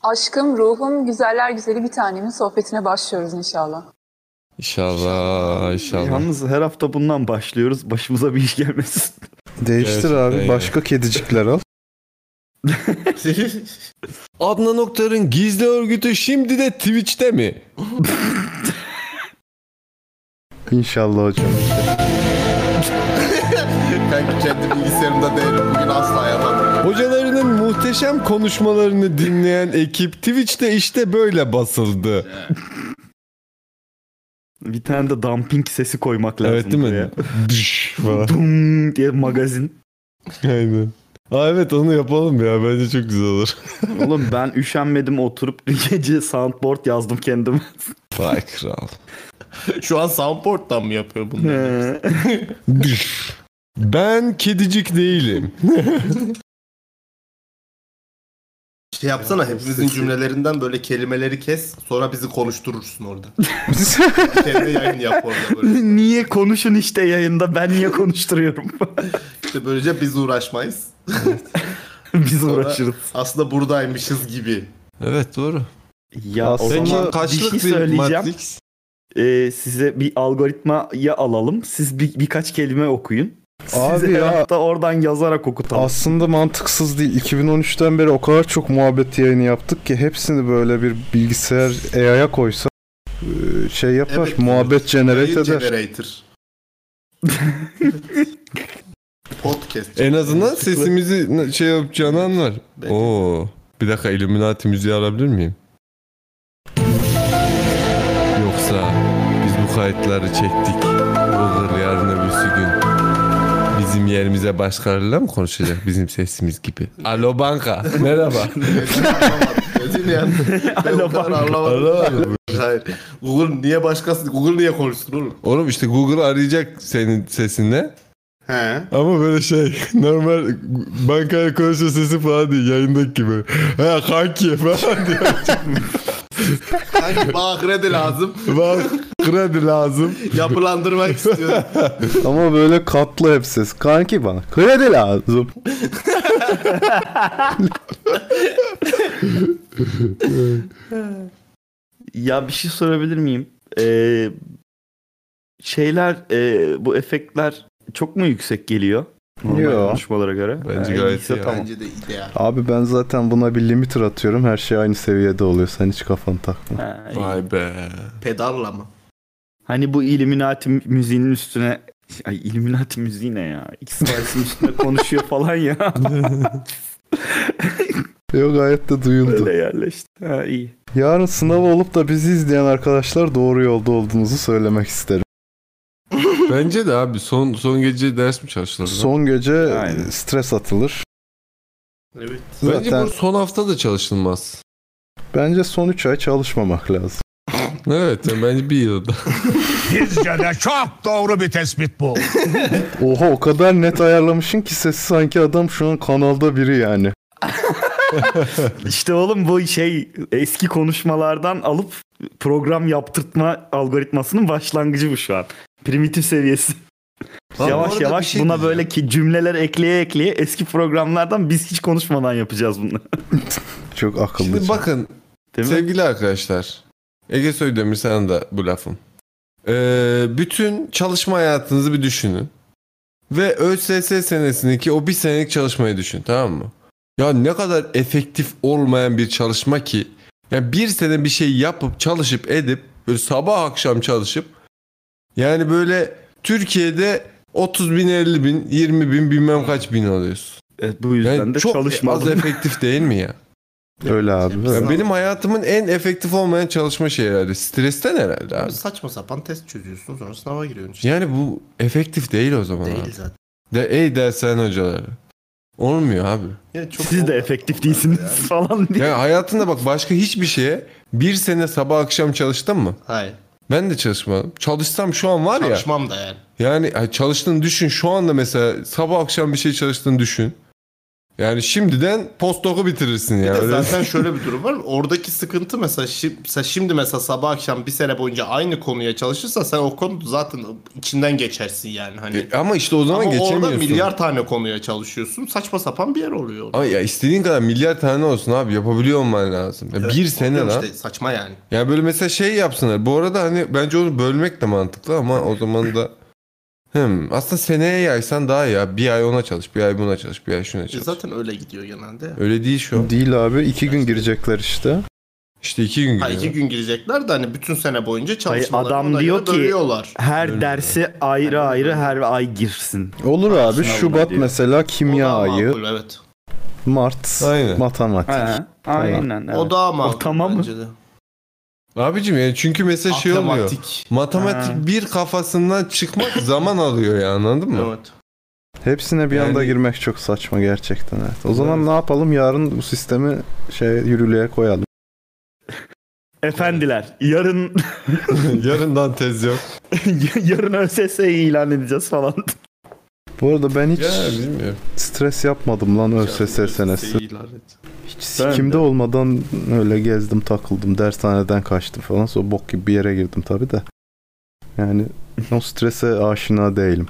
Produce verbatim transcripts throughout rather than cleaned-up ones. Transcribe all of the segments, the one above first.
Aşkım, ruhum, güzeller güzeli bir tanemin sohbetine başlıyoruz inşallah. İnşallah, inşallah. Yalnız her hafta bundan başlıyoruz. Başımıza bir iş gelmesin. Değiştir Gerçekten abi. ya. Başka kedicikler al. Adnan Oktar'ın gizli örgütü şimdi de Twitch'te mi? İnşallah hocam. Kanka kendi bilgisayarımda değilim. Bugün asla yapamıyorum. Hocalarının muhteşem konuşmalarını dinleyen ekip Twitch'te işte böyle basıldı. Bir tane de dumping sesi koymak lazım. Evet değil mi? buraya. Düş falan. Dum diye magazin. Aynen. Aa, evet onu yapalım ya. Bence çok güzel olur. Oğlum ben üşenmedim, oturup bir gece soundboard yazdım kendime. Vay kral. Şu an soundboard'dan mı yapıyor bunu? Düş. Ben kedicik değilim. Şey yapsana, hepimizin cümlelerinden böyle kelimeleri kes, sonra bizi konuşturursun orada. Kendi yayın yap orada böyle. Niye konuşun işte yayında, ben niye konuşturuyorum? İşte böylece biz uğraşmayız. Biz Sonra uğraşırız. aslında buradaymışız gibi. Evet doğru. Ya o Aslında zaman Kaçlık bir şey bir söyleyeceğim. Matrix? Ee, size bir algoritmayı alalım. Siz bir, birkaç kelime okuyun. Abi Size ya- her hafta oradan yazarak okutalım. Aslında mantıksız değil. iki bin on üçten beri o kadar çok muhabbet yayını yaptık ki hepsini böyle bir bilgisayar A I'ya koysa e, şey yapar. Evet, muhabbet generate Yayın eder. generator. Podcast. En azından sesimizi şey yapacağını anlar. Bence. Oo. Bir dakika, Illuminati müziği alabilir miyim? Yoksa biz bu kayıtları çektik. Bulgur yarın öbürsü gün bizim yerimize başkalarıyla mı konuşacak bizim sesimiz gibi? Alo banka. Merhaba. Dedin yani. Ben o kadar anlamadım. Hayır. Google niye başkası? Google niye konuşsun oğlum? Oğlum işte Google arayacak senin sesinle. He. Ama böyle şey normal bankayla konuşuyor sesi falan değil, yayındaki gibi. Ha kanki falan diyor. Hangi bana kredi lazım? Bak kredi lazım. Yapılandırmak istiyorum. Ama böyle katlı hep ses. Kanki bana kredi lazım. Ya bir şey sorabilir miyim? Ee, şeyler, e, bu efektler çok mu yüksek geliyor? Normal Yo. konuşmalara göre. Bence Ha, gayet iyiyse iyi. tamam. Bence de ideal. Abi ben zaten buna bir limiter atıyorum. Her şey aynı seviyede oluyor. Sen hiç kafanı takma. Ha, iyi. Vay be. Pedalla mı? Hani bu Illuminati müziğinin üstüne, ay Illuminati müziği ne ya? X-Files'in üstüne konuşuyor falan ya. Yok gayet de duyuldu. Öyle yerleşti. Ha, iyi. Yarın sınav olup da bizi izleyen arkadaşlar doğru yolda olduğumuzu söylemek isterim. Bence de abi son son gece ders mi çalıştılar? Son gece Aynen. stres atılır. Evet. Bence Zaten bu son hafta da çalışılmaz. bence son üç ay çalışmamak lazım. Evet yani bence bir yılda. Sizce de çok doğru bir tespit bu. Oha o kadar net ayarlamışsın ki sesi sanki adam şu an kanalda biri yani. İşte oğlum bu şey eski konuşmalardan alıp program yaptırtma algoritmasının başlangıcı bu şu an. Primitif seviyesi. Lan bu yavaş arada bir yavaş şey buna diyeceğim. böyle ki cümleler ekleye ekleye eski programlardan biz hiç konuşmadan yapacağız bunu. Çok akıllıca. Şimdi bakın Değil mi? sevgili arkadaşlar. Ege Söydemir sana da bu lafım. Ee, bütün çalışma hayatınızı bir düşünün. Ve ÖSS senesindeki o bir senelik çalışmayı düşün, tamam mı? Ya ne kadar efektif olmayan bir çalışma ki. Yani bir sene bir şey yapıp çalışıp edip böyle sabah akşam çalışıp yani böyle Türkiye'de otuz bin, elli bin, yirmi bin bilmem kaç bin alıyorsun. Evet, bu yüzden Yani de çok az çalışmadım. efektif değil mi ya? Öyle abi. Yani öyle. benim hayatımın en efektif olmayan çalışma şeyi herhalde. Stresten herhalde abi. Saçma sapan test çözüyorsun, sonra sınava giriyorsun işte. Yani bu efektif değil o zaman Değil abi. zaten. De, ey dershane hocaları. Olmuyor abi. Yani çok Siz de olmaz. efektif değilsiniz falan diye. Yani hayatında bak başka hiçbir şeye bir sene sabah akşam çalıştın mı? Hayır. Ben de çalışmadım. Çalışsam şu an var ya. Çalışmam da yani. Yani ay, çalıştığını düşün. Şu anda mesela sabah akşam bir şey çalıştığını düşün. Yani şimdiden postdoku bitirirsin Bir ya. de Öyle- zaten şöyle bir durum var. Oradaki sıkıntı mesela, şi- mesela şimdi mesela sabah akşam bir sene boyunca aynı konuya çalışırsan sen o konu zaten içinden geçersin yani. Hani. E, ama işte o zaman Ama orada geçemiyorsun. milyar tane konuya çalışıyorsun. Saçma sapan bir yer oluyor. Ama ya istediğin kadar milyar tane olsun abi, yapabiliyor olman lazım. Ya Evet, bir sene oluyor lan. işte, saçma yani. Ya böyle mesela şey yapsınlar. Bu arada hani bence onu bölmek de mantıklı ama o zaman da hmm, aslında seneye yaysan daha iyi ya. Bir ay ona çalış, bir ay buna çalış, bir ay şuna E çalış. zaten öyle gidiyor genelde. Öyle değil şu an. Değil abi, iki gün girecekler işte. İşte iki gün Ha, gidiyor. iki gün girecekler de hani bütün sene boyunca çalışmalarını adam ona diyor göre ki- bölüyorlar. Her Öyle dersi ayrı ayrı her ay girsin. Olur abi, Sınavına Şubat diyor. mesela O kimya daha ayı, makul, evet. Mart Aynen. matematik. He, aynen. Evet. O daha makul tamam mı? bence de. Abicim yani çünkü mesela şey oluyor. Matematik. Matematik Ha. bir kafasından çıkmak zaman alıyor ya, anladın mı? Evet. Hepsine bir anda Yani- girmek çok saçma gerçekten. Evet. O zaman ne yapalım? Yarın bu sistemi şey yürürlüğe koyalım. Efendiler yarın Yarından tez yok. yarın ÖSS'yi ilan edeceğiz falan. Bu arada ben hiç Ya bilmiyorum. stres yapmadım lan ÖSS senesi. Hiç sikimde olmadan öyle gezdim takıldım. Dershaneden kaçtım falan. Sonra bok gibi bir yere girdim tabii de. Yani o strese aşina değilim.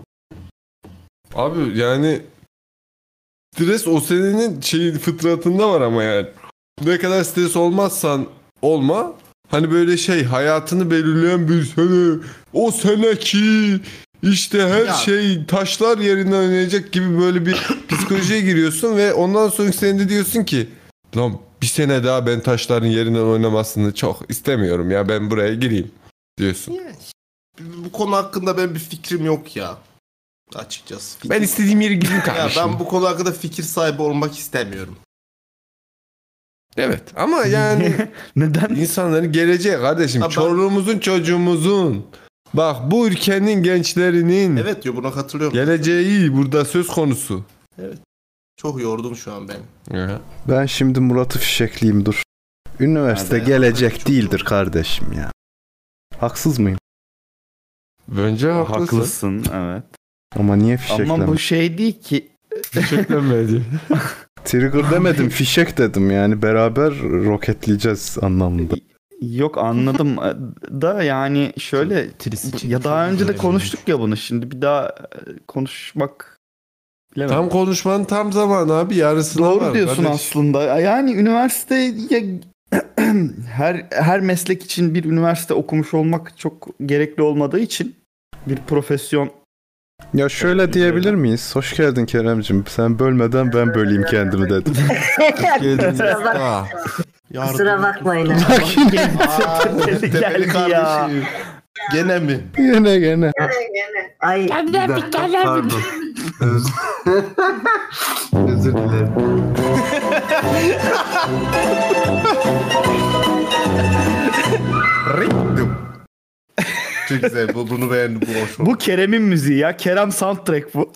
Abi yani stres o senenin şey fıtratında var ama yani. Ne kadar stres olmazsan olma. Hani böyle şey hayatını belirleyen bir sene. O seneki işte her Ya. şey taşlar yerinden oynayacak gibi böyle bir psikolojiye giriyorsun ve ondan sonraki senede diyorsun ki lan bir sene daha ben taşların yerinden oynamasını çok istemiyorum ya, ben buraya gireyim diyorsun. Bu konu hakkında benim bir fikrim yok ya. Açıkçası. Fikir- Ben istediğim yere gireyim ya kardeşim. ben bu konu hakkında fikir sahibi olmak istemiyorum. Evet ama yani Neden? insanların geleceği kardeşim. Ha, ben- Çoluğumuzun çocuğumuzun. Bak bu ülkenin gençlerinin Evet diyor, buna katılıyorum. geleceği burada söz konusu. Çok yordum şu an beni. Ya. Ben şimdi Murat'ı fişekleyeyim dur. Üniversite Hadi. gelecek Çok değildir doğru. kardeşim ya. Haksız mıyım? Bence haklısın. Haklısın evet. Ama niye fişekleme? Ama bu şey değil ki. Teşekkürler. Trigger demedim, fişek dedim yani beraber roketleyeceğiz anlamında. Yok anladım da yani şöyle ya daha önce de konuştuk ya bunu, şimdi bir daha konuşmak bilemem. Tam konuşmanın tam zamanı abi, yarısına Doğru var. diyorsun kardeş. aslında. Yani üniversite her her meslek için bir üniversite okumuş olmak çok gerekli olmadığı için bir profesyon. Ya şöyle diyebilir miyiz? Hoş geldin Kerem'cim. Sen bölmeden ben böleyim kendimi dedim. Geldiniz. Kusura bak- Aa, Kusura bakmayın. Aa, Geldi tepeli ya. kardeşim. Gene mi? Gene gene. Ay Bir dakika, pardon. Özür, Özür dilerim. Çok güzel. Bu, bunu beğendim. Bu hoş oldu. Bu Kerem'in müziği ya. Kerem soundtrack bu.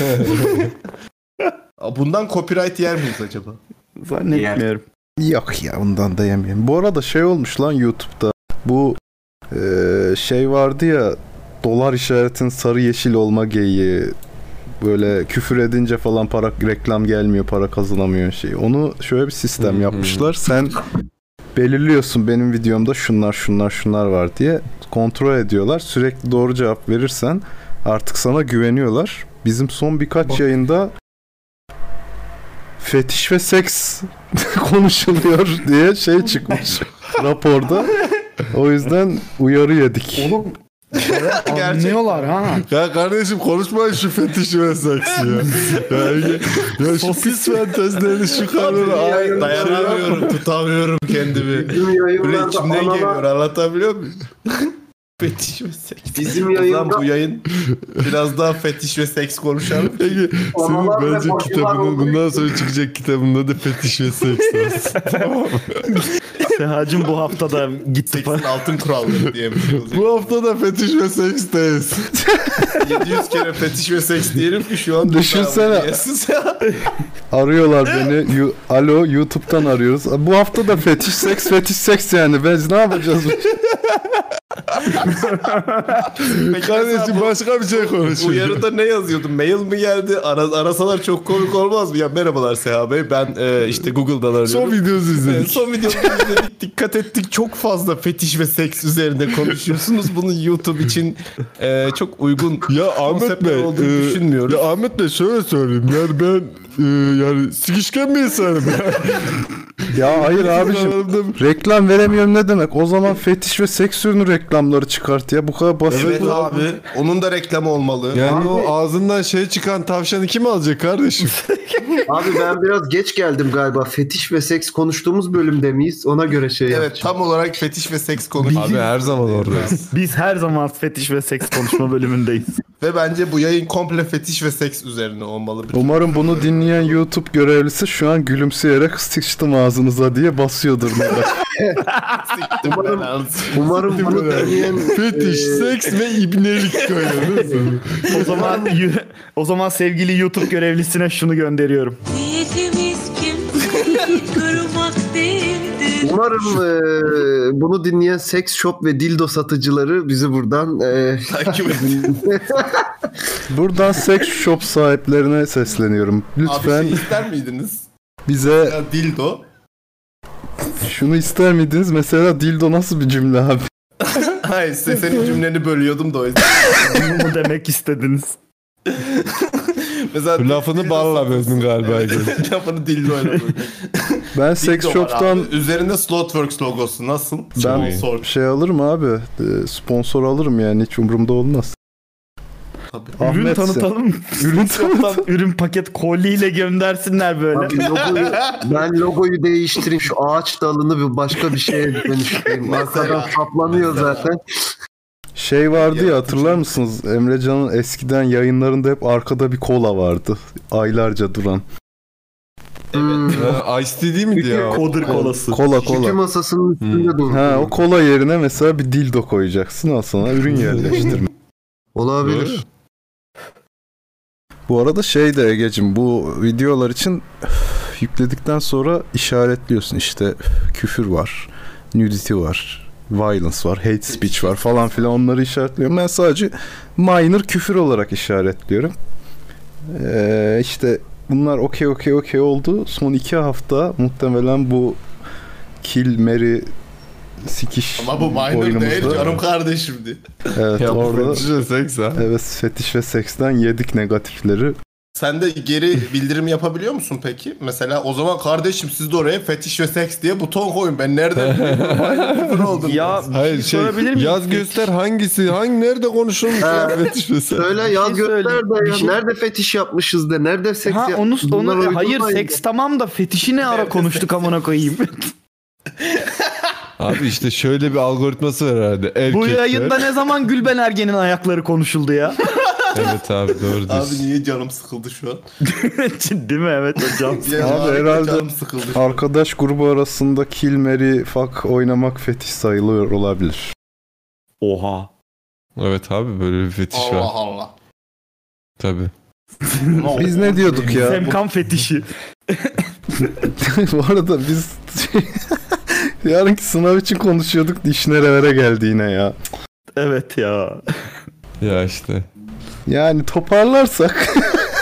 Bundan copyright yer miyiz acaba? Zannetmiyorum. Yok ya, ondan da yemeyeyim. Bu arada şey olmuş lan YouTube'da. Bu eee, şey vardı ya, dolar işaretin sarı yeşil olma geyiği. Böyle küfür edince falan para, reklam gelmiyor, para kazanamıyor şey. Onu şöyle bir sistem Hı hı. yapmışlar. Sen belirliyorsun, benim videomda şunlar şunlar şunlar var diye kontrol ediyorlar. Sürekli doğru cevap verirsen artık sana güveniyorlar. Bizim son birkaç yayında fetiş ve seks konuşuluyor diye şey çıkmış raporda. O yüzden uyarı yedik. Oğlum anlıyorlar ha. ya kardeşim konuşmayın şu fetişi ve seksi ya. ya, ya, ya şu pis fantezilerini şu kadını ay Dayanamıyorum, tutamıyorum kendimi. Bizim Böyle yayınlarda içimden analar, geliyor, anlatabiliyor muyum? Fetiş ve seks. bizim O zaman yayında bu yayın biraz daha fetiş ve seks konuşalım. Peki senin Analar ve bence bacılar kitabının olduğu bundan sonra çıkacak kitabında da fetiş ve seks olsun. Tamam mı? Sehacım bu hafta da gitti Seksin falan. altın kuralları diye bir şey olacak. Bu hafta da fetiş ve seksteyiz. yedi yüz kere fetiş ve seks diyelim ki şu an Düşünsene. Arıyorlar beni. Yu- Alo, YouTube'dan arıyoruz. Bu hafta da fetiş seks fetiş seks yani. Biz ne yapacağız? Peki Kardeşim mesela bu başka bir şey konuşuyor. uyarıda ne yazıyordu? Mail mi geldi? Ara, arasalar çok komik olmaz mı? Ya merhabalar Seha Bey. Ben e, işte Google'dan arıyorum. Son videonuzu E, izledik. son videomuzu izledik. Dikkat ettik. Çok fazla fetiş ve seks üzerinde konuşuyorsunuz. Bunun YouTube için e, çok uygun Ya Ahmet konseptler Bey, olduğunu e, düşünmüyoruz. ya Ahmet Bey şöyle söyleyeyim. Yani ben e, yani sikişken bir insanım ya. Ya hayır abiciğim. Reklam veremiyorum ne demek? O zaman fetiş ve seks ürünü reklamları çıkart ya. Bu kadar basit. Evet abi. Onun da reklamı olmalı. Yani o ağzından şey çıkan tavşanı kim alacak kardeşim? Abi ben biraz geç geldim galiba. Fetiş ve seks konuştuğumuz bölümde miyiz? Ona göre şey Evet, yapacağım. tam olarak fetiş ve seks konuşuyoruz. Abi her zaman oradayız. Biz her zaman fetiş ve seks konuşma bölümündeyiz. Ve bence bu yayın komple fetiş ve seks üzerine olmalı. Umarım bunu dinleyen YouTube görevlisi şu an gülümseyerek sıçtım ağzınıza diye basıyordur. Umarım, umarım bunu dinleyen... Fetiş, seks ve ibnelik koyuyoruz. O zaman o zaman sevgili YouTube görevlisine şunu gönderiyorum. Niyetimiz kimseyi kırmak değildir. Umarım e, bunu dinleyen seks shop ve dildo satıcıları bizi buradan e, Takip edin. Buradan seks shop sahiplerine sesleniyorum. Lütfen Abi şey ister miydiniz? bize Ya dildo. şunu ister miydiniz? Mesela dildo nasıl bir cümle abi? Hayır, size senin cümleni bölüyordum da o yüzden. Bunu mu demek istediniz? Mesela Lafını balla böldün galiba. Evet, lafını dildoyla böldüm. Ben seks Dildo var shop'tan abi. Üzerinde Slotworks logosu nasıl? ben Sponsor. şey alırım abi. e, Sponsor alırım yani hiç umurumda olmaz. Tabii. Ürün Ahmet sen- tanıtalım. Ürün Ürün ürün paket kolyeyle göndersinler böyle. Abi logoyu, ben logoyu değiştireyim. Şu ağaç dalını bir başka bir şeye dönüştüreyim. Arkadan saplanıyor zaten. Şey vardı ya hatırlar mısınız? Emrecan'ın eskiden yayınlarında hep arkada bir kola vardı. Aylarca duran. Hmm. Ha, Ice Tea değil miydi ya? Kodur kolası. Kola Şike kola. masasının üstünde durdu. Ha o kola yerine mesela bir dildo koyacaksın. Al sana ürün yerleştirme. Olabilir. Bu arada şey de Egeciğim bu videolar için yükledikten sonra işaretliyorsun işte küfür var, nudity var, violence var, hate speech var falan filan onları işaretliyorum. Ben sadece minor küfür olarak işaretliyorum. Ee, işte bunlar okey okey okey oldu. Son iki hafta muhtemelen bu Kill Mary sikiş Ama bu minor oyunumuzda- değil canım kardeşimdi. Evet Ya orada fetiş ve seks ha. evet fetiş ve seksten yedik negatifleri. Sen de geri bildirim yapabiliyor musun peki? Mesela o zaman kardeşim siz de oraya fetiş ve seks diye buton koyun. Ben nereden bileyim? oldum. Ya Hayır şey sorabilir miyim? yaz göster hangisi hangi nerede konuşulmuş ya fetiş ve seks. Söyle ya şey göster söyleyeyim. de Bir ya. şey- Nerede fetiş yapmışız de. Nerede seks Ha onu yapmışız. Bunlar onu uygun hayır mu? seks tamam da fetişi ne ara Evet, konuştuk amına koyayım. Abi işte şöyle bir algoritması var herhalde. Erkekler. Bu yayında ne zaman Gülben Ergen'in ayakları konuşuldu ya? Evet abi doğru diyorsun. Abi niye canım sıkıldı şu an? Değil mi? Evet hocam. Ya, Abi harika herhalde canım sıkıldı şu an. arkadaş grubu arasında Kill Mary fuck oynamak fetiş sayılıyor olabilir. Oha. Evet abi böyle bir fetiş Allah var. Allah. Tabii. Biz ne diyorduk ya? Semkan fetişi. Bu arada biz yarınki sınav için konuşuyorduk. Diş nerelere geldi yine ya. Evet ya. Ya işte. Yani toparlarsak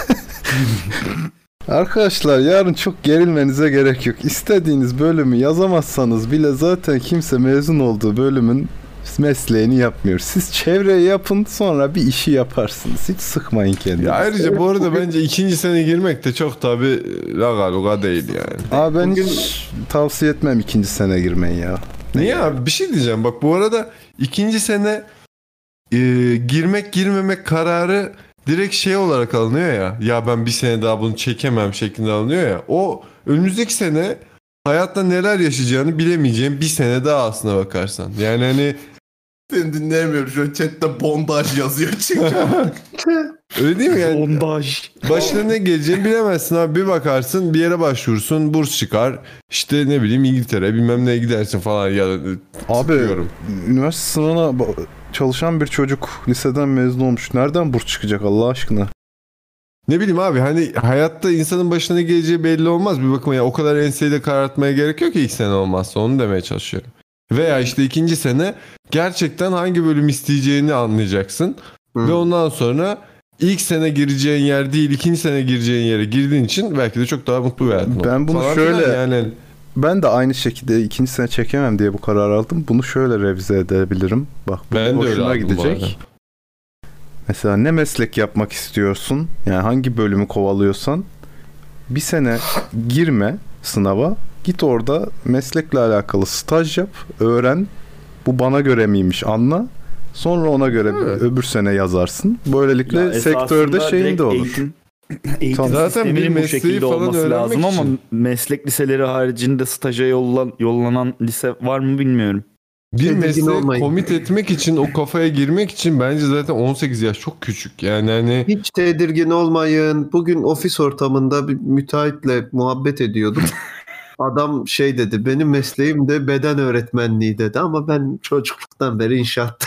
arkadaşlar yarın çok gerilmenize gerek yok. İstediğiniz bölümü yazamazsanız bile zaten kimse mezun olduğu bölümün mesleğini yapmıyor. Siz çevreyi yapın sonra bir işi yaparsınız. Hiç sıkmayın kendinizi. Ya ayrıca bu arada bence ikinci sene girmek de çok tabi lagaluga değil yani. Abi ben hiç tavsiye etmem ikinci sene girmeyi ya. Niye abi? Bir şey diyeceğim. Bak bu arada ikinci sene e, girmek girmemek kararı direkt şey olarak alınıyor ya. Ya ben bir sene daha bunu çekemem şeklinde alınıyor ya. O önümüzdeki sene hayatta neler yaşayacağını bilemeyeceğin bir sene daha aslına bakarsan. Yani hani Seni dinleyemiyorum. Şu an chatte bondaj yazıyor çünkü. öyle değil mi yani? Bondaj. Başına ne geleceğini bilemezsin abi. Bir bakarsın bir yere başvurursun burs çıkar. İşte ne bileyim İngiltere bilmem neye gidersin falan ya da Abi tıklıyorum. üniversite sınavına ba- çalışan bir çocuk liseden mezun olmuş. Nereden burs çıkacak Allah aşkına? Ne bileyim abi hani hayatta insanın başına ne geleceği belli olmaz bir bakıma ya o kadar enseyi de karartmaya gerek yok ki ilk sene olmazsa onu demeye çalışıyorum. Veya işte ikinci sene gerçekten hangi bölüm isteyeceğini anlayacaksın. Hı. Ve ondan sonra ilk sene gireceğin yer değil, ikinci sene gireceğin yere girdiğin için belki de çok daha mutlu bir hayatın olur. Ben bunu Falan şöyle- filan yani. Ben de aynı şekilde ikinci sene çekemem diye bu karar aldım. Bunu şöyle revize edebilirim. Bak bu Ben de öyle hoşuna aldım bu gidecek. arada. Mesela ne meslek yapmak istiyorsun? Yani hangi bölümü kovalıyorsan bir sene girme sınava. Git orada meslekle alakalı staj yap, öğren. Bu bana göre miymiş anla. Sonra ona göre Evet. öbür sene yazarsın. Böylelikle Ya sektörde esasında şeyin direkt de olur. Eğitim, eğitim Zaten sisteminin bir bu mesleği şekilde falan olması öğrenmek lazım ama için. meslek liseleri haricinde staja yollan, yollanan lise var mı bilmiyorum. Bir Tedirgin mesleğe olmayın. komit etmek için, o kafaya girmek için bence zaten on sekiz yaş çok küçük. Yani hani Hiç tedirgin olmayın. Bugün ofis ortamında bir müteahhitle muhabbet ediyordum. Adam şey dedi, benim mesleğim de beden öğretmenliği dedi ama ben çocukluktan beri inşaatta.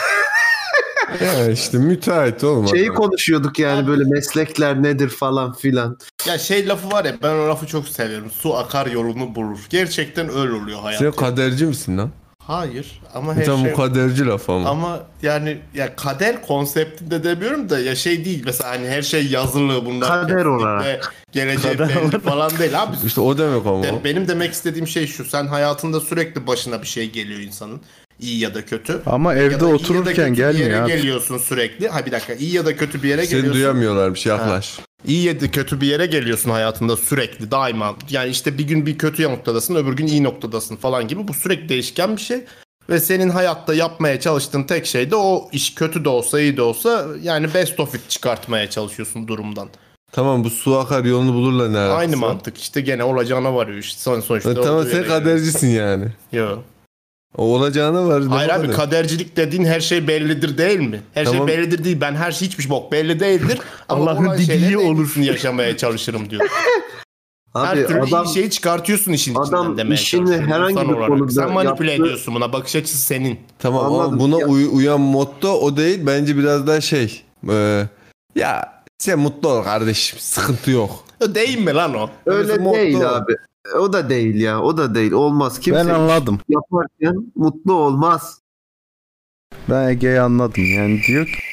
ya işte müteahhit olmak. Şeyi konuşuyorduk yani böyle meslekler nedir falan filan. Ya şey lafı var ya, ben o lafı çok seviyorum. Su akar yolunu bulur. Gerçekten öyle oluyor hayat. Sen kaderci misin lan? Hayır ama her Tam şey... bu kaderci laf ama. Ama yani ya kader konseptinde demiyorum da ya şey değil mesela hani her şey yazılı bunlar. Kader kesinlikle olarak. Geleceği Kader belli olarak. falan değil abi. İşte o demek ama. Ben- Benim demek istediğim şey şu. Sen hayatında sürekli başına bir şey geliyor insanın. İyi ya da kötü. Ama Ya da iyi evde ya da otururken kötü bir gelmiyor yere abi. geliyorsun sürekli. Ha bir dakika, iyi ya da kötü bir yere Seni geliyorsun. duyamıyorlarmış, yaklaş. İyi ya da kötü bir yere geliyorsun hayatında sürekli daima. Yani işte bir gün bir kötü noktadasın, öbür gün iyi noktadasın falan gibi. Bu sürekli değişken bir şey. Ve senin hayatta yapmaya çalıştığın tek şey de o iş kötü de olsa iyi de olsa yani best of it çıkartmaya çalışıyorsun durumdan. Tamam, bu su akar yolunu bulurlar ne alakası Aynı var? mantık işte, gene olacağına varıyor işte son sonuçta. E, tamam olduğu sen yere kadercisin yani. geliyor. Yok. O olacağına var. Hayır ne abi, var? kadercilik dediğin her şey bellidir değil mi? Her Tamam. şey bellidir değil. Ben her şey hiçbir bok belli değildir. Ama Allah'ın olan dediği şeylerin en olur. iyisini yaşamaya çalışırım diyor. Her Abi türlü adam iyi şeyi çıkartıyorsun işin adam içinden demeye işini çalışıyorum herhangi insan bir olarak. konuda Sen manipüle yaptığı- ediyorsun buna. Bakış açısı senin. Tamam ama Anladım. buna Ya- uy- uyan motto o değil. Bence biraz daha şey. e, ya sen mutlu ol kardeşim. Sıkıntı yok. Değil mi lan o? öyle Mesela motto değil o. abi. O da değil ya. O da değil. Olmaz. Kimse Ben anladım. yaparken mutlu olmaz. Ben Ege'yi anladım. Yani diyor ki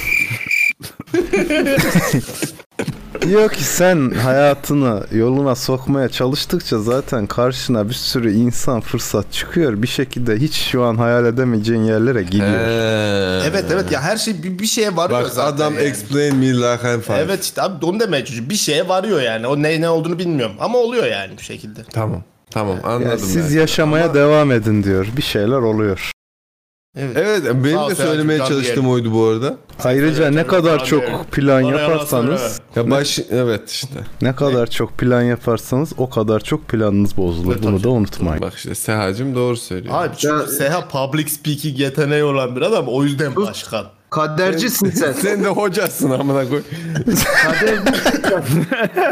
diyor ki sen hayatını yoluna sokmaya çalıştıkça zaten karşına bir sürü insan fırsat çıkıyor. Bir şekilde hiç şu an hayal edemeyeceğin yerlere gidiyor. He. Evet evet ya, her şey bir, bir şeye varıyor Bak zaten. adam yani. explain me like I'm five. Evet işte abi onu demeye çalışıyor. Bir şeye varıyor yani. O ne ne olduğunu bilmiyorum ama oluyor yani bir şekilde. Tamam. Tamam anladım Yani siz ben. yaşamaya Ama- devam edin diyor. Bir şeyler oluyor. Evet. Evet benim Sağ ol de Selçuk, söylemeye can çalıştığım diyelim. oydu bu arada. Ayrıca ne söyle, kadar sen çok de. plan Bana yalan yaparsanız söyleme. Ya baş evet işte. ne kadar çok plan yaparsanız o kadar çok planınız bozulur. Evet, Bunu tabii. da unutmayın. Bak işte Sehacım doğru söylüyor. Abi çünkü Ya- Seha public speaking yeteneği olan bir adam, o yüzden başkan. Kadercisin sen. Sen de hocasın amına koy. Kadercisin sen.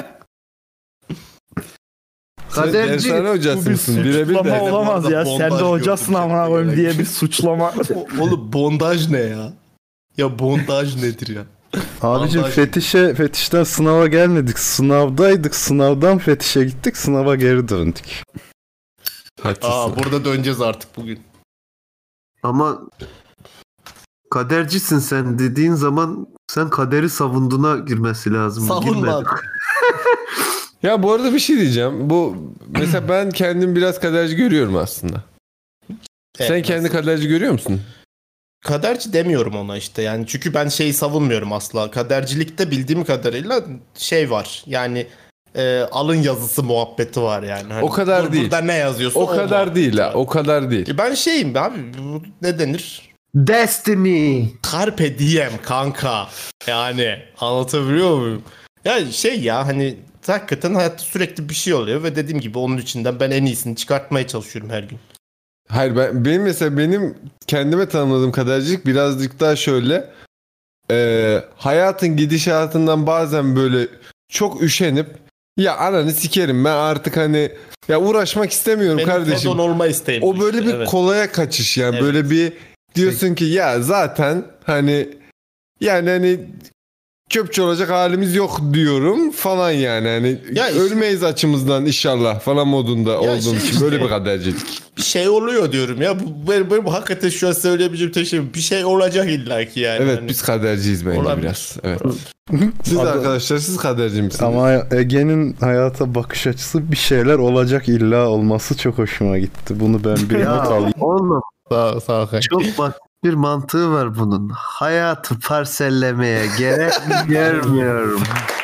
Sen Kaderci. dershane Bu bir hocasısın. Birebir suçlama de. olamaz ya. Bondaj Sen de gördüm, hocasın çok amına koyayım güzel. diye bir suçlama. O- Oğlum bondaj ne ya? Ya bondaj nedir ya? Abicim Vallahi- fetişe fetişten sınava gelmedik. Sınavdaydık. Sınavdan fetişe gittik. Sınava geri döndük. Haklısın. Aa burada döneceğiz artık bugün. Ama kadercisin sen dediğin zaman sen kaderi savunduğuna girmesi lazım. Savunma. Girmedi. Ya bu arada bir şey diyeceğim. Bu mesela ben kendim biraz kaderci görüyorum aslında. Sen Evet, kendi nasıl? kaderci görüyor musun? Kaderci demiyorum ona işte yani, çünkü ben şeyi savunmuyorum asla. Kadercilikte bildiğim kadarıyla şey var yani, e, alın yazısı muhabbeti var yani. Hani O kadar bur- değil. Burada ne yazıyorsa O kadar muhabbet değil ha. var. O kadar değil. E ben şeyim abi, bu ne denir? Destiny. Carpe diem kanka. Yani anlatabiliyor muyum? Yani şey ya hani hakikaten hayatta sürekli bir şey oluyor ve dediğim gibi onun içinden ben en iyisini çıkartmaya çalışıyorum her gün. Hayır ben benim mesela benim kendime tanımladığım kadercilik birazcık daha şöyle. E, hayatın gidişatından bazen böyle çok üşenip ya ananı sikerim ben artık hani ya uğraşmak istemiyorum Benim kardeşim. Fodon olma isteğim. O böyle işte, bir evet. kolaya kaçış yani Evet. böyle bir diyorsun ki ya zaten hani yani hani çöpçü olacak halimiz yok diyorum falan yani hani Ya işte- ölmeyiz açımızdan inşallah falan modunda Ya olduğum şey için işte- böyle bir kadercilik. bir şey oluyor diyorum ya. Bu benim, benim hakikaten şu an söyleyebileceğim tek şey, bir şey olacak illaki yani. Evet hani. biz kaderciyiz bence Olabilir. biraz. Evet. Siz arkadaşlar siz kaderci misiniz? Ama Ege'nin hayata bakış açısı bir şeyler olacak illa olması çok hoşuma gitti. Bunu ben bir Ya not alayım. oğlum Sağ, sağ ol. çok basit bir mantığı var bunun. Hayatı parsellemeye gerek görmüyorum.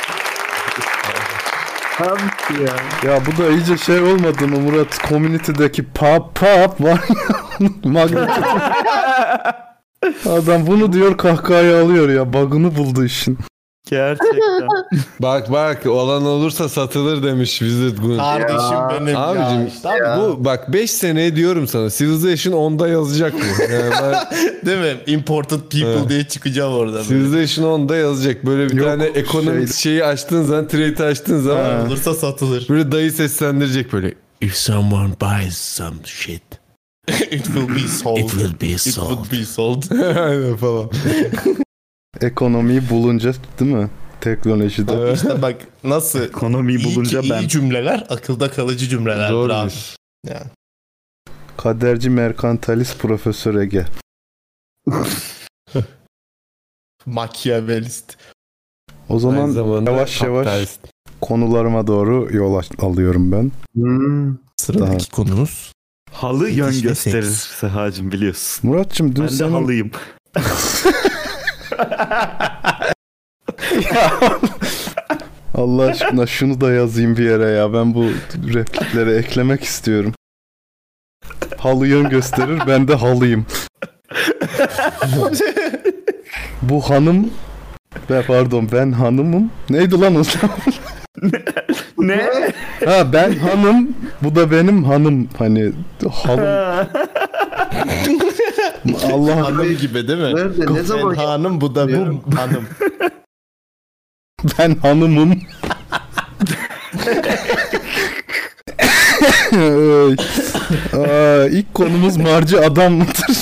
Tabii ya. Ya bu da iyice şey olmadı mı Murat? Community'deki pop pop var ya. Magnetik. Adam bunu diyor kahkahaya alıyor ya. Bug'ını buldu işin. Gerçekten. Bak bak olan olursa satılır demiş Wizard Gun. Kardeşim Ya. benim Abicim ya. İşte abi, bu bak beş sene diyorum sana. Civilization onda yazacak bu. Yani ben, değil mi? Imported people Evet. diye çıkacağım orada. böyle. Civilization onda yazacak. Böyle bir Yok, tane ekonomik şey- şeyi açtığın zaman, trade'i açtığın zaman Ha. Olursa satılır. böyle dayı seslendirecek böyle. If someone buys some shit, It will be sold. it will be It sold. would be sold. Aynen falan. Ekonomiyi bulunca değil mi? Teknolojide. İşte bak nasıl Ekonomiyi iyi ki bulunca iyi ben. cümleler akılda kalıcı cümleler. Doğru Bravo. diyorsun. Yani. Kaderci merkantalist Profesör Ege. Machiavellist. O Aynı zaman zamanda yavaş yavaş kapitalist. konularıma doğru yol aç- alıyorum ben. Hmm. Sıradaki konumuz. Halı yön İşte gösterir seks. Sehacım biliyorsun. Muratçım dün Ben de senin... halıyım. Allah aşkına şunu da yazayım bir yere ya. Ben bu replikleri eklemek istiyorum. Halı yön gösterir, ben de halıyım. Bu hanım ve pardon ben hanımım. Neydi lan o zaman? Ne? Ha ben hanım, bu da benim hanım. Hani halım. Allah Hanım gibi değil mi? Nerede? Ne Ben zaman? hanım bu da Bilmiyorum. bu hanım. ben hanımım. Oy. Aa, ilk konumuz marcı adam mıdır?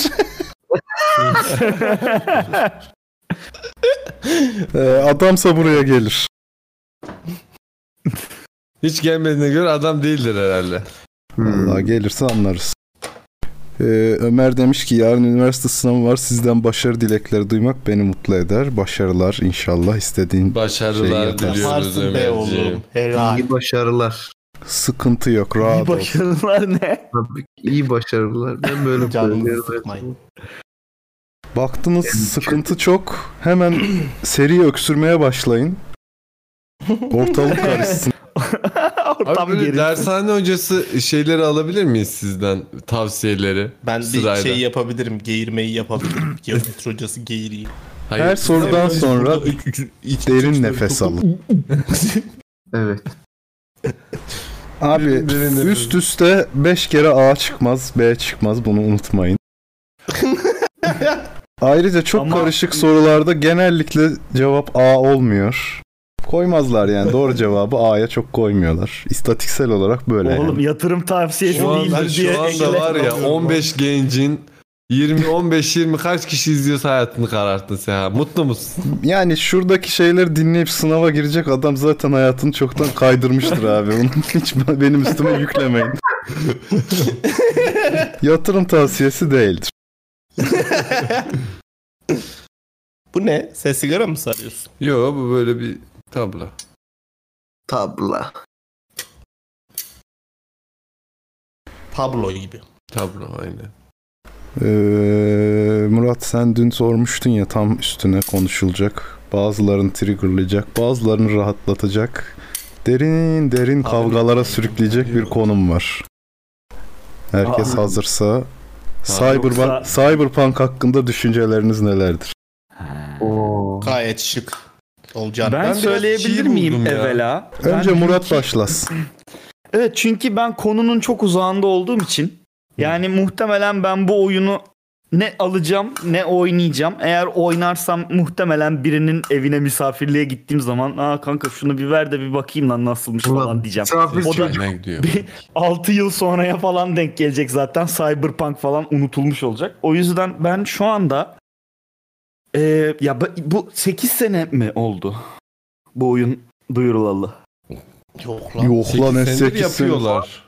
Ee, adamsa buraya gelir. Hiç gelmediğine göre adam değildir herhalde. Vallahi gelirse anlarız. Ee, Ömer demiş ki yarın üniversite sınavı var. Sizden başarı dilekleri duymak beni mutlu eder. Başarılar inşallah istediğin Başarılar Şey yaparsın. diliyoruz Yaparsın be Ömerciğim. oğlum. Helal. İyi başarılar. sıkıntı yok. Rahat İyi ol. başarılar ne? Tabii, iyi başarılar. Ben böyle Canınızı söylüyorum. sıkmayın. Baktınız sıkıntı çok. Hemen seri öksürmeye başlayın. Ortalık karışsın. Abi Tam böyle geri. dershane hocası şeyleri alabilir miyiz sizden? Tavsiyeleri. Ben bir Sırayla. şey yapabilirim. Geğirmeyi yapabilirim. Geometri hocası geğireyim. Hayır. Her sorudan sonra derin nefes alın. Evet. Abi Derin- derin nefes. üst üste beş kere A çıkmaz, B çıkmaz. Bunu unutmayın. Ayrıca çok Ama- karışık sorularda genellikle cevap A olmuyor. Koymazlar yani. Doğru cevabı A'ya çok koymuyorlar. İstatiksel olarak böyle. Oğlum yani. yatırım tavsiyesi Şu anda, değildir diye. şu anda var ya on beş gencin yirmi on beş yirmi kaç kişi izliyorsa hayatını kararttın Seha. Mutlu musun? Yani şuradaki şeyleri dinleyip sınava girecek adam zaten hayatını çoktan kaydırmıştır abi. Onu hiç benim üstüme yüklemeyin. Yatırım tavsiyesi değildir. Bu ne? Sen sigara mı sarıyorsun? Yo bu böyle bir tablo. Tabla. Pablo gibi. Tablo aynen. Ee, Murat sen dün sormuştun ya tam üstüne konuşulacak. Bazılarını triggerlayacak, bazılarını rahatlatacak. Derin derin Abi, kavgalara sürükleyecek bir biliyorum. konum var. Herkes Abi. hazırsa Cyberpunk, yoksa- Cyberpunk hakkında düşünceleriniz nelerdir? Oo. Gayet şık olacak. Ben, biraz söyleyebilir şiir miyim buldum ya. evvela? Önce Ben Murat çünkü- başlasın. Evet çünkü ben konunun çok uzağında olduğum için yani muhtemelen ben bu oyunu ne alacağım ne oynayacağım. Eğer oynarsam muhtemelen birinin evine misafirliğe gittiğim zaman aa kanka şunu bir ver de bir bakayım lan nasılmış Ulan, falan diyeceğim. misafir O da Ne gidiyor? bir altı yıl sonraya falan denk gelecek zaten. Cyberpunk falan unutulmuş olacak. O yüzden ben şu anda eee, ya bu- bu sekiz sene mi oldu bu oyun duyurulalı? Yok lan. Yok lan sekiz ne senedir sekiz sene. yapıyorlar.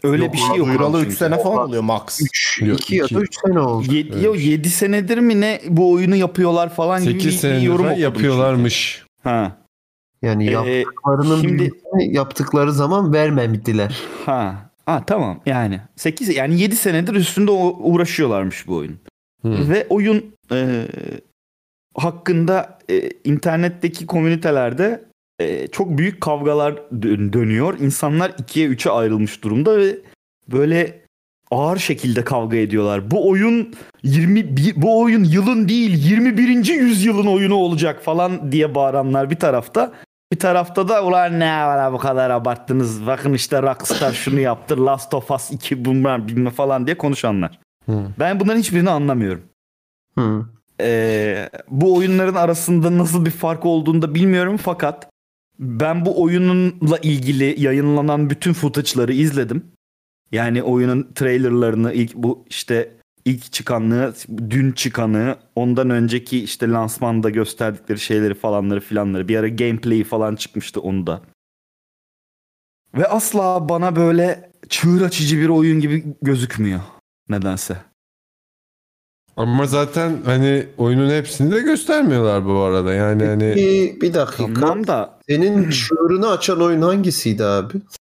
Öyle Yok, bir şey yok. duyuralı çünkü. üç sene falan oluyor max. iki ya da üç sene oldu. Yedi, yo, yedi senedir mi ne bu oyunu yapıyorlar falan gibi bir, sekiz bir senedir yorum falan okudum yapıyorlarmış. çünkü. Ha. Yani Ee, yaptıklarının şimdi- bilgisini yaptıkları zaman vermemediler. Ha. Ha tamam yani sekiz yani yedi senedir üstünde o- uğraşıyorlarmış bu oyun. Hı. Ve oyun e, hakkında e, internetteki komünitelerde e, çok büyük kavgalar dö- dönüyor. İnsanlar ikiye üçe ayrılmış durumda ve böyle ağır şekilde kavga ediyorlar. Bu oyun yirmi bir, bu oyun yılın değil yirmi birinci yüzyılın oyunu olacak falan diye bağıranlar bir tarafta. Bir tarafta da ulan ne var bu kadar abarttınız. Bakın işte Rockstar şunu yaptı. Last of Us iki bunlar bilmem falan diye konuşanlar. Hı. Ben bunların hiçbirini anlamıyorum. Hı. Ee, bu oyunların arasında nasıl bir fark olduğunu da bilmiyorum fakat ben bu oyununla ilgili yayınlanan bütün footage'ları izledim. Yani oyunun trailerlarını ilk bu işte ilk çıkanlığı, dün çıkanı, ondan önceki işte lansmanda gösterdikleri şeyleri falanları filanları. Bir ara gameplay'i falan çıkmıştı onu da. Ve asla bana böyle çığır açıcı bir oyun gibi gözükmüyor nedense. Ama zaten hani oyunun hepsini de göstermiyorlar bu arada. Yani hani Bir, bir dakika. Tamam da Senin şuurunu açan oyun hangisiydi abi?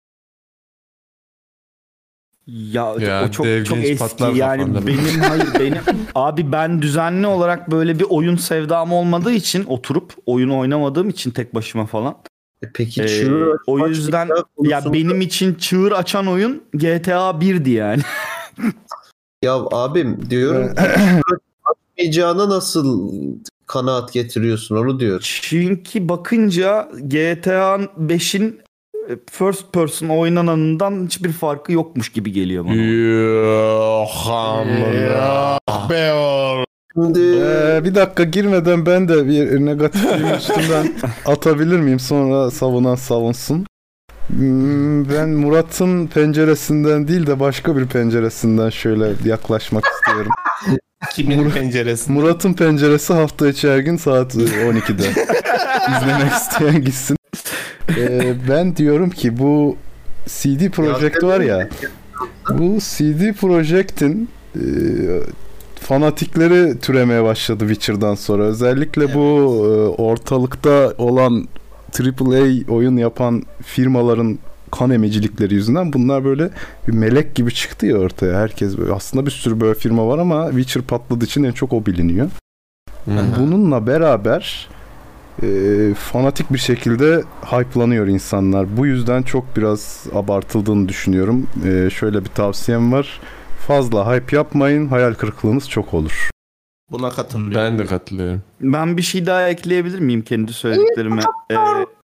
ya, Ya o çok dev çok genç eski patlar yani kafanda. benim hayır benim abi ben düzenli olarak böyle bir oyun sevdam olmadığı için oturup oyun oynamadığım için tek başıma falan. E peki Ee, çığır o açmak yüzden iddia ya konusunda- benim için çığır açan oyun G T A birdi yani. Ya abim diyorum çığır açmayacağına nasıl kanaat getiriyorsun onu diyor. Çünkü bakınca G T A beşin first person oynananından hiçbir farkı yokmuş gibi geliyor bana. Yok amına. Be oğlum. Şimdi Ee, bir dakika girmeden ben de bir negatifliğin üstünden atabilir miyim? Sonra savunan savunsun. Hmm, Ben Murat'ın penceresinden değil de başka bir penceresinden şöyle yaklaşmak istiyorum. Kimin penceresi? Murat'ın penceresi hafta içi her gün saat on ikide. İzlemek isteyen gitsin. Ee, ben diyorum ki bu C D Projekt var ya, bu C D Projekt'in e, fanatikleri türemeye başladı Witcher'dan sonra. Özellikle bu e, ortalıkta olan triple A oyun yapan firmaların kan emicilikleri yüzünden bunlar böyle bir melek gibi çıktı ya ortaya. Herkes böyle, aslında bir sürü böyle firma var ama Witcher patladığı için en çok o biliniyor. Bununla beraber e, fanatik bir şekilde hype'lanıyor insanlar. Bu yüzden çok biraz abartıldığını düşünüyorum. E, şöyle bir tavsiyem var. Fazla hype yapmayın. Hayal kırıklığınız çok olur. Buna katılıyorum. Ben de katılıyorum. Ben bir şey daha ekleyebilir miyim kendi söylediklerime? Ee,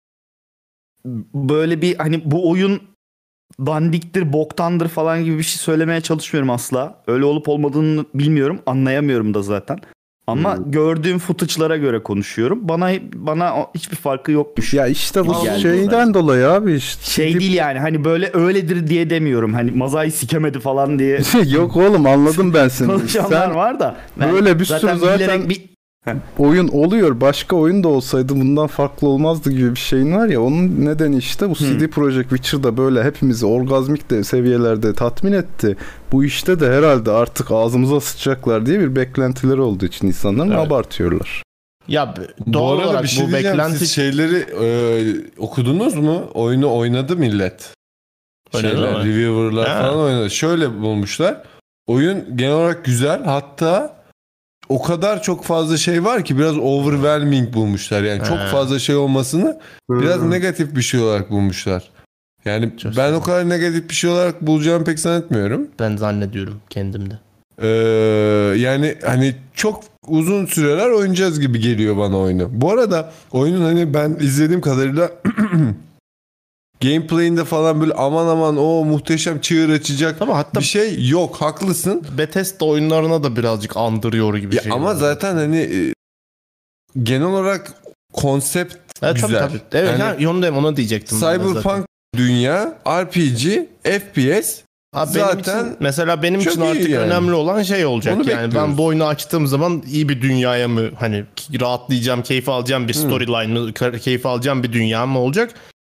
böyle bir hani bu oyun dandiktir, boktandır falan gibi bir şey söylemeye çalışmıyorum asla. Öyle olup olmadığını bilmiyorum, anlayamıyorum da zaten. Ama Hmm. gördüğüm footage'lara göre konuşuyorum. Bana bana o- hiçbir farkı yokmuş. Ya işte bu Gibi geldi şeyden zaten. dolayı abi işte. Şey değil yani hani böyle öyledir diye demiyorum. Hani Mazai sikemedi falan diye Yok oğlum, anladım ben seni. konuşanlar Sen var da. Ben böyle bir sürü zaten bilerek bir oyun oluyor. Başka oyun da olsaydı bundan farklı olmazdı gibi bir şeyin var ya. Onun nedeni işte bu C D Projekt Witcher'da böyle hepimizi orgazmik de seviyelerde tatmin etti. Bu işte de herhalde artık ağzımıza sıçacaklar diye bir beklentileri olduğu için insanlar Evet. abartıyorlar. Ya Bu doğal arada olarak bir şey bu diyeceğim. beklenti Siz şeyleri e, okudunuz mu? Oyunu oynadı millet. Oynadı Şeyler, mı? reviewer'lar Ha. falan oynadı. Şöyle bulmuşlar. Oyun genel olarak güzel. Hatta o kadar çok fazla şey var ki biraz overwhelming bulmuşlar. Yani çok Ha. fazla şey olmasını biraz Hmm. negatif bir şey olarak bulmuşlar. Yani Çok ben güzel. o kadar negatif bir şey olarak bulacağımı pek zannetmiyorum. ben zannediyorum kendimde. Ee, yani hani çok uzun süreler oynayacağız gibi geliyor bana oyunu. Bu arada oyunun hani ben izlediğim kadarıyla gameplay'inde falan böyle aman aman o muhteşem çığır açacak Ama hatta bir şey yok. Haklısın. Bethesda oyunlarına da birazcık andırıyor gibi Ya şey. ama zaten hani e, genel olarak konsept evet, güzel. Tabii, tabii. Evet, Yani yani, onu, da, onu diyecektim. ben de zaten. Cyberpunk dünya, R P G, F P S Abi benim zaten için, mesela benim çok için iyi artık yani. önemli olan şey olacak. Onu yani bekliyoruz. ben bu oyunu açtığım zaman iyi bir dünyaya mı hani rahatlayacağım, keyif alacağım bir Hmm. storyline mı, keyif alacağım bir dünya mı olacak?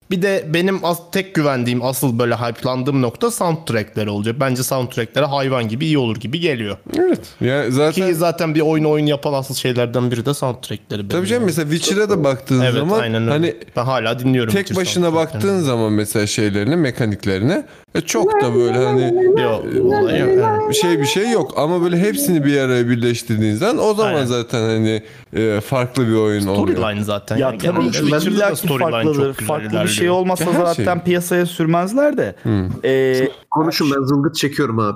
Bir de benim as- tek güvendiğim, asıl böyle hype'landığım nokta soundtrack'leri olacak. Bence soundtrack'leri hayvan gibi iyi olur gibi geliyor. Evet. Ya zaten Ki zaten bir oyun oyun yapan asıl şeylerden biri de soundtrack'leri. tabii canım, mesela Witcher'a da baktığın Evet, zaman aynen öyle. hani Ben hala dinliyorum. tek Witcher başına soundtrack'lerini. baktığın zaman mesela şeylerine, mekaniklerine e, çok da böyle hani Yok, olay yok. Yani. bir şey bir şey yok ama böyle hepsini bir araya birleştirdiğin zaman o zaman Aynen. zaten hani e, farklı bir oyun oluyor. Storyline zaten. Ya yani. tabii Genelde ki Witcher'da da illaki storyline farklıdır. çok güzel Farklı bir ilerliyor. şey olmasa Her zaten şey. piyasaya sürmezler de. Hı. Ee, Konuşun, ben zılgıt çekiyorum abi.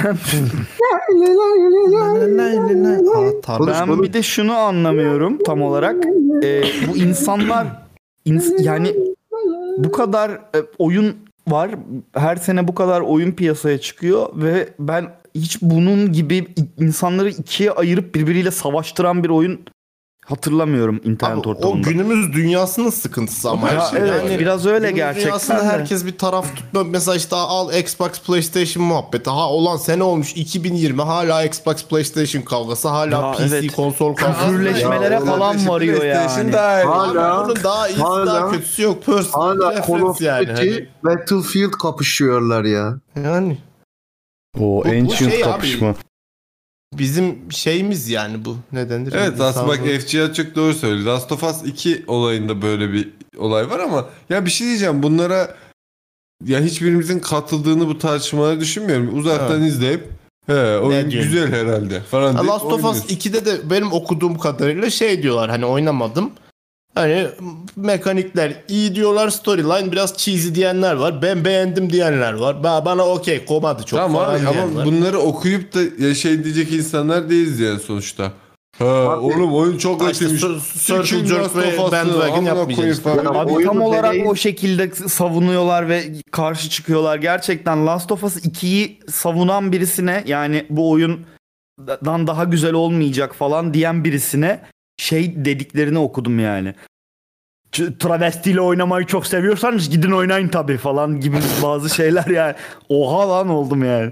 Konuş, ben konuş. bir de şunu anlamıyorum tam olarak. Ee, bu insanlar ins- yani bu kadar e, oyun var. Her sene bu kadar oyun piyasaya çıkıyor ve ben hiç bunun gibi insanları ikiye ayırıp birbiriyle savaştıran bir oyun hatırlamıyorum internet Abi, o ortamında. günümüz dünyasının sıkıntısı ama Ya her şey. evet, Yani biraz öyle günümüz gerçekten dünyasında de. herkes bir taraf tutma. Mesela işte al Xbox PlayStation muhabbeti. Ha olan sene olmuş iki bin yirmi, hala Xbox PlayStation kavgası, hala Ya P C evet. konsol kavgası. Küfürleşmelere Ya, falan PlayStation varıyor yani. daha iyi. Hala, Abi bunun daha iyisi hala- daha kötüsü yok. Personal hala Call of reference yani. Duty, Hani- Battlefield kapışıyorlar ya. yani O Bu- bu ancient şey abi. kapışma. bizim şeyimiz yani bu. Ne denir? Evet, aslında bak İnsanlığın- F G A çok doğru söyledi. Last of Us iki olayında böyle bir olay var ama ya bir şey diyeceğim, bunlara ya hiçbirimizin katıldığını bu tartışmaları düşünmüyorum. Uzaktan izleyip he oyun diyorsun? güzel herhalde falan Ya deyip Last of Us oynuyorsun. ikide de benim okuduğum kadarıyla şey diyorlar, hani oynamadım. Hani mekanikler iyi diyorlar, storyline biraz cheesy diyenler var. Ben beğendim diyenler var. Ba- Bana okey komadı çok Tamam falan abi, diyen ama var. bunları okuyup da ya şey diyecek insanlar değiliz yani sonuçta. Ha, oğlum oyun çok Ha işte kötüymüş. Cir- Circle Sikim Jerk Last ve of Us'ı, Bandwagon amına yapmayacaksın. koyayım falan. Ya Abi oyunu tam olarak deneyin. o şekilde savunuyorlar ve karşı çıkıyorlar. Gerçekten Last of Us ikiyi savunan birisine, yani bu oyundan daha güzel olmayacak falan diyen birisine şey dediklerini okudum yani. Ç- Travestiyle oynamayı çok seviyorsanız gidin oynayın tabii falan gibi bazı şeyler yani. Oha lan oldum yani.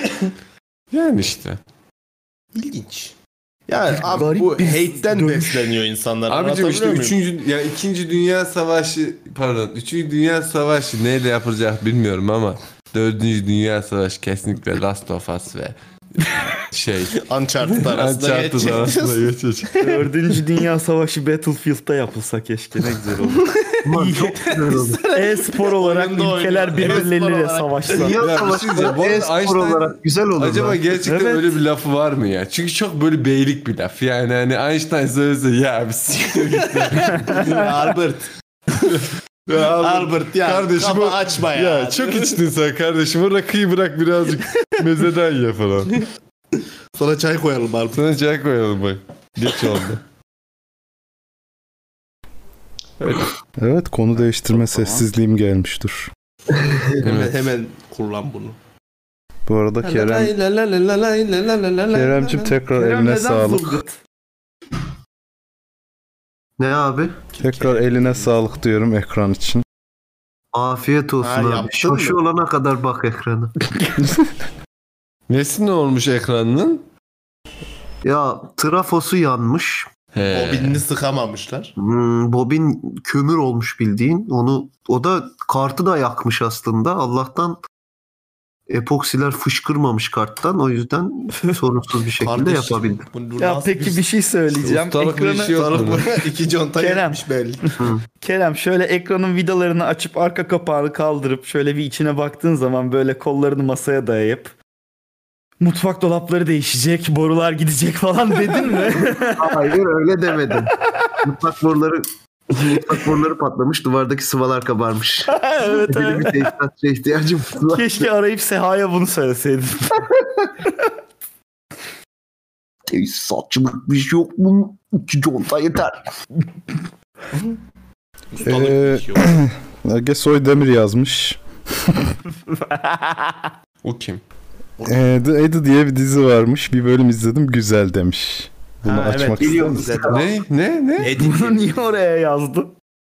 Yani işte. İlginç. Yani abi Garip bu bir hate'den dönüş. besleniyor insanlar. Abicim işte Anlatabiliyor muyum? üçüncü ya ikinci Dünya Savaşı pardon üçüncü Dünya Savaşı neyle yapılacak bilmiyorum ama dördüncü Dünya Savaşı kesinlikle Last of Us ve şey Uncharted arasında Uncharted geçecek. arasında geçecek. Dördüncü Dünya Savaşı Battlefield'da yapılsa keşke, ne güzel olur. Ulan çok güzel oldu. E-spor olarak Oyunda ülkeler oynuyor. E-spor birbirleriyle olarak. savaşsa. Dünya Ya bir şey Savaşı'nda diyeceğim, bu arada e-spor Einstein- olarak güzel olur. Acaba lan. gerçekten Evet. öyle bir lafı var mı ya? Çünkü çok böyle beylik bir laf. Yani hani Einstein söylese ya bir siktir git. Albert. Ya Albert, Albert ya kardeşim kafa o- açma ya. ya çok içtin sen kardeşim. O rakıyı bırak birazcık mezeden ye falan. Sana çay koyalım Albert. Sana çay koyalım bak. Geç oldu. Evet, konu değiştirme sessizliğim gelmiştir. Hemen, hemen kullan bunu. Bu arada Kerem Kerem'cim tekrar Kerem eline neden sağlık. zılgıt? Ne abi? Tekrar eline sağlık diyorum ekran için. Afiyet olsun Ha, abi. yaptın Şoşu mı? olana kadar bak ekrana. Nesi ne olmuş ekranının? Ya trafosu yanmış. He. Bobinini sıkamamışlar. Hmm, bobin kömür olmuş bildiğin. Onu o da kartı da yakmış aslında. Allah'tan epoksiler fışkırmamış karttan. O yüzden sorunsuz bir şekilde Kardeşim, yapabildim. bu- bu Ya nasıl peki bir şey söyleyeceğim. Ustalık bir Ekranı, işi yok Sarıp bunun. iki conta Kerem. yapmış belli. Kerem şöyle ekranın vidalarını açıp arka kapağını kaldırıp şöyle bir içine baktığın zaman böyle kollarını masaya dayayıp mutfak dolapları değişecek, borular gidecek falan dedin mi? Hayır öyle demedim. Mutfak boruları mutfak boruları patlamış. Duvardaki sıvalar kabarmış. Evet, Benim evet. bir tesisatçıya ihtiyacım var. Keşke arayıp Seha'ya bunu söyleseydin. Tesisatçılık bir şey yok mu? İki conta yeter. Ustalık Ee, bir şey yok. Ege Soydemir yazmış. O kim? Ee, The Eddie diye bir dizi varmış. Bir bölüm izledim, güzel demiş. Bunu Ha, evet, açmak ister biliyorum. misin? Ne? Ne? Ne? Bunu niye oraya yazdı?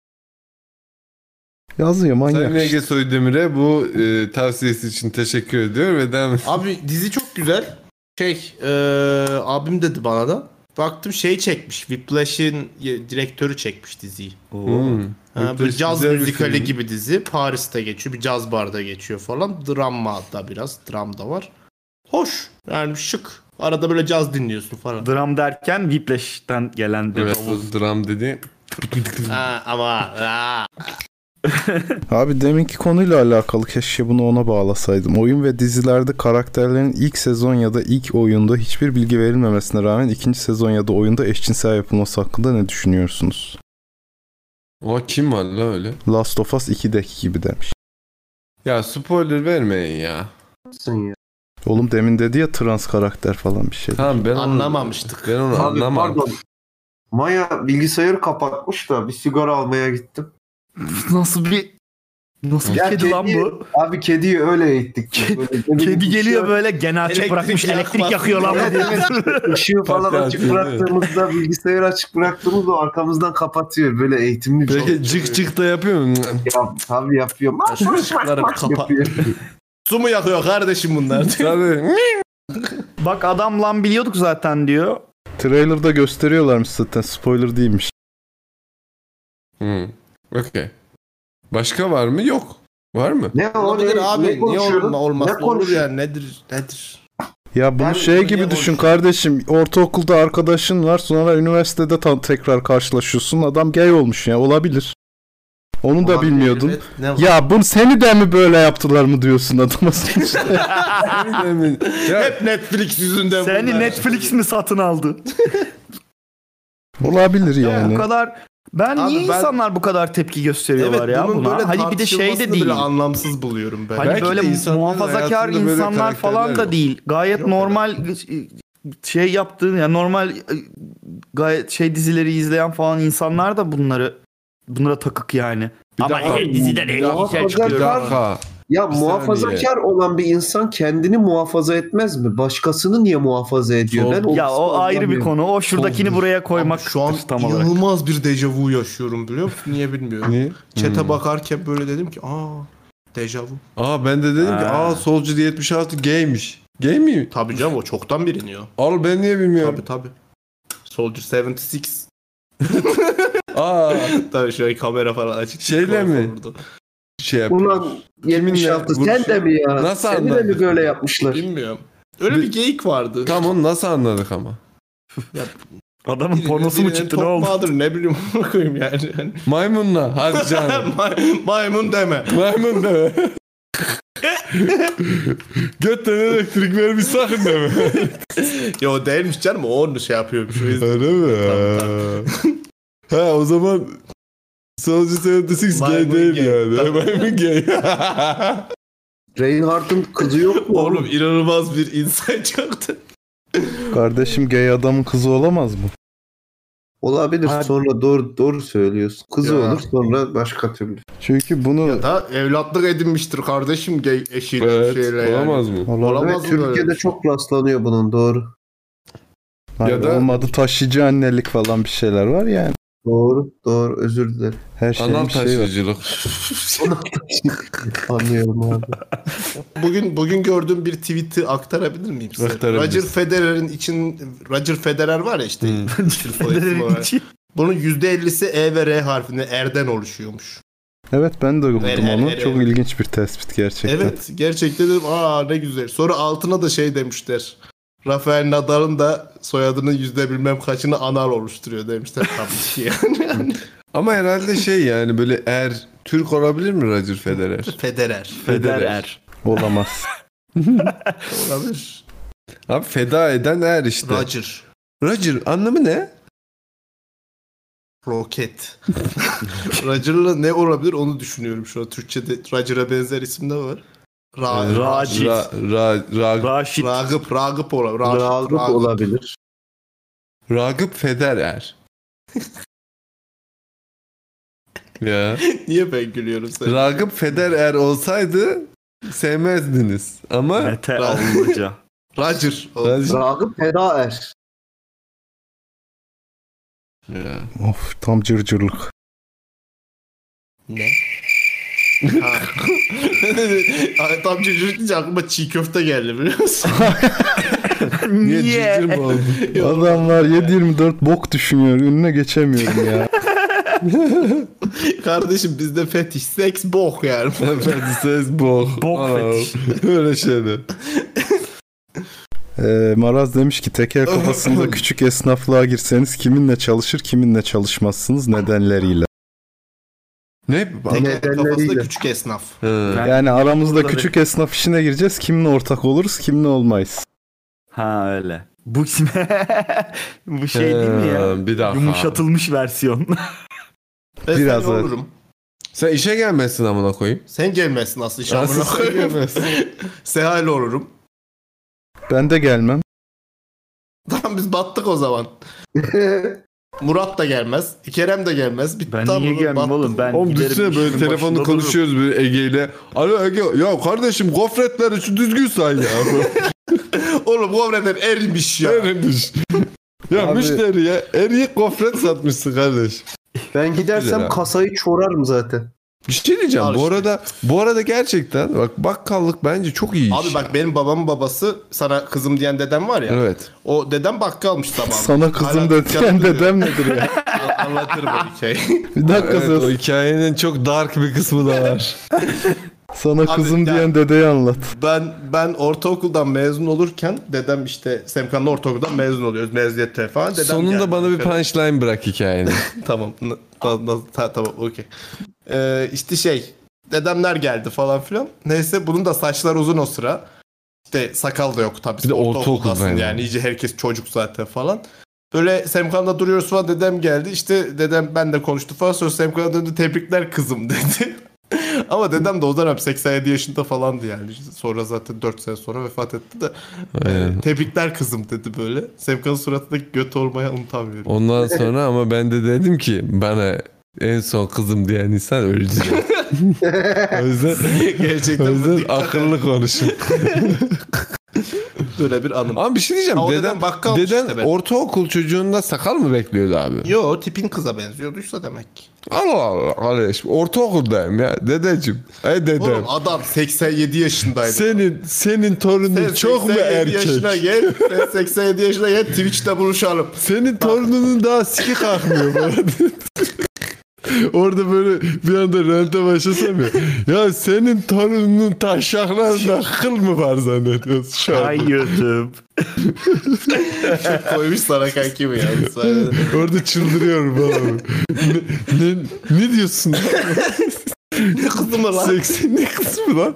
Yazıyor manyak. Sayın Ege Soydemir'e bu e, tavsiyesi için teşekkür ediyor ve devam Abi dizi çok güzel. Şey, e, abim dedi bana da. baktım şey çekmiş. Whiplash'in direktörü çekmiş diziyi. Hmm. Ha, böyle caz güzel bir müzikali film. gibi dizi. Paris'te geçiyor. Bir caz barda geçiyor falan. Drama da biraz. Dram da var. Hoş. Yani şık. Arada böyle caz dinliyorsun falan. Dram derken Whiplash'ten gelen bir Evet, davul. o dram dedi. Ha, ama ha. Abi deminki konuyla alakalı keşke bunu ona bağlasaydım. Oyun ve dizilerde karakterlerin ilk sezon ya da ilk oyunda hiçbir bilgi verilmemesine rağmen ikinci sezon ya da oyunda eşcinsel yapılması hakkında ne düşünüyorsunuz? O kim var la öyle? Last of Us ikideki gibi demiş. Ya spoiler vermeyin ya. ya. Oğlum demin dedi ya trans karakter falan bir şey. Tamam ben onu, Anlamamıştık. ben onu Abi anlamam. pardon. Maya bilgisayarı kapatmış da bir sigara almaya gittim. Nasıl bir nasıl bir Ya kedi lan kedi- bu? Abi kediyi öyle eğittik. Böyle- böyle Kedi bir geliyor ışığı- böyle gene açık Elektrik bırakmış elektrik yakmaz. yakıyor lan bu diye. Işığı falan Patlar açık atıyor, bıraktığımızda, bilgisayarı açık bıraktığımızda o arkamızdan kapatıyor. Böyle eğitimli bir Peki cık cık da yapıyor mu? Ya, tabii yapıyorum. Şu ışıkları bir kapa. Yapıyor. Su mu yakıyor kardeşim bunlar? Tabii. Bak adam lan biliyorduk zaten diyor. Trailer'da gösteriyorlarmış zaten, spoiler değilmiş. Hmm. Okey. Başka var mı? Yok. Var mı? Ne o Olabilir ne, abi. ne Niye konuşuyoruz? olma, olmaz? Ne Olur konuşuyoruz? yani. Nedir? Nedir? Ya bunu Ben- şey niye gibi düşün boş- kardeşim. Ortaokulda arkadaşın var, sonra üniversitede tam tekrar karşılaşıyorsun. Adam gay olmuş ya, olabilir. Onu da Olabilir, bilmiyordun. Evet, ne var? Ya bunu seni de mi böyle yaptılar mı diyorsun adama? ya, Hep Netflix yüzünden Seni bunlar. Netflix mi satın aldı? Olabilir Ya yani. bu kadar ben Abi niye ben- insanlar bu kadar tepki gösteriyorlar Evet, ya bunun buna? böyle Hani bir de şey de tartışılmasını değil. bile anlamsız buluyorum ben. Hani Belki böyle de insanların muhafazakar hayatında böyle insanlar falan karakterler da yok. değil. Gayet Yok normal şey yaptığın yani normal e, gayet şey dizileri izleyen falan insanlar da bunları bunlara takık yani. Bir Ama dakika, her dizide bir de dakika, şey bir çıkıyor. dakika. Ya Bir muhafazakar olan bir insan kendini muhafaza etmez mi? Başkasını niye muhafaza ediyor? Sol- Ben o Ya kısmı o ayrı bir anlamıyorum. konu. O şuradakini Soldur. buraya koymak Abi şu an tam olarak. inanılmaz bir dejavu yaşıyorum biliyor musun? Niye bilmiyorum. Niye? Çete Hmm. bakarken böyle dedim ki aa dejavu. Aa ben de dedim ki Ha. aa Soldier yetmiş altı gaymiş. Gay mi? Tabii canım o çoktan biliniyor. Al ben niye bilmiyorum. Tabii tabii. Soldier yetmiş altı. Aa Tabii şöyle kamera falan açık. Şeyle mi? Orada. şey yapıyor. Ulan yetmiş altı Kiminle sen de mi ya? Nasıl Seni de anladın? mi böyle yapmışlar? Bilmiyorum. Öyle bir geyik vardı. Tam onu nasıl anladık ama? Adamın Birinin- pornosu mu birinin çıktı ne top oldu? mağdur, ne bileyim ona koyayım yani. Yani Maymunla. Hadi canım. May- maymun deme. Maymun deme. Götten elektrik vermiş sakın deme. Yo değilmiş canım o onu şey yapıyormuş. O yüzden. Öyle mi? Tabii, Ha o zaman Soldier yetmiş altı gay Maymun değil gay. yani. Tabii. Maymun gay. Reinhardt'ın kızı yok mu? Oğlum inanılmaz bir insan çıktı. Kardeşim gay adamın kızı olamaz mı? Olabilir. Abi- Sonra doğru doğru söylüyorsun. Kızı Ya. olur sonra başka türlü. Çünkü bunu Da evlatlık edinmiştir kardeşim gay eşi Evet. şeyle yani. Olamaz mı? Olamaz Evet, mı Türkiye'de böyle? çok rastlanıyor bunun doğru. hani Ya da- olmadı taşıyıcı annelik falan bir şeyler var yani. Doğru doğru özür dilerim. Her şeyin Anal bir şeyi var. taşıyıcılık. Anlıyorum abi. Bugün bugün gördüğüm bir tweet'i aktarabilir miyim size? Aktarabilirsin. Roger Federer'in için Roger Federer var ya işte. Hmm. Federer'in Federer'in Bunun yüzde ellisi E ve R harfini R'den oluşuyormuş. Evet ben de okudum Ver, ver, onu. ver, Çok ver. ilginç bir tespit gerçekten. Evet gerçekten dedim aa ne güzel. Sonra altına da şey demişler. Rafael Nadal'ın da soyadının yüzde bilmem kaçını anal oluşturuyor demişler tabii ki yani. Ama herhalde şey yani böyle eğer Türk olabilir mi Roger Federer? Federer. Federer. Olamaz. Olabilir. Abi feda eden er işte. Roger. Roger anlamı ne? Roket. Roger'la ne olabilir onu düşünüyorum şu an. Türkçe'de Roger'a benzer isim de var. Ra Racit. Ra, ra, ra, Raşit. Ragıp, Ragıp olabilir. Raşit, Rağlık Ragıp. olabilir. Ragıp Federer. Ya. Niye ben gülüyorum sen? Ragıp Federer olsaydı sevmezdiniz. Ama Mete Allıca. Roger. O- Roger- Ragıp Feda Er. Ya. Of tam cırcırlık. Ne? Ha. Ay, tam çocuk deyince aklıma çiğ köfte geldi biliyor musun? Niye Niye? cırcır mı oldun? Adamlar yedi yirmi dört bok düşünüyor. Önüne geçemiyorum ya. Kardeşim bizde fetiş seks bok yani. Efendim ses bok. Bok Aa, fetiş. Öyle şeyler. Ee, Maraz demiş ki tekel kafasında küçük esnaflığa girseniz kiminle çalışır kiminle çalışmazsınız nedenleriyle. Ne? Tekel kafasında Nedenleriyle. küçük esnaf. Hı. Yani aramızda Burada küçük esnaf işine gireceğiz. Kiminle ortak oluruz kiminle olmayız. Ha öyle. Bu bu şey değil mi ya? Ee, Bir dakika. Yumuşatılmış versiyon. Ben Biraz sen evet. olurum. Sen işe gelmezsin amına koyayım. Sen gelmezsin aslı işe Asıl amına sen koyayım. gelmezsin. Sehal olurum. Ben de gelmem. Tamam biz battık o zaman. Murat da gelmez. Kerem de gelmez. Bitti Ben tamam, niye gelmem battık. oğlum? Ben Oğlum giderim düşünsene böyle işimin telefonla başında konuşuyoruz böyle Ege ile. Alo Ege ya kardeşim gofretleri şu düzgün say ya. Oğlum gofretler erimiş ya. Erimiş. Ya Abi- müşteriye eriyik gofret satmışsın kardeş. Ben Güzel gidersem abi. kasayı çorarım zaten. Bir şey diyeceğim. Al Bu işte. arada bu arada gerçekten bak bakkallık bence çok iyi iş. Abi bak benim babamın babası sana kızım diyen dedem var ya. Evet. O dedem bakkalmış zamanında. Sana kızım Hala dediğin dükkanı duruyor. dedem nedir ya? Anlatırım o hikayeyi. Bir dakika Evet, sen- o hikayenin çok dark bir kısmı da var. sana Abi kızım ya- diyen dedeyi anlat. Ben ben ortaokuldan mezun olurken dedem işte Semkan'la ortaokuldan mezun oluyoruz. Mezuniyette falan. Dedem Sonunda geldi. bana bir punchline bırak hikayenin. Tamam. n- ta- ta- ta- tamam okey. Ee, işte şey dedemler geldi falan filan. Neyse bunun da saçlar uzun o sıra. İşte sakal da yok tabii. Bir de ortaokul Ortaokuldasın ben. yani. İyice herkes çocuk zaten falan. Böyle Semkan'la duruyoruz falan dedem geldi. İşte dedem ben de konuştu falan. Sonra Semkan'a döndü tebrikler kızım dedi. Ama dedem de o dönem seksen yedi yaşında falandı yani. İşte sonra zaten dört sene sonra vefat etti de. Aynen. e, tebrikler kızım dedi böyle. Semkan'ın suratındaki göt olmayı unutamıyorum. Ondan sonra ama ben de dedim ki bana en son kızım diyen insan öldü. O yüzden, Gerçekten o bu yüzden dikkat- akıllı konuşun. Böyle bir anım. Ama bir şey diyeceğim. Ha, o Deden, dedem bakkalmış deden işte ben. ortaokul çocuğunda sakal mı bekliyordu abi? Yo tipin kıza benziyordu demek ki. Allah Allah kardeş. Ortaokuldayım ya dedeciğim. Ey dedem. Oğlum adam seksen yedi yaşındaydı. Senin senin torunun Sen çok mu seksen yedi erkek? yaşına gel. Sen seksen yedi yaşına gel Twitch'te buluşalım. Senin torununun daha siki kalkmıyor bana. Orada böyle bir anda rente başlasam ya. Ya senin torununun taşaklarında kıl mı var zannediyorsun şu an? Ay YouTube. Koymuş sana kanki mi yani? Orada çıldırıyorum falan. Ne, ne, ne diyorsun? Ne kızım lan? Seksin ne kısmı lan?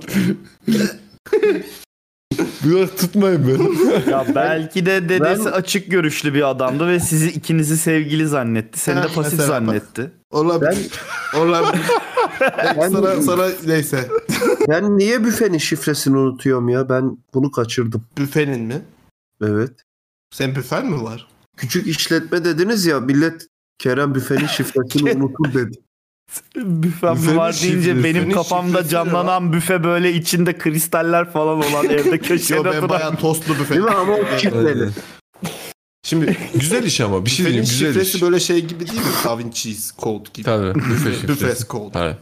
Biraz tutmayın beni. Ya belki de dedesi açık görüşlü bir adamdı ve sizi ikinizi sevgili zannetti. Seni de Ha, pasif mesela bak. zannetti. Olabilir. Olabilir. Ben- sana, sana neyse. Ben niye büfenin şifresini unutuyorum ya? Ben bunu kaçırdım. Büfenin mi? Evet. Sen büfen mi var? Küçük işletme dediniz ya, millet Kerem büfenin şifresini unutur dedi. Büfem Büfenin var deyince şifresi. benim Büfenin kafamda şifresi canlanan büfe böyle içinde kristaller falan olan evde Yo köşede ben duran. bayağı tostlu büfe. Değil mi? Ama o şifreli. Şimdi Güzel iş ama bir şey büfenin diyeyim güzel şifresi iş. böyle şey gibi değil mi? Da Vinci's Code gibi. Tabii büfe şifresi. Büfes Code. Tabii.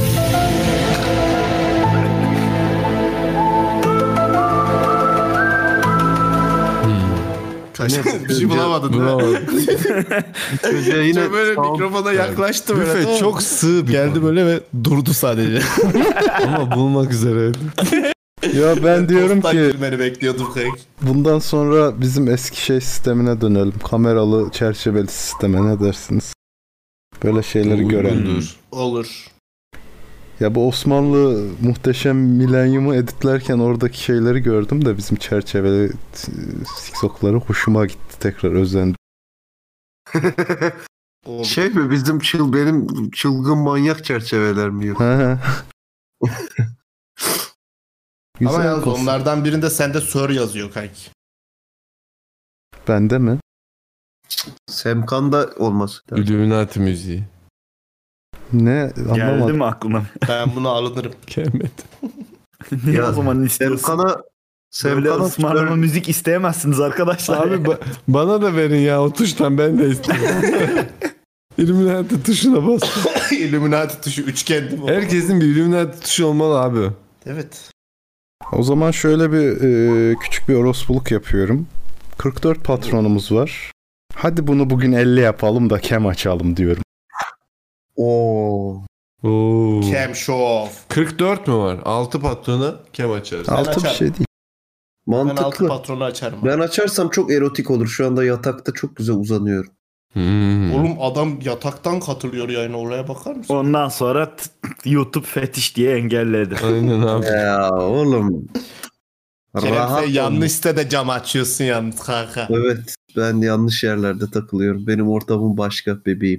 Kaç bir şey bulamadın değil mi? Bravo. Çocuğa yine Yine böyle sound- mikrofona yaklaştı böyle. Büfe tamam mı? çok sığ bir Geldi konu. böyle ve durdu sadece. Ama bulmak üzereydi. Ya ben diyorum Tosttan ki girmeni bekliyordum kanka. bundan sonra bizim eski şey sistemine dönelim. Kameralı çerçeveli sisteme ne dersiniz? Böyle şeyleri gören. Uygundur. Olur. Ya bu Osmanlı Muhteşem Milenyum'u editlerken oradaki şeyleri gördüm de bizim çerçeveli TikTok'ları hoşuma gitti, tekrar özendim. Olur. Şey mi, bizim çıl benim çılgın manyak çerçeveler mi yok? Ha. Ama Güzel yalnız kostüm. onlardan birinde sende Sir yazıyor kanki. Bende mi? Semkan'da olması lazım. Illuminati müziği. Ne? Geldi Anlamadım. mi aklına? Ben bunu alınırım. Gelmedi. Niye Ya, o zaman istiyorsun? Semkan'a Böyle Semkan'a ısmarlama müzik isteyemezsiniz arkadaşlar. Abi ba- bana da verin ya o tuştan ben de istiyorum. Illuminati tuşuna bas. Illuminati tuşu üçgen değil mi? o? Herkesin bir Illuminati tuşu olmalı abi. Evet. O zaman şöyle bir e, küçük bir orospuluk yapıyorum. kırk dört patronumuz var. Hadi bunu bugün elli yapalım da kem açalım diyorum. Oo. Oo. Cam show off. kırk dört mü var? altı patrona kem açarız. Altı bir açarım. şey değil. Ben altı Mantıklı. patronu açarım. Ben açarsam çok erotik olur. Şu anda yatakta çok güzel uzanıyorum. Hmm. Oğlum adam yataktan katılıyor yani, oraya bakar mısın? Ondan sonra t- YouTube fetiş diye engelledi. Aynen abi. Ya oğlum. Kerem Rahat sen ol. yanlış sitede cam açıyorsun yalnız kanka. Evet, ben yanlış yerlerde takılıyorum. Benim ortamım başka bebeğim.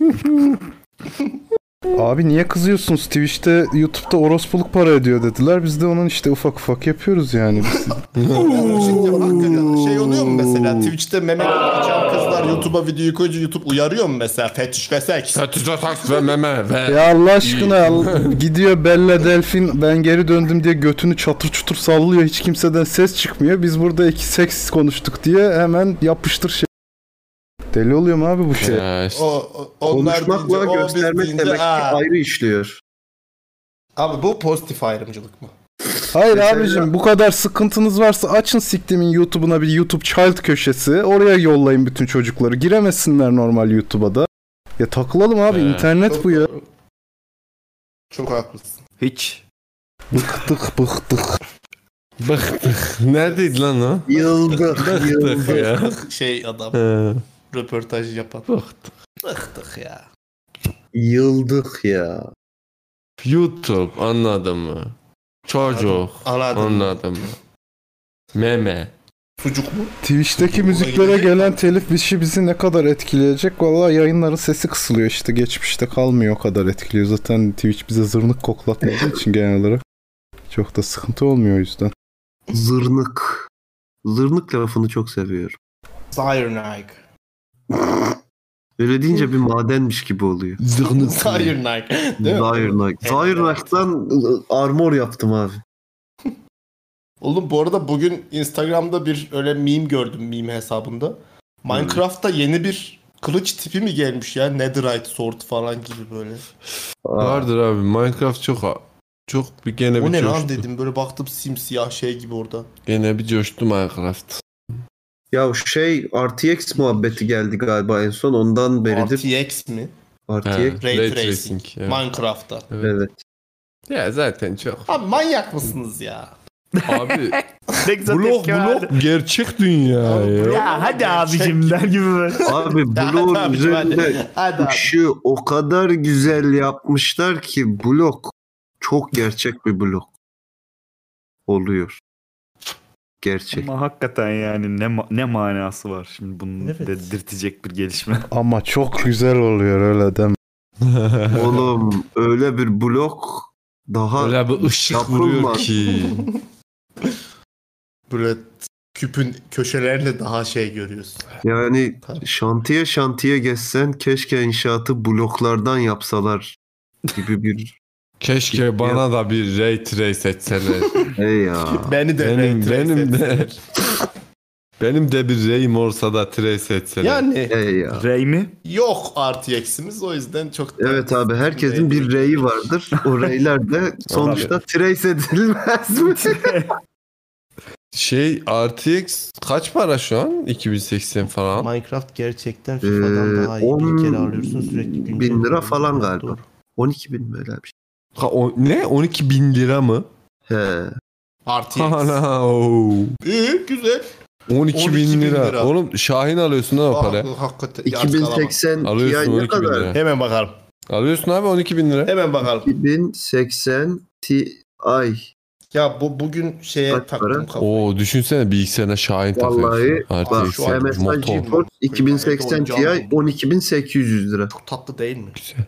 Abi niye kızıyorsunuz? Twitch'te, YouTube'da orospuluk para ediyor dediler. Biz de onun işte ufak ufak yapıyoruz yani. Biz... Şimdi hakikaten şey oluyor mu mesela, Twitch'te meme açan kızlar YouTube'a videoyu koyunca YouTube uyarıyor mu mesela, fetiş ve seks? Fetiş ve seks ve meme ve... Ya Allah aşkına Allah- gidiyor Bella Delfin ben geri döndüm diye götünü çatır çutur sallıyor. Hiç kimseden ses çıkmıyor. Biz burada iki seks konuştuk diye hemen yapıştır şey. Deli oluyorum abi bu şey. Ya işte. O, o- onlar Konuşmakla deyince, o biz göstermek deyince, demek ki aa. ayrı işliyor. Abi bu pozitif ayrımcılık mı? Hayır Mesela- abicim bu kadar sıkıntınız varsa açın siktimin YouTube'una bir YouTube Child köşesi. Oraya yollayın bütün çocukları. Giremesinler normal YouTube'a da. Ya takılalım abi He. internet bu ya. Çok haklısın. Hiç. Bıktık bıktık. Bıktık. Neredeydi lan o? Yıldık, Bıktık yıldık. ya. Şey adam He. röportaj yapan. Bıktık. Bıktık ya. Yıldık ya. YouTube anladın mı? Çocuk Anladım. anladın mı? Meme. Sucuk mu? Twitch'teki müziklere gelen telif işi bizi ne kadar etkileyecek? Vallahi yayınların sesi kısılıyor işte. Geçmişte kalmıyor o kadar etkiliyor. Zaten Twitch bize zırnık koklatmadığı için genel olarak. Çok da sıkıntı olmuyor o yüzden. Zırnık. Zırnık lafını çok seviyorum. Cyanide. Öyle deyince bir madenmiş gibi oluyor. Cyanide. Değil mi? Zyrnike. Zyrnike'dan armor yaptım abi. Oğlum bu arada bugün Instagram'da bir öyle meme gördüm, meme hesabında. Minecraft'ta yeni bir kılıç tipi mi gelmiş ya? Netherite sword falan gibi böyle. Vardır abi. Minecraft çok çok bir gene bir O ne coştu. lan dedim, böyle baktım simsiyah şey gibi orada. Gene bir coştu Minecraft. Ya şey R T X muhabbeti geldi galiba en son. Ondan beridir. R T X mi? R T He, X. Ray, Ray Tracing. Tracing, evet. Minecraft'ta. Evet. Evet. Ya zaten çok. Abi manyak mısınız ya? Abi Ne güzel blok tepki verdi. blok gerçek dünya ya. Ya hadi abicim der gibi böyle. Abi Hadi bloğun abi, üzerinde hadi. Hadi abi. ışığı o kadar güzel yapmışlar ki blok çok gerçek bir blok oluyor. Gerçek. Ama hakikaten yani ne ma- ne manası var şimdi bunun Evet. dedirtecek bir gelişme. Ama çok güzel oluyor öyle deme. Oğlum öyle bir blok daha Öyle bir ışık yapılmaz. vuruyor ki. Böyle küpün köşelerinde daha şey görüyorsun. Yani şantiye şantiye geçsen keşke inşaatı bloklardan yapsalar gibi bir Keşke bana da bir Ray Trace etseler. hey ya. Beni de benim Ray Trace benim de etseler. benim de bir Ray'im olsa da Trace etseler. Yani Hey ya. Ray mi? yok R T X'imiz, o yüzden çok da- Evet abi herkesin bir reyi vardır. O reyler de sonuçta trace edilmez mi? Şey R T X kaç para şu an? iki bin seksen falan. Minecraft gerçekten FIFA'dan daha iyi. Bir kere alıyorsun, sürekli Ee, bin lira falan galiba. on iki bin mi öyle bir şey? Ha, o, ne? on iki bin lira mı? He. R T X. Ana oo. İyi, güzel. on iki on bin iki bin lira. lira. Oğlum Şahin alıyorsun ha o parayı. Ah, hakikaten. iki bin seksen Alıyorsun Ti on ne iki bin kadar? lira. Hemen bakalım. Alıyorsun abi on iki bin lira. Hemen bakalım. iki bin seksen Ti. Ya bu bugün şeye Kaç taktım para? kafayı. Oo düşünsene bilgisayarına Şahin Vallahi takıyorsun. bak R T X, şu an M S I motor. GeForce iki bin seksen Ti on iki bin sekiz yüz lira. Çok tatlı değil mi? Güzel.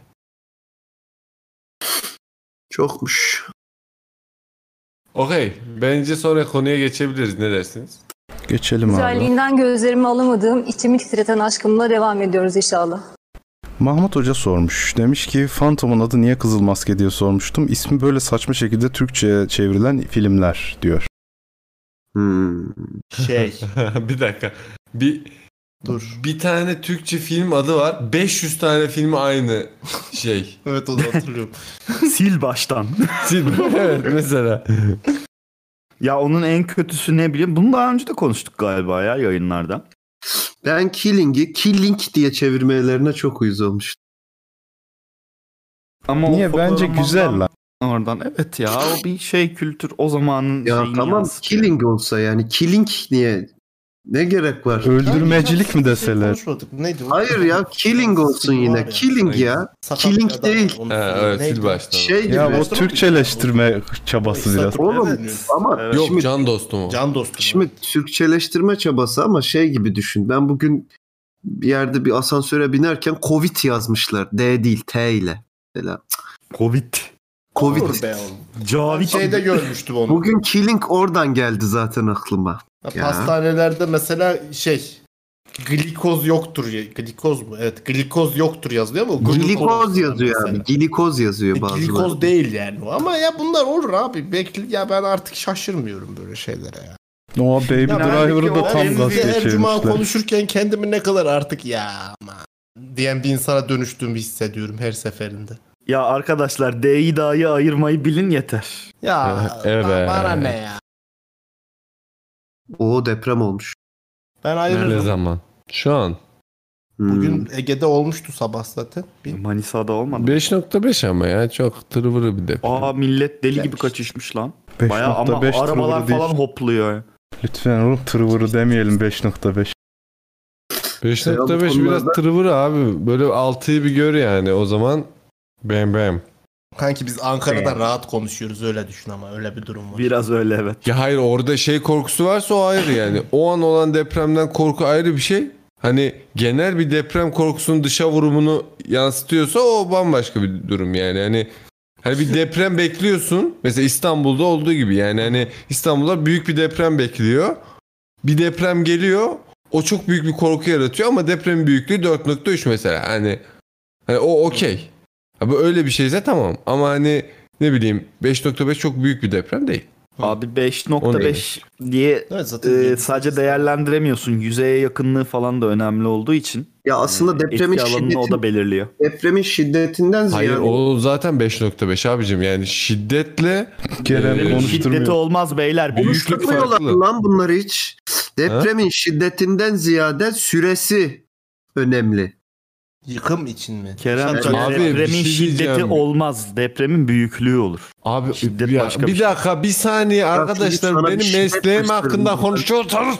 Çokmuş. Okey. Bence sonra konuya geçebiliriz. Ne dersiniz? Geçelim abi. Güzelliğinden gözlerimi alamadığım, içimi titreten aşkımla devam ediyoruz inşallah. Mahmut Hoca sormuş. Demiş ki Phantom'un adı niye Kızıl Maske diye sormuştum. İsmi böyle saçma şekilde Türkçe'ye çevrilen filmler diyor. Hmm. Şey. Bir dakika. Bir Dur. bir tane Türkçe film adı var. beş yüz tane filmi aynı şey. Evet, onu hatırlıyorum. Sil baştan. Evet mesela. Ya onun en kötüsü ne bileyim. Bunu daha önce de konuştuk galiba ya yayınlarda. Ben Killing'i Killing diye çevirmelerine çok uyuz olmuştum. Ama Niye? o Bence fotoğrafından güzel lan. Oradan evet ya o bir şey kültür o zamanın Ya şeyini tamam yansıtıyor. Killing olsa yani Killing niye? Ne gerek var? Öldürmecilik mi deseler? Konuşmadık. Neydi o? Hayır ya Killing olsun Sil var yine. ya. Killing ya. Sakat Killing bir adam var, değil. onu Ha, söyleyeyim. evet, Neydi sil o? baştan. Şey gibi. Ya o Türkçeleştirme çabası biraz. Oğlum ama Yok şimdi, can dostum o. Can dostum. şimdi Türkçeleştirme çabası ama şey gibi düşün. Ben bugün bir yerde bir asansöre binerken Covid yazmışlar. D değil T ile. Mesela. Covid. Covid. Olur be oğlum. Cavit. Şeyde görmüştüm onu. Bugün Killing oradan geldi zaten aklıma. Ya. Pastanelerde mesela şey glikoz yoktur. ya- Glikoz mu? Evet, glikoz yoktur yazılıyor ama Glikoz yazıyor abi. Glikoz yazıyor bazıları. Glikoz değil yani o. Ama ya bunlar olur abi. Bekle ya ben artık şaşırmıyorum böyle şeylere ya. O Baby Ya Driver'ı da ben tam evde gaz her cuma geçirmişler. konuşurken kendimi ne kadar artık ya ama diyen bir insana dönüştüğümü hissediyorum her seferinde. Ya arkadaşlar D'yi D'yi ayırmayı bilin yeter. Ya Evet. bana ne ya? O deprem olmuş. Ben Ne ayırırım. zaman? Şu an. Hmm. Bugün Ege'de olmuştu sabah zaten. Bir- Manisa'da olmadı. beş nokta beş ama ya çok tırvırı bir deprem. Aa millet deli gibi Gelmiş. kaçışmış lan. beş Bayağı nokta ama beş arabalar tırvırı falan değil. hopluyor. ya. Lütfen oğlum tırvırı demeyelim beş nokta beş. beş nokta beş Ya bu biraz konularda- tırvır abi. Böyle altıyı bir gör yani. O zaman bam bam. Kanki biz Ankara'da rahat konuşuyoruz öyle düşün ama öyle bir durum var. Biraz öyle evet. Ya hayır orada şey korkusu varsa o ayrı yani. O an olan depremden korku ayrı bir şey. Hani genel bir deprem korkusunun dışa vurumunu yansıtıyorsa o bambaşka bir durum yani. Hani hani bir deprem bekliyorsun. Mesela İstanbul'da olduğu gibi yani hani İstanbul'da büyük bir deprem bekliyor. Bir deprem geliyor. O çok büyük bir korku yaratıyor ama depremin büyüklüğü dört nokta üç mesela. Hani, hani o okey. Abi öyle bir şeyse tamam. Ama hani ne bileyim beş nokta beş çok büyük bir deprem değil. Abi beş nokta beş diye Evet, zaten e, yedi- sadece değerlendiremiyorsun. Yüzeye yakınlığı falan da önemli olduğu için. Ya aslında depremin Etki alanını o şiddeti, da belirliyor. depremin şiddetinden ziyade Hayır o zaten beş nokta beş abicim yani şiddetle Kerem Ee, Şiddeti konuşturmuyor. olmaz beyler. Büyüklük konuşturmuyorlar farklı. lan bunları hiç. Depremin şiddetinden ziyade süresi önemli. Yıkım için mi? Kerem Sen- Abi, bir depremin şey şiddeti diyeceğim. olmaz. Depremin büyüklüğü olur. Abi Şiddet ya, başka bir bir şey. dakika bir saniye arkadaşlar sana bir benim şiddet mesleğim göstereyim. hakkında konuşuyorsanız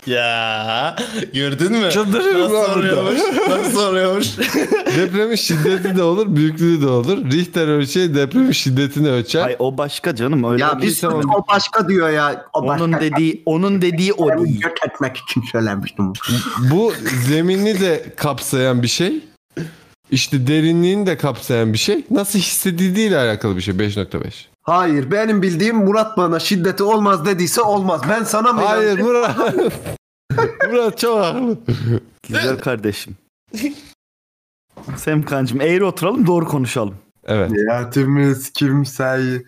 Ya gördün mü? çıldırıyorum Nasıl abi. soruyormuş? Nasıl soruyormuş? Depremin şiddeti de olur büyüklüğü de olur. Richter ölçeği depremin şiddetini ölçer. Ay o başka canım öyle Ya değil. bir sürü o başka diyor ya. O Onun başka. dediği onun dediği o Ben değil. gök etmek için söylemiştim. Bu zeminini de kapsayan bir şey. İşte derinliğini de kapsayan bir şey. Nasıl hissedildiğiyle alakalı bir şey beş nokta beş. Hayır benim bildiğim Murat bana şiddeti olmaz dediyse olmaz. Ben sana mı Hayır inandım? Murat. Murat çok haklı. Güzel kardeşim. Semkancığım eğri oturalım doğru konuşalım. Evet. Niyetimiz kimseyi.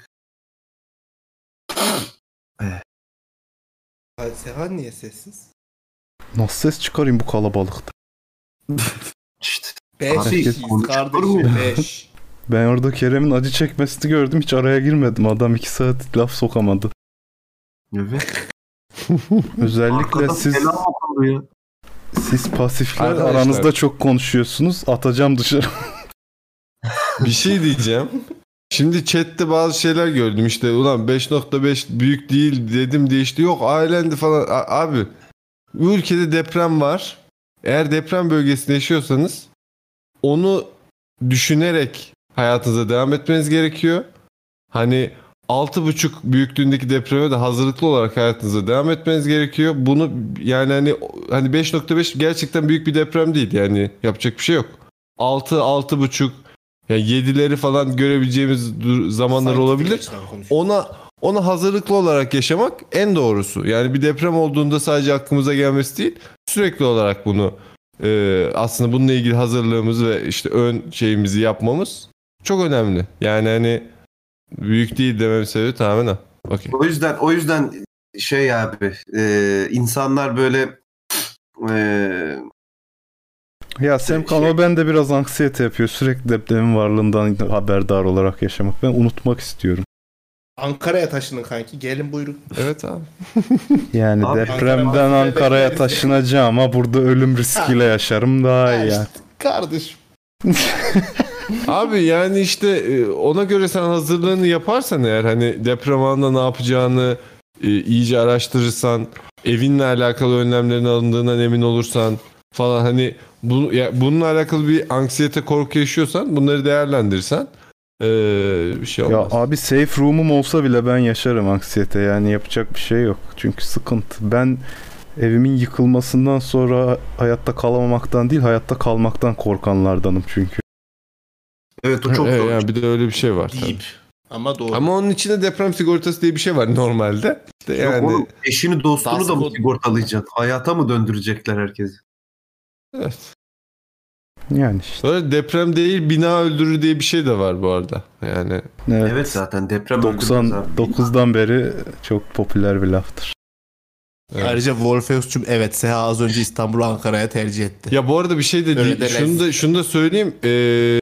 Sehan niye sessiz? Nasıl ses çıkarayım bu kalabalıkta? İşte. Beş Herkes kişiyiz konuşur kardeşim. mu? Beş. Ben orada Kerem'in acı çekmesini gördüm. Hiç araya girmedim. Adam iki saat laf sokamadı. Evet. Özellikle Arkada siz selam okundu ya. siz pasifler Arkadaşlar. aranızda çok konuşuyorsunuz. Atacağım dışarı. Bir şey diyeceğim. Şimdi chatte bazı şeyler gördüm işte ulan beş nokta beş büyük değil dedim diye işte yok ailendi falan. A- abi bu ülkede deprem var. Eğer deprem bölgesinde yaşıyorsanız onu düşünerek hayatınıza devam etmeniz gerekiyor. Hani altı buçuk büyüklüğündeki depreme de hazırlıklı olarak hayatınıza devam etmeniz gerekiyor. Bunu yani hani hani beş nokta beş gerçekten büyük bir deprem değil yani yapacak bir şey yok. altı altı buçuk yani yedileri falan görebileceğimiz dur- zamanlar Scientific olabilir. açıdan konuşuyoruz. Ona ona hazırlıklı olarak yaşamak en doğrusu. Yani bir deprem olduğunda sadece aklımıza gelmesi değil, sürekli olarak bunu e, aslında bununla ilgili hazırlığımız ve işte ön şeyimizi yapmamız çok önemli. Yani hani büyük değil demem sebebi tamamen o. Okey. O yüzden o yüzden şey abi e, insanlar böyle e, Ya Semkan Şey- o bende biraz anksiyete yapıyor. Sürekli depremin varlığından haberdar olarak yaşamak. Ben unutmak istiyorum. Ankara'ya taşının kanki. Gelin buyurun. Evet abi. Yani Abi, depremden Ankara- Ankara'ya taşınacağım ama burada ölüm riskiyle yaşarım daha iyi yani. Kardeşim. Abi yani işte e, ona göre sen hazırlığını yaparsan eğer hani deprem anında ne yapacağını e, iyice araştırırsan, evinle alakalı önlemlerin alındığından emin olursan falan hani bu, ya, bununla alakalı bir anksiyete, korku yaşıyorsan bunları değerlendirirsen e, bir şey Ya olmaz. abi safe room'um olsa bile ben yaşarım anksiyete, yani yapacak bir şey yok. Çünkü sıkıntı. Ben evimin yıkılmasından sonra hayatta kalamamaktan değil, hayatta kalmaktan korkanlardanım çünkü. Evet o çok Evet, zor. yani bir de öyle bir şey var tabii. Deyip. Ama doğru. Ama onun içinde deprem sigortası diye bir şey var normalde. İşte Yok yani oğlum, eşini dostunu da mı Kasko- sigortalayacaksın? Hayata mı döndürecekler herkesi? evet. Yani işte. Sonra deprem değil bina öldürür diye bir şey de var bu arada. Yani Evet. Evet zaten deprem öldürmez abi. doksan dokuzdan beri çok popüler bir laftır. evet. Ayrıca Wolfeus'cum evet Seha az önce İstanbul'u Ankara'ya tercih etti. Ya bu arada bir şey de Öyle değil. de Şunu da, şunu da söyleyeyim. Ee,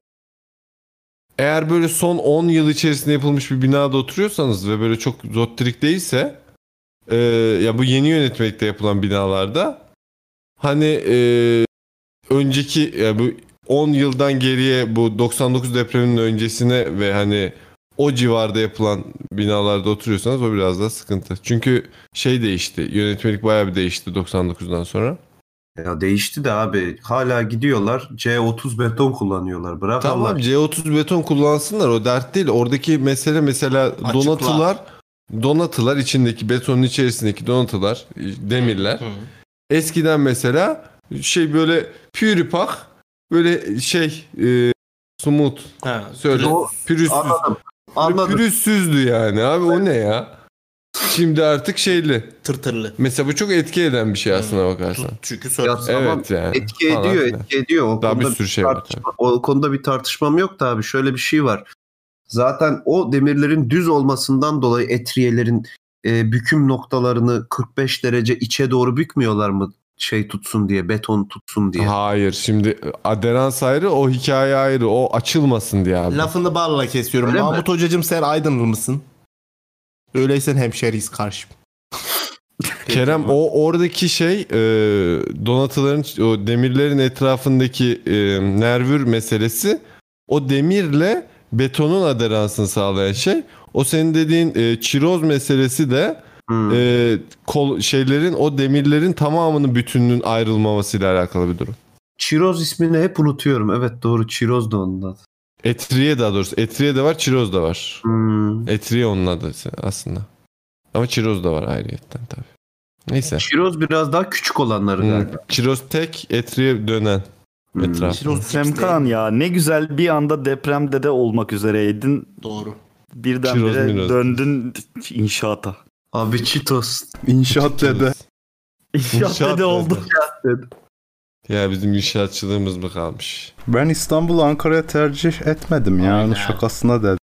eğer böyle son on yıl içerisinde yapılmış bir binada oturuyorsanız ve böyle çok zottirik değilse ee, ya bu yeni yönetmelikte yapılan binalarda hani ee, önceki ya bu on yıldan geriye bu doksan dokuz depreminin öncesine ve hani o civarda yapılan binalarda oturuyorsanız o biraz daha sıkıntı. Çünkü şey değişti. Yönetmelik bayağı bir değişti doksan dokuzdan sonra. Ya değişti de abi. Hala gidiyorlar C otuz beton kullanıyorlar. Bırak Tamam Allah. C otuz beton kullansınlar, o dert değil. Oradaki mesele mesela Açıklar. donatılar, donatılar içindeki betonun içerisindeki donatılar, demirler. Hı. Eskiden mesela şey böyle püripak böyle şey e, smooth Ha, söyle O- pürüzsüz. Anladım. Böyle Anladım. pürüzsüzdü yani abi, o ne ya? Şimdi artık şeyli. tırtırlı. Mesela bu çok etki eden bir şey aslına bakarsan. Çünkü Ya söz. tamam, Evet yani. etki Falan ediyor, filan. etki ediyor. O Daha konuda bir sürü şey var tartışma- O konuda bir tartışmam yok da abi. Şöyle bir şey var. Zaten o demirlerin düz olmasından dolayı etriyelerin e, büküm noktalarını kırk beş derece içe doğru bükmüyorlar mı? Şey tutsun diye, beton tutsun diye. Hayır, şimdi aderans ayrı, o hikaye ayrı. O açılmasın diye abi. Lafını balla kesiyorum. Öyle mi? Mahmut hocacığım sen Aydınlı mısın? Öyleysen hemşeriyiz karşım. Kerem, o oradaki şey e, donatıların, o demirlerin etrafındaki e, nervür meselesi, o demirle betonun aderansını sağlayan şey. O senin dediğin e, çiroz meselesi de Hmm. e, kol, şeylerin, o demirlerin tamamının bütününün ayrılmamasıyla alakalı bir durum. Çiroz ismini hep unutuyorum. Evet doğru, çiroz da onun adı. Etriye, daha doğrusu etriye de var, çiroz da var. Hmm. Etriye onun adı aslında. Ama çiroz da var ayrıyetten tabii. Neyse. Çiroz biraz daha küçük olanları Hmm. galiba. Çiroz tek, etriye dönen Hmm. etraf. Çiroz Semkan ya ne güzel bir anda depremde de olmak üzereydin. Doğru. Çiroz Birdenbire miroz. döndün inşaata. Abi Çitos. İnşaat dede. İnşaat İnşaat de oldu. Ya bizim inşaatçılığımız mı kalmış? Ben İstanbul'u Ankara'ya tercih etmedim ya. Aynen. Onun şakasına dedim.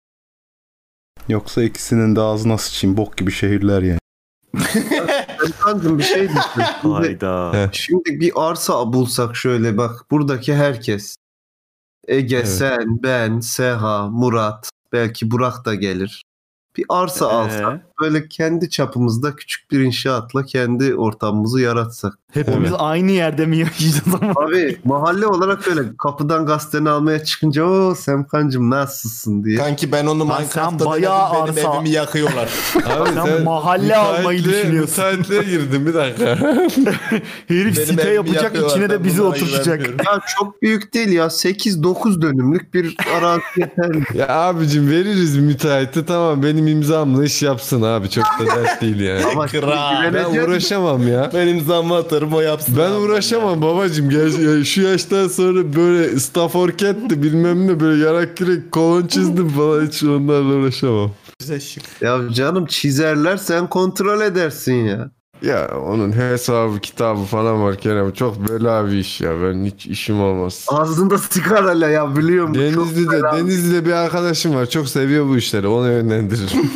Yoksa ikisinin de ağzına sıçayım, bok gibi şehirler yani. Kancım bir şey diyeceğim. Şimdi, Hayda. Heh. şimdi bir arsa bulsak şöyle bak. Buradaki herkes. Ege, Evet. sen, ben, Seha, Murat. Belki Burak da gelir. Bir arsa alsak. Ee, Böyle kendi çapımızda küçük bir inşaatla kendi ortamımızı yaratsak. hepimiz Evet. aynı yerde mi yaşayacağız ama? Abi mahalle olarak öyle kapıdan gazeteni almaya çıkınca o Semkancım nasılsın diye. Kanki ben onu Lan Minecraft'ta sen bayağı denedim, benim arsa- evimi yakıyorlar. Abi Sen mahalle almayı müteahhitliğe- düşünüyorsun. Müteahhitliğe girdim bir dakika. Herif Benim site evimi yapacak, yakıyorlar, içine de ben bizi buna oturtacak. güvenmiyorum. Ya çok büyük değil ya. sekiz dokuz dönümlük bir arazi yeterli. Ya abicim veririz müteahhite, tamam, benim imzamla iş yapsın abi, çok da dert değil yani. Ama Kral. Ben güveneceğiz. uğraşamam ya. Ben imzamı atarım o yapsın. Ben abi. uğraşamam babacım. Gel, ya şu yaştan sonra böyle staforketti bilmem ne, böyle yarak kürek kolon çizdim falan, hiç onlarla uğraşamam. Bize şık. Ya canım çizerler sen kontrol edersin ya. Ya onun hesabı kitabı falan var Kerem, çok bela bir iş ya, ben hiç işim olmaz. Ağzında sigarayla ya biliyorum. Denizli'de, Denizli'de bir arkadaşım var, çok seviyor bu işleri, onu yönlendiririm.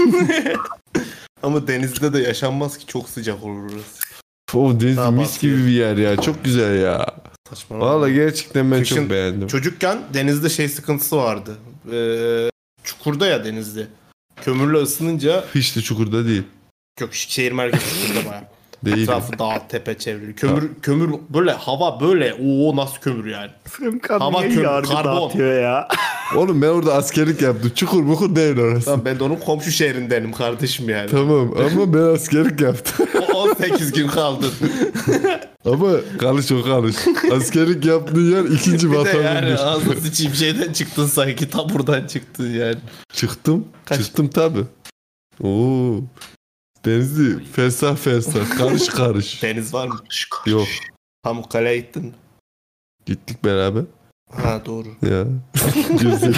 Ama denizde de yaşanmaz ki, çok sıcak olur orası. O Denizli Daha mis bahsediyor. gibi bir yer ya, çok güzel ya. Saçmalama. Valla gerçekten ben Kışın- çok beğendim. Çocukken denizde şey sıkıntısı vardı. Ee, çukurda ya denizde. Kömürle ısınınca Hiç de çukurda değil. yok şehir merkezi çukurda bayağı. Değil. Etrafı dağ, tepe çevrili. Kömür, kömür böyle hava böyle. Oo nasıl kömür yani. Fırımkan Hava niye kömür, yargı karbon. dağıtıyor ya? Oğlum ben orada askerlik yaptım. Çukur mukur değil orası. Tamam, ben de onun komşu şehrindenim kardeşim yani. Tamam ama ben askerlik yaptım. on sekiz gün kaldın. Ama kalış o kalış. Askerlik yaptığın yer ikinci Bir de yani vatanındır. ağzına sıçayım şeyden çıktın sanki. Tam buradan çıktın yani. Çıktım. Kaç- Çıktım tabi. Oo. Denizli fersah fersah. Karış karış. Deniz var mı? Yok. Pamukkale'ye gittin mi? Gittik beraber. Ha doğru. Ya. Güzel.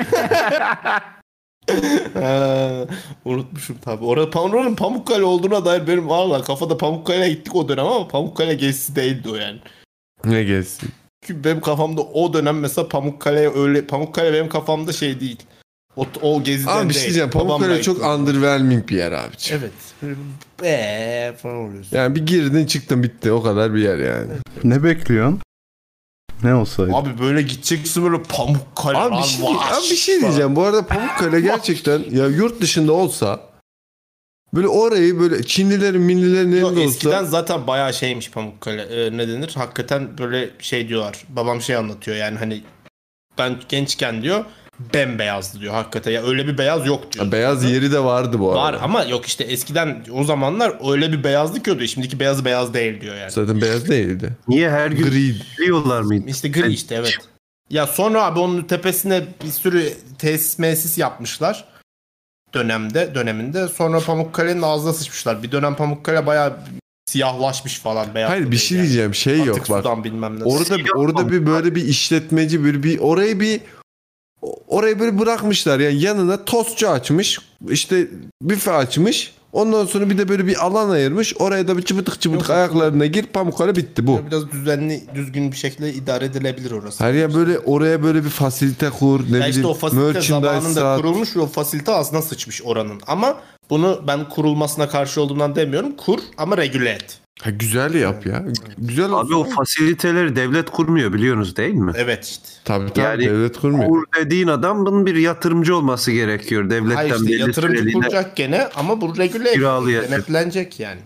Ha, unutmuşum tabii. Orada oranın Pamukkale olduğuna dair benim valla kafada Pamukkale'ye gittik o dönem ama Pamukkale gezisi değildi o yani. Ne gelsin? Çünkü benim kafamda o dönem mesela Pamukkale öyle Pamukkale benim kafamda şey değil. O, o geziden Abi bir değil. şey diyeceğim. Babamla Pamukkale çok gittim. underwhelming bir yer abiciğim. Evet. Eee falan oluyorsun. Yani bir girdin çıktın bitti. O kadar bir yer yani. Ne bekliyorsun? Ne olsaydı? Abi böyle gideceksin böyle Pamukkale Abi lan, bir şey, vaş abi bir şey diyeceğim. Bu arada Pamukkale gerçekten ya yurt dışında olsa böyle orayı böyle Çinlilerin, Minlilerin Yok, elinde eskiden olsa zaten bayağı şeymiş Pamukkale. Ee, ne denir? Hakikaten böyle şey diyorlar. Babam şey anlatıyor yani hani ben gençken diyor bembeyazdı diyor hakikaten. Ya öyle bir beyaz yok diyor. ya beyaz yeri de vardı bu arada. Var ama yok işte eskiden o zamanlar öyle bir beyazlık ki diyor. Şimdiki beyaz beyaz değil diyor yani. Zaten beyaz değildi. Niye her gün Gri. biliyorlar mıydı? İşte gri işte evet. Ya sonra abi onun tepesine bir sürü tesis mesis yapmışlar. Dönemde döneminde. Sonra Pamukkale'nin ağzına sıçmışlar. Bir dönem Pamukkale bayağı siyahlaşmış falan. Beyaz Hayır bir şey diyeceğim. Şey Atık yok bak. sudan bilmem ne. Orada orada bir böyle bir işletmeci bir bir orayı bir orayı böyle bırakmışlar. Yani yanına tostçu açmış. İşte büfe açmış. Ondan sonra bir de böyle bir alan ayırmış. Oraya da bir çıbıtık çıbıtık Yok. ayaklarına gir. Pamukkale bitti bu. Biraz düzenli, düzgün bir şekilde idare edilebilir orası. Her yer böyle oraya böyle bir fasilite kur. Ne Ya bileyim işte o fasilite merchandise zamanında sat. kurulmuş ve o fasilite ağzına sıçmış oranın. Ama bunu ben kurulmasına karşı olduğumdan demiyorum. Kur ama regüle et. Ha, güzel yap ya. Güzel olsun. Abi o fasiliteleri devlet kurmuyor biliyorsunuz değil mi? Evet işte. Tabii tabii Yani devlet kurmuyor. Kur dediğin adamın bir yatırımcı olması gerekiyor. Devletten Hayır işte belli yatırımcı süreliğine- kuracak gene ama bu regüle Kiralayacak. denetlenecek yani.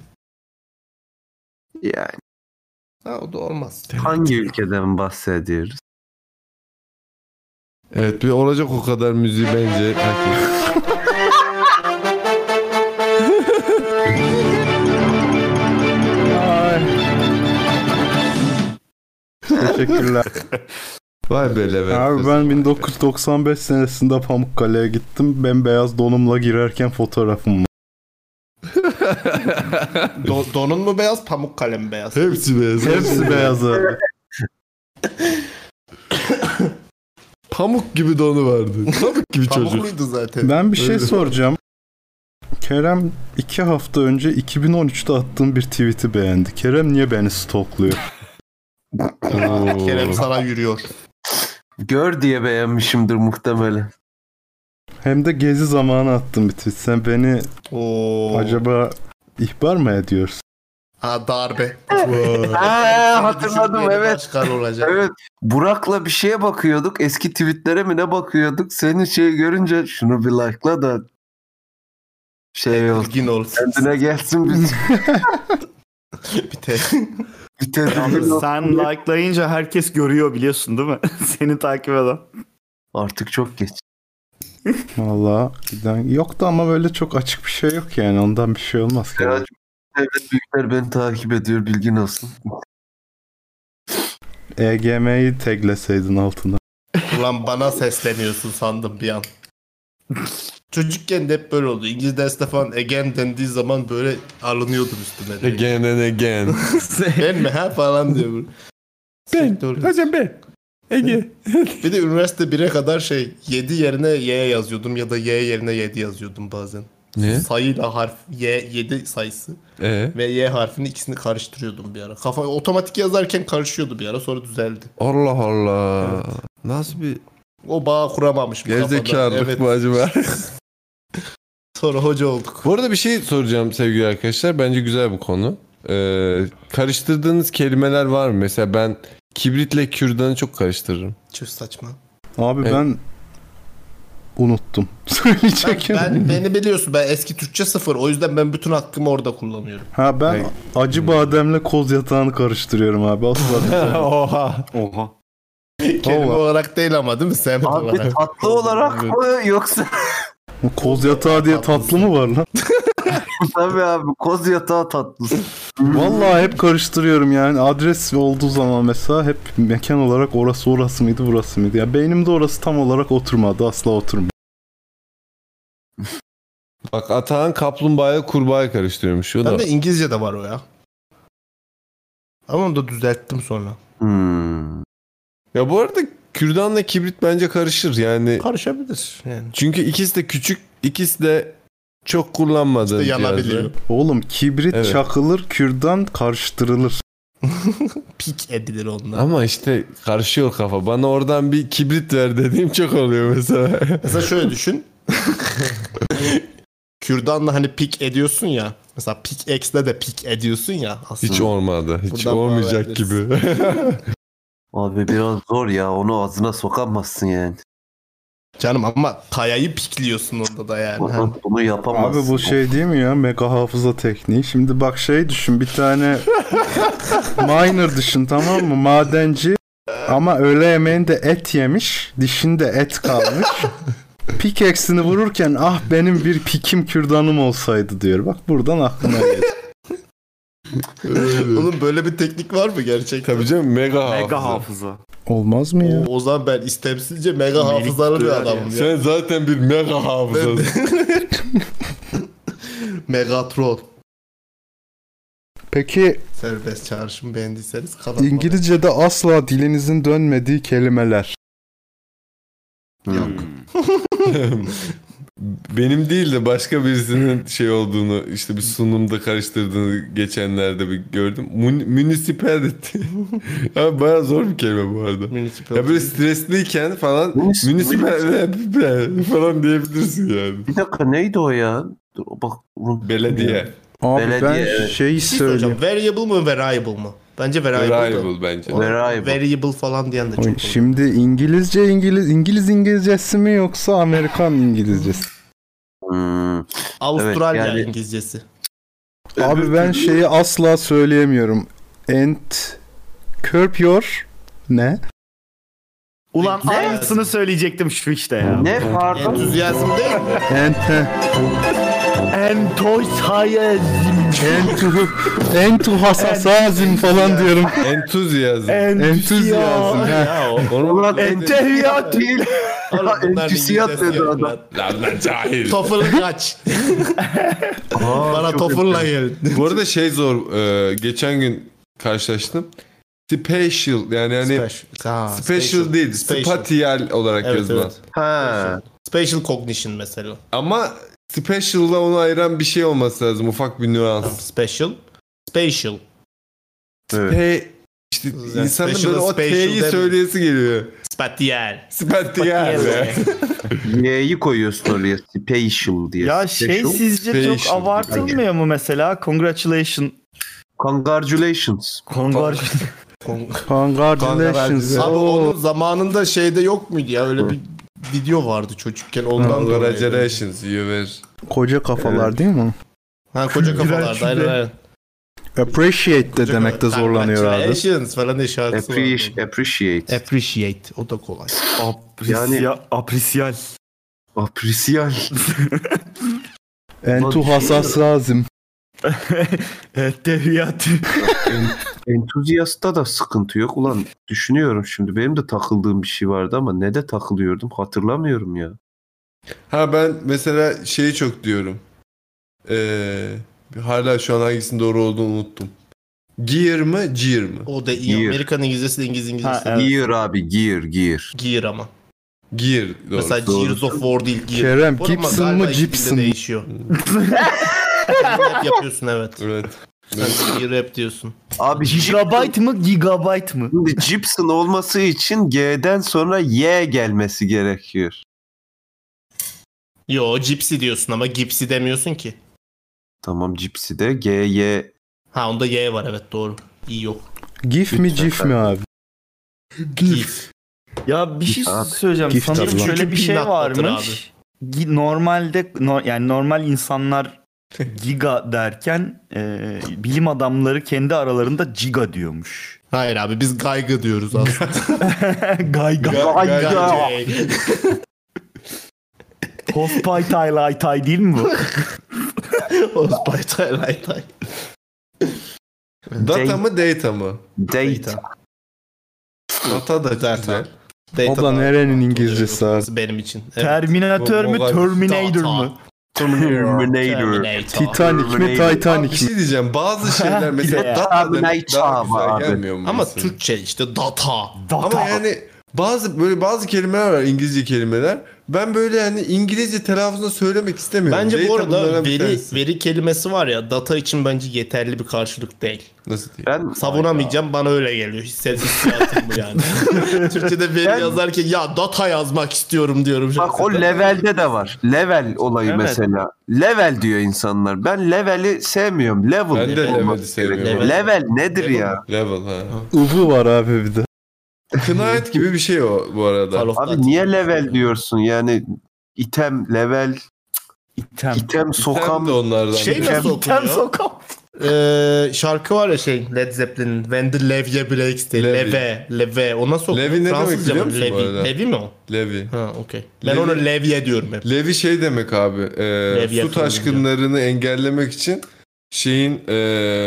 Yani Ha, o da olmaz. hangi ülkeden bahsediyoruz? Evet bir olacak o kadar müziği bence hak ediyor. Teşekkürler. Vay be Levent. Abi ben bin dokuz yüz doksan beş senesinde Pamukkale'ye gittim. Bembeyaz donumla girerken fotoğrafım var. Do- donun mu beyaz, Pamukkale mi beyaz? Hepsi beyaz. Hepsi beyaz abi. Pamuk gibi donu vardı. Pamuk gibi çocuk. Pamukluydu zaten. Ben bir şey Öyle. soracağım. Kerem iki hafta önce iki bin on üçte attığım bir tweet'i beğendi. Kerem niye beni stalkluyor? Aa, Kerem sana yürüyor. Gör diye beğenmişimdir muhtemelen. Hem de gezi zamanı attım bir tweet. Sen beni Oo. acaba ihbar mı ediyorsun? Ha darbe. Ha, hatırladım Yeni evet. Başkan olacak. Evet. Burak'la bir şeye bakıyorduk. Eski tweetlere mi ne bakıyorduk? Senin şey görünce şunu bir like'la da şey olsun. İlgin olsun. Kendine gelsin biz. Bir te- Bir tedirgin Abi ol. sen likelayınca herkes görüyor biliyorsun değil mi? Seni takip eden. Artık çok geç. Valla giden yoktu ama böyle çok açık bir şey yok yani. Ondan bir şey olmaz. Ya, Kerem. devlet büyükler beni takip ediyor bilgin olsun. E G M'yi tagleseydin altına. Ulan bana sesleniyorsun sandım bir an. Çocukken de hep böyle oldu. İngiliz derste falan again dendiği zaman böyle alınıyordum üstüne. Again and again. Ben mi ha falan diyor. böyle. Sürekli oluyor. Hocam ben. Ege. Bir de üniversite bire kadar şey yedi yerine Y yazıyordum ya da Y yerine yedi yazıyordum bazen. Ne? Sayıyla harf Y yedi sayısı Ee? ve Y harfini ikisini karıştırıyordum bir ara. Kafa otomatik yazarken karışıyordu bir ara sonra düzeldi. Allah Allah. Nasıl bir O bağ kuramamışım kafada. gerizekalılık Evet. bu acaba? Sonra hoca olduk. Bu arada bir şey soracağım sevgili arkadaşlar. Bence güzel bu konu. Ee, karıştırdığınız kelimeler var mı? Mesela ben kibritle kürdanı çok karıştırırım. Çok saçma. Abi Evet. ben unuttum. Ben, Söyleyecek. ben beni biliyorsun, ben eski Türkçe sıfır, o yüzden ben bütün hakkımı orada kullanıyorum. Ha ben acı bademle koz yatağını karıştırıyorum abi. Asla. Oha. Oha. Kelime Vallahi. olarak değil ama, değil mi? Semt Abi olarak. tatlı olarak mı yoksa? Bu koz yatağı diye tatlı mı var lan? Tabii abi, koz yatağı tatlısı. Vallahi hep karıştırıyorum yani. Adres olduğu zaman mesela hep mekan olarak orası orası mıydı burası mıydı? Ya beynimde orası tam olarak oturmadı. Asla oturmadı. Bak Atahan kaplumbağaya kurbağaya karıştırıyormuş. O da. Ben de İngilizce'de var o ya. Ama onu da düzelttim sonra. Hmm. Ya bu arada kürdanla kibrit bence karışır yani. Karışabilir yani. Çünkü ikisi de küçük, ikisi de çok kullanmadığın İşte yanabiliyor. cihazlar. Oğlum kibrit Evet. çakılır, kürdan karıştırılır. Pik edilir onlar. Ama işte karışıyor kafa. Bana oradan bir kibrit ver dediğim çok oluyor mesela. Mesela şöyle düşün. Kürdanla hani pik ediyorsun ya. Mesela pickaxe'le de pik ediyorsun ya aslında. Hiç olmadı. Hiç Buradan olmayacak gibi. Abi biraz zor ya, onu ağzına sokamazsın yani. Canım ama kayayı pikliyorsun orada da yani. Bunu, bunu yapamazsın. Abi bu şey değil mi ya? Mega hafıza tekniği. Şimdi bak şey düşün. Bir tane miner düşün, tamam mı? Madenci ama öğle yemeğinde et yemiş. Dişinde et kalmış. Pickaxe'ini vururken ah benim bir pikim kürdanım olsaydı diyor. Bak buradan aklıma geldi. Oğlum böyle bir teknik var mı gerçekten? Tabii canım, mega hafıza. Mega hafıza. Olmaz mı ya? O, o zaman ben istemsizce mega hafızalı bir duyar adamım ya. Sen zaten bir mega hafızasın. Megatron. Peki Serbest çağrışım beğendiyseniz kanal. İngilizce'de asla dilinizin dönmediği kelimeler. Yok. Benim değil de başka birisinin şey olduğunu, işte bir sunumda karıştırdığını geçenlerde bir gördüm. Mun- Municipality. Abi bayağı zor bir kelime bu arada. Ya böyle stresliyken falan municipality falan diyebilirsin yani. Bir dakika, neydi o ya? Dur, bak. Belediye. Abi Belediye, ben evet. şeyi Bir şey söyleyeyim. soracağım. Variable mı variable mı? Bence variable. Variable bence. Variable. Variable falan diyen de çok Oy, olur. Şimdi İngilizce İngiliz İngiliz İngilizcesi mi yoksa Amerikan İngilizcesi? Hmm. Avustralya Evet, yani- İngilizcesi. Abi ben şeyi asla söyleyemiyorum. Ent curb your ne? Ulan Ne? aynısını söyleyecektim şu işte ya. Ne pardon? Entüzyazm değil mi? Ente Entoyazm. entu entu hasasazim falan diyorum. Entuziyazm. Entuziyazm. he. Ya o- onu Ulan Entehiyat. değil. Oğlum bunlar Entüsiyat İngilizcesi dedi yok adam. lan. Lan lan cahil. Toffle kaç. Bana toffle'la gelin. Bu arada şey zor. e, geçen gün karşılaştım. Special yani yani Special. Ha, special, değil. Special. Spatial olarak Evet, yazılan. evet. Ha. Spatial cognition mesela. Ama special'la onu ayıran bir şey olması lazım. Ufak bir nüans. Special. Spatial. Evet. P işte Yani insanın special, böyle o spatial T'yi demiyor. söyleyesi geliyor. Spatial. Spatial. Y'yi koyuyorsun oraya. Special diye. Ya şey Special. sizce Special. çok abartılmıyor mu mesela? Congratulations. Congratulations. Congratulations. Congratulations. Abi Oo. onun zamanında şeyde yok muydu ya, öyle bir video vardı çocukken, ondan dolayı. Congratulations. You were... Koca kafalar değil mi? Ha, koca kafalarda, aynen aynen. Appreciate de demekte zorlanıyor abi. Congratulations falan diye şarkısı vardı. Appreciate. Appreciate. Appreciate. O da kolay. Yani apresial. Aprecial. Entu hasasazim. Entehiyat. Enthusiast'ta da sıkıntı yok. Ulan düşünüyorum şimdi. Benim de takıldığım bir şey vardı ama ne de takılıyordum hatırlamıyorum ya. Ha ben mesela şeyi çok diyorum. Ee, hala şu an hangisinin doğru olduğunu unuttum. Gear mı, gear mı? O da iyi. Gear. Amerikan İngilizcesi de İngiliz İngilizcesi. Ha, de. evet. Gear abi gear gear. Gear ama. Gear. Doğru. Mesela doğru. Gears of War değil, Gear. Kerem, Bu ama Gibson galiba mı, ikisinde Gibson mı? değişiyor. Sen rap yapıyorsun, evet. Evet. Sen Gear rap diyorsun. Abi Gigabyte mı, gigabyte mı? şimdi Gibson olması için G'den sonra Y gelmesi gerekiyor. Yo, Gypsy diyorsun ama Gypsy demiyorsun ki. Tamam Gypsy'de G, Y. Ha, onda Y var, evet doğru. İyi yok. Gif mi cif mi abi? Gif. Ya bir şey Abi, söyleyeceğim. gift Sanırım atlar. şöyle bir şey Peanut butter varmış. Gi- Normalde no- yani normal insanlar giga derken e, bilim adamları kendi aralarında giga diyormuş. Hayır abi biz gaygı diyoruz aslında. Gayga. Gayga. Hospitay laytay değil mi bu? Hospitay laytay. Data mı data mı? Data. Data da Data. güzel. O da nerenin İngilizcesi abi? Benim için. Evet. Terminator O- mü o- Terminator Data. mı? Terminator. Titanic mi Abi Titanic bir şey mi? diyeceğim. Bazı şeyler mesela Ya. data demek daha Terminator güzel abi. gelmiyor mu? Ama insana? Türkçe işte data. Ama yani bazı böyle bazı kelimeler var, İngilizce kelimeler. Ben böyle hani İngilizce telaffuzda söylemek istemiyorum. Bence bu Data arada bunlardan bir veri tanesi. veri kelimesi var ya, data için bence yeterli bir karşılık değil. Nasıl diyeyim? Ben Savunamayacağım, bana öyle geliyor. Hisset hissiyatım bu yani. Türkçe'de veri Ben- yazarken ya data yazmak istiyorum diyorum. Bak o levelde de var. Level olayı Evet. mesela. Level diyor insanlar. Ben leveli sevmiyorum. Level. Ben de olması level'i sevmiyorum. gerekiyor. Level nedir Level. ya? Level ha. Uvu var abi bir de. Knight gibi bir şey o bu arada. Call of Abi Duty. niye level diyorsun? Yani item, level, İtem. item, Sokam sokam. da onlardan. Şey biri. nasıl İtem okunuyor? sokam. Ee, şarkı var ya şey Led Zeppelin'in When the Levye Breaks diye. Levi. Leve. Leve. O nasıl okunuyor? Levi ne demek Fransızca biliyor mı? musun bu Levi. arada? Levi mi o? Levi. Ha okey. Ben Levi- ona Levye diyorum hep. Levi şey demek abi. E, Levi su yakın taşkınlarını engellemek için şeyin e,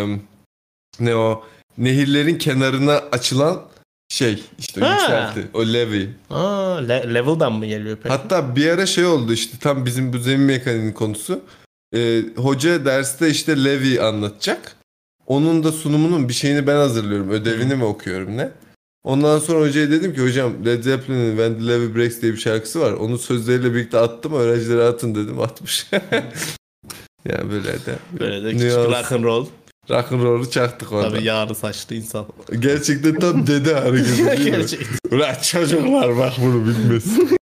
ne o nehirlerin kenarına açılan şey işte Ha. yükselti. O Levi. Aa, le- level'dan mı geliyor peki? Hatta bir ara şey oldu işte tam bizim bu zemin mekaniğinin konusu. Ee, hoca derste işte Levi anlatacak. Onun da sunumunun bir şeyini ben hazırlıyorum. Ödevini mi okuyorum ne? Ondan sonra hocaya dedim ki hocam Led Zeppelin'in When the Levy Breaks diye bir şarkısı var. Onun sözleriyle birlikte attım. Öğrencilere atın dedim. Atmış. Yani böyle de. Böyle de küçük Nüans. rock'n'roll. Rock'n'roll'u çaktık orada. Tabii yağlı saçlı insan. Gerçekten tam dede hareketi değil mi? Gerçekten. Ulan çocuklar bak bunu bilmez.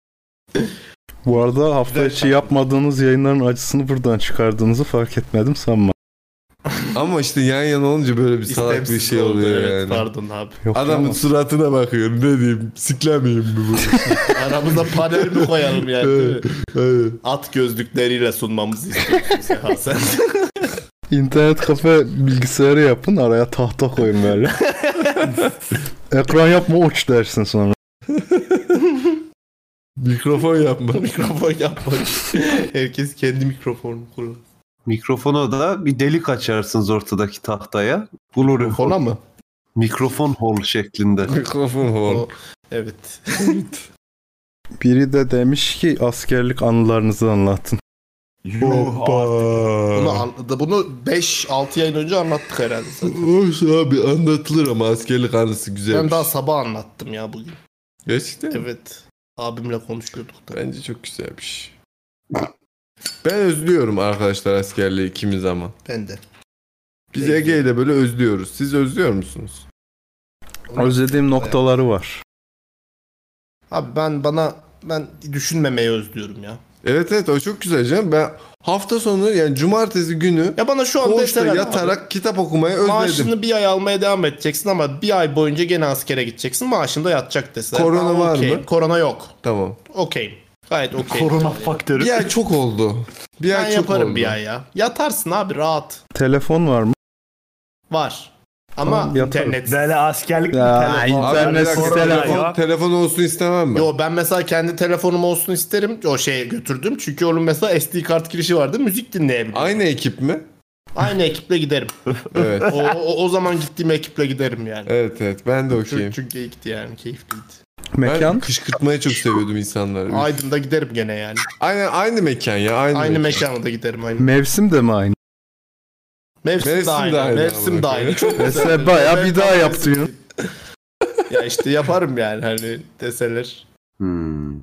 Bu arada hafta içi yapmadığınız yayınların acısını buradan çıkardığınızı fark etmedim sanma. Ama işte yan yana olunca böyle bir salak bir İstemsiz şey oldu, oluyor evet, yani. Pardon abi. Yok Adamın ama. suratına bakıyorum. Ne diyeyim? Siklemeyeyim mi bu? Aramıza panel mi koyalım yani? Evet, evet. At gözlükleriyle sunmamızı istiyorsun Seha sen. İnternet kafe bilgisayarı yapın, araya tahta koyun böyle. Ekran yapma, uç dersin sonra. Mikrofon yapma. Mikrofon yapma. Herkes kendi mikrofonunu kurur. Mikrofona da bir delik açarsınız ortadaki tahtaya. Bulur. Mikrofona mı? Mikrofon hol şeklinde. Mikrofon hol. O- Evet. Biri de demiş ki askerlik anılarınızı anlatın. Bunu, an- bunu beş altı yayın önce anlattık herhalde zaten. Hoş abi anlatılır ama askerlik anısı güzel. Ben daha sabah anlattım ya bugün. Gerçekten mi? Evet. Abimle konuşuyorduk da. Bence çok güzelmiş. Ben özlüyorum arkadaşlar askerliği kimi zaman. Ben de. Biz Ege'yi de böyle özlüyoruz. Siz özlüyor musunuz? Özlediğim noktaları var. Abi ben bana ben düşünmemeyi özlüyorum ya. Evet evet o çok güzel canım. Ben hafta sonu yani cumartesi günü Ya bana şu an koğuşta deseler yatarak kitap okumayı özledim. maaşını bir ay almaya devam edeceksin ama bir ay boyunca gene askere gideceksin. Maaşın da yatacak deseler. Korona Aa, var okey. mı? Korona yok. Tamam. Okey. Gayet okey. Korona faktörü. Bir ay çok oldu. Bir Ben ay çok yaparım oldu. bir ay ya. Yatarsın abi rahat. Telefon var mı? Var. Ama Tamam, yaparım. internet. Böyle askerlik Ya, telefon. Abi bir İnternet dakika, siteler telefon, yok. telefon olsun istemem ben. Yo ben mesela kendi telefonum olsun isterim. O şeye götürdüm. Çünkü onun mesela S D kart girişi vardı. Müzik dinleyebiliyorum. Aynı ekip mi? Aynı ekiple giderim. Evet. O, o, o zaman gittiğim ekiple giderim yani. Evet evet ben de okeyim. Çünkü, çünkü gitti yani. Keyifliydi. Mekan? Ben kışkırtmayı çok seviyordum insanları. Aydın'da giderim gene yani. Aynen aynı mekan ya aynı, Aynı mekan. mekana da giderim. Aynı. Mevsim de mi aynı? Mevsim, Mevsim de aynı. de aynı Mevsim ama. de aynı. Çok güzel. Mesela bayağı bir Ben daha tam yaptın. mevsim- Ya işte yaparım yani hani deseler. Hmm.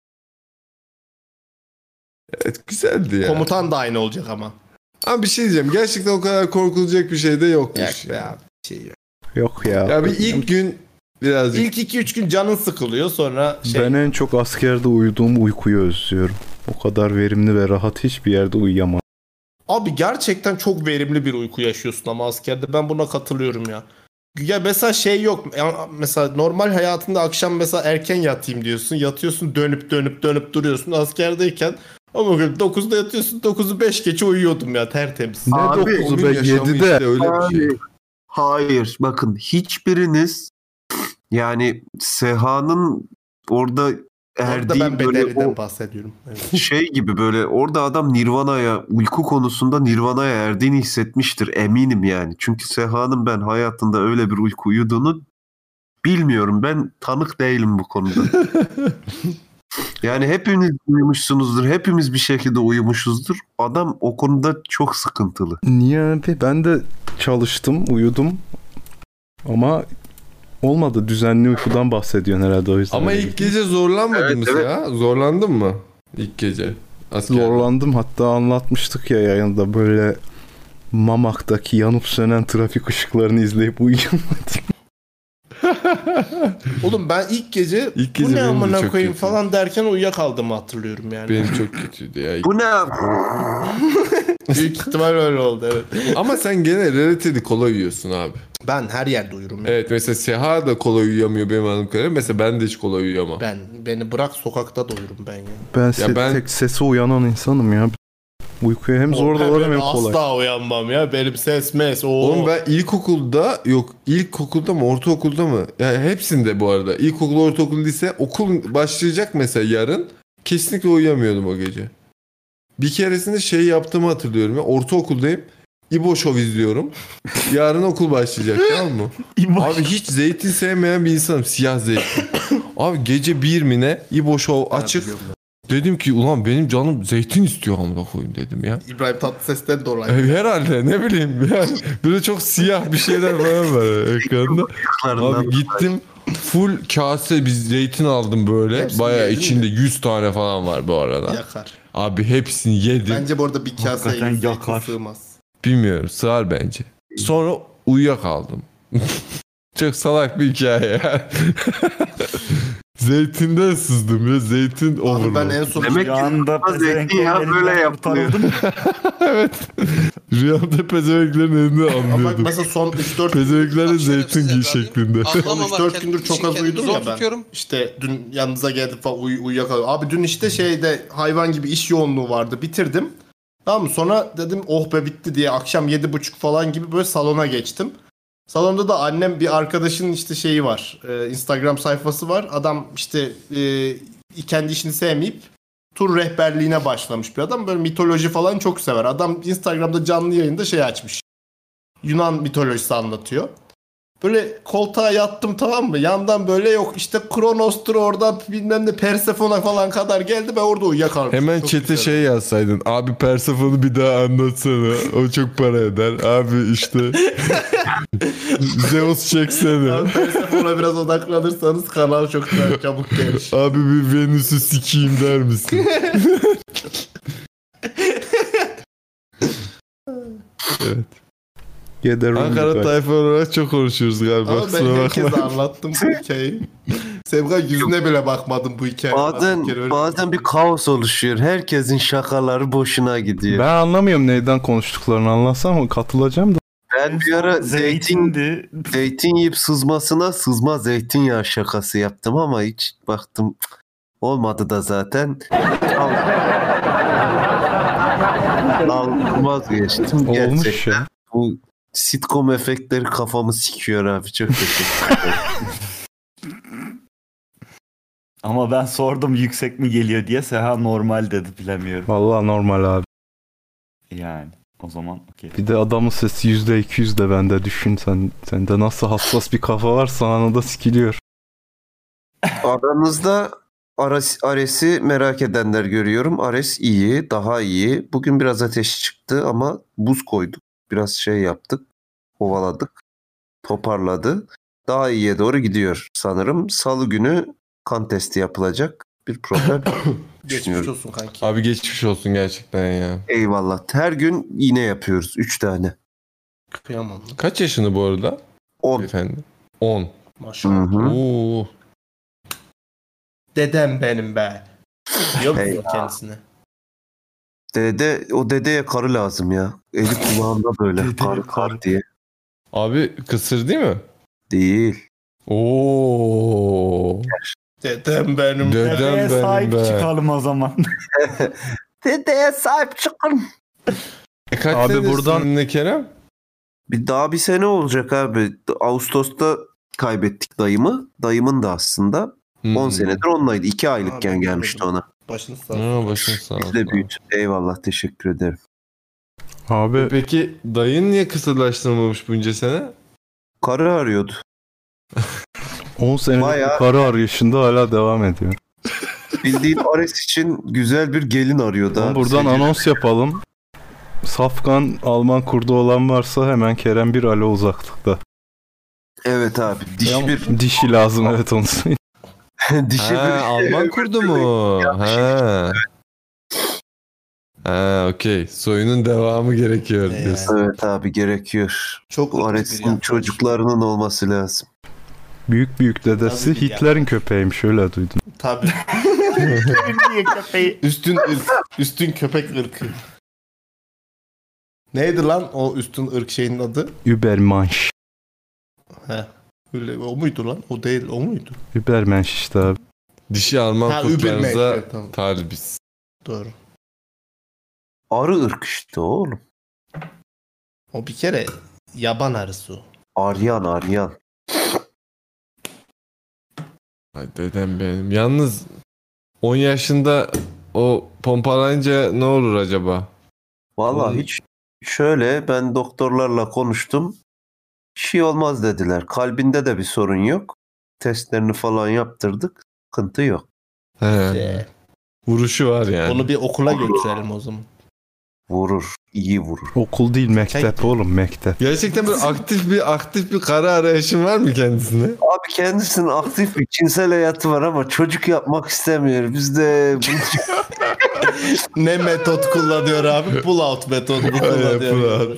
Evet güzeldi ya. Komutan da aynı olacak ama. Ama bir şey diyeceğim gerçekten o kadar korkulacak bir şey de yokmuş. Yak be ya. abi. Şey yok. Yok ya. Ya bir ilk gün birazcık İlk iki üç gün canın sıkılıyor sonra şey. Ben en çok askerde uyuduğum uykuyu özlüyorum. O kadar verimli ve rahat hiçbir yerde uyuyamam. Abi gerçekten çok verimli bir uyku yaşıyorsun ama askerde ben buna katılıyorum ya. Ya mesela şey yok. Ya mesela normal hayatında akşam mesela erken yatayım diyorsun. Yatıyorsun dönüp dönüp dönüp duruyorsun. Askerdeyken ama dokuzda yatıyorsun. dokuzu beş geçe uyuyordum ya tertemiz. Ne Abi, dokuzu Onun be yaşamı yedide. işte öyle bir şey. Abi, hayır bakın hiçbiriniz yani Seha'nın orada Orada erdiği ben böyle bedeliden o bahsediyorum. Evet. şey gibi böyle orada adam Nirvana'ya uyku konusunda Nirvana'ya erdiğini hissetmiştir eminim yani. Çünkü Seha'nın ben hayatında öyle bir uyku uyuduğunu bilmiyorum. Ben tanık değilim bu konuda. Yani hepiniz uyumuşsunuzdur. Hepimiz bir şekilde uyumuşuzdur. Adam o konuda çok sıkıntılı. Niye abi? Ben de çalıştım, uyudum. Ama olmadı. Düzenli uykudan bahsediyorsun herhalde o yüzden. Ama öyle ilk bir- gece zorlanmadın Evet, mı ya? Zorlandın mı? İlk gece. Askerde. Zorlandım. Hatta anlatmıştık ya yayında böyle Mamak'taki yanıp sönen trafik ışıklarını izleyip uyuyamadım. Oğlum ben ilk gece, İlk bu gece ne benim de amına çok koyayım kötü. falan derken uyuyakaldığımı hatırlıyorum yani. Benim çok kötüydü ya. Bu ne? Büyük ihtimal öyle oldu evet. Ama sen gene relatively kolay uyuyorsun abi. Ben her yerde uyurum. ya. Evet mesela Seha da kolay uyuyamıyor benim anladığım kadarıyla. Mesela ben de hiç kolay uyuyamam. Ben beni bırak sokakta da uyurum ben ya. Ben, se- ben- tek sese uyanan insanım ya. Uykuya hem zor Ben dalarım hem asla kolay. uyanmam ya. Benim ses mes. Oo. Oğlum ben ilkokulda yok ilkokulda mı ortaokulda mı? Yani hepsinde bu arada. İlkokul ortaokul lise okul başlayacak mesela yarın. Kesinlikle uyuyamıyordum o gece. Bir keresinde şey yaptığımı hatırlıyorum ya. Ortaokuldayım. İbo Show izliyorum. Yarın okul başlayacak tamam mı? Abi hiç zeytin sevmeyen bir insanım. Siyah zeytin. Abi gece bir mi ne? İbo Show açık. Dedim ki ulan benim canım zeytin istiyor amına koyayım dedim ya. İbrahim Tatlıses'ten dolayı. E, Herhalde ne bileyim yani böyle çok siyah bir şeyler falan var ekranda. Abi gittim full kase bir zeytin aldım böyle. Hepsini Bayağı yedin içinde mi? yüz tane falan var bu arada. Yakar. Abi hepsini yedim. Bence bu arada bir kaseye Hakikaten zeytin yakar. sığmaz. Bilmiyorum sığar bence. Sonra uyuyakaldım. Çok salak bir hikaye ya. Zeytinden sızdım ya zeytin Abi overload. ben en son Demek ki Rüyanda zeytinyağı pezevenklerin böyle elinden yapılıyor. kurtarıldın mı? Evet. Rüyamda pezevenklerin elinden Ama bak anlıyordum. mesela son üç dört Pezevenklerin Bak şöyle zeytin size giy vereyim. şeklinde. Anlamamak, Son üç dört kendim gündür çok için az kendimi uyudum zor ya ben. tutuyorum. İşte dün yanınıza geldim falan uy uyuyakalıyorum. Abi dün işte şeyde hayvan gibi iş yoğunluğu vardı. Bitirdim. Tamam mı? Sonra dedim oh be bitti diye akşam yedi buçuk falan gibi böyle salona geçtim. Salonda da annem bir arkadaşının işte şeyi var. Ee, Instagram sayfası var. Adam işte e, kendi işini sevmeyip tur rehberliğine başlamış bir adam. Böyle mitoloji falan çok sever. Adam Instagram'da canlı yayında şey açmış. Yunan mitolojisi anlatıyor. Böyle koltuğa yattım tamam mı? Yandan böyle yok işte Kronos'tur orada bilmem ne Persefone falan kadar geldi. Ben orada uyuyakaldım. Hemen Çok chat'e güzel. şey yazsaydın. Abi Persephone'u bir daha anlatsana. O çok para eder. Abi işte Zeus çeksene. Abi Persephone'a biraz odaklanırsanız kanal çok daha çabuk gelir. Abi bir Venüs'ü sikeyim der misin? Evet. Gederim Ankara ben. tayfa olarak çok konuşuyoruz galiba. Ama ben Kusura herkese bakma. anlattım bu hikayeyi. Semra yüzüne bile bakmadım bu hikayeyi. Bir kere Bazen öyle- bazen bir kaos oluşuyor. Herkesin şakaları boşuna gidiyor. Ben anlamıyorum neyden konuştuklarını anlatsam mı? Katılacağım da. Ben bir ara zeytin Zeytindi. zeytin yiyip sızmasına sızma zeytinyağı şakası yaptım ama hiç baktım olmadı da zaten. Al, al vazgeçtim Olmuş gerçekten. ya. Bu sitcom efektleri kafamı sikiyor abi çok teşekkür ederim. Ama ben sordum yüksek mi geliyor diye. Seha normal dedi bilemiyorum. Vallahi normal abi. Yani o zaman okey. Bir de adamın sesi yüzde iki yüz de bende düşün sen. Sende nasıl hassas bir kafa varsa anında sikiliyor. Aranızda Ares, Ares'i merak edenler görüyorum. Ares iyi, daha iyi. Bugün biraz ateşi çıktı ama buz koyduk. Biraz şey yaptık, ovaladık, toparladı. Daha iyiye doğru gidiyor sanırım. Salı günü kan testi yapılacak. Bir problem Geçmiş düşünüyorum. olsun kanki. Abi geçmiş olsun gerçekten ya. Eyvallah. Her gün iğne yapıyoruz. Üç tane. Kıyamam. lan. Kaç yaşında bu arada? On. Efendim. on. Maşallah. Hı hı. Oo. Dedem benim be. Diyor musun Eyvah. kendisine? Dede, o dedeye karı lazım ya. Eli kulağında böyle Dedeye kar kar karı. diye. Abi kısır değil mi? Değil. Oo. Dedem benim. Dedem Dedeye benim sahip be. çıkalım o zaman. Dedeye sahip çıkın. E kaç Abi senedir buradan- seninle Kerem? Bir daha bir sene olacak abi. Ağustos'ta kaybettik dayımı. Dayımın da aslında. Hmm. on senedir onunlaydı. iki aylıkken ben gelmişti görmedim. ona. Başınız sağ olsun. Ha, başın sağ Biz de olsun. büyüttük. Eyvallah, teşekkür ederim. Abi Peki dayın niye kısırlaştırmamış bunca sene? Karı arıyordu. on senelik Bayağı- karı arayışında hala devam ediyor. Bildiğin Ares için güzel bir gelin arıyordu. Tamam, abi. buradan Sevgili- anons yapalım. Safkan Alman kurdu olan varsa hemen Kerem bir alo uzaklıkta. Evet abi. Dişi Ama bir dişi lazım, evet onu söyleyeyim. dişi Ha, bir Alman kurdu mu? Ha. Ha, okey. Soyunun devamı gerekiyor Ee, diyorsun. Evet abi, gerekiyor. Çok Bu ırkçı bir Ares'in yaklaşım. çocuklarının olması lazım. Büyük büyük dedesi Tabii ki Hitler'in köpeğiymiş, öyle duydum. Tabii. Niye köpeği? Üstün ırk. Üstün köpek ırkı. Neydi lan o üstün ırk şeyin adı? Übermensch. He. Öyle, o muydu lan? O değil, o muydu? Übermensch işte abi. Dişi Alman Ha, kurtlarınıza Übermensch, evet, tamam. talibiz. Doğru. Arı ırk işte oğlum. O bir kere yaban arısı o. Aryan aryan. Ay dedem benim. Yalnız on yaşında o pompalayınca ne olur acaba? Vallahi Oğlum. hiç şöyle, ben doktorlarla konuştum. Bir şey olmaz dediler. Kalbinde de bir sorun yok. Testlerini falan yaptırdık. Sıkıntı yok. He. Ee, Vuruşu var yani. Onu bir okula götürelim o zaman. Vurur. iyi vurur. Okul değil, mektep Şey- oğlum, mektep. Gerçekten böyle aktif bir aktif bir kara arayışın var mı kendisine? Abi kendisinin aktif bir cinsel hayatı var ama çocuk yapmak istemiyor. Biz de Ne metot kullanıyor abi? Pull out metodu kullanıyor.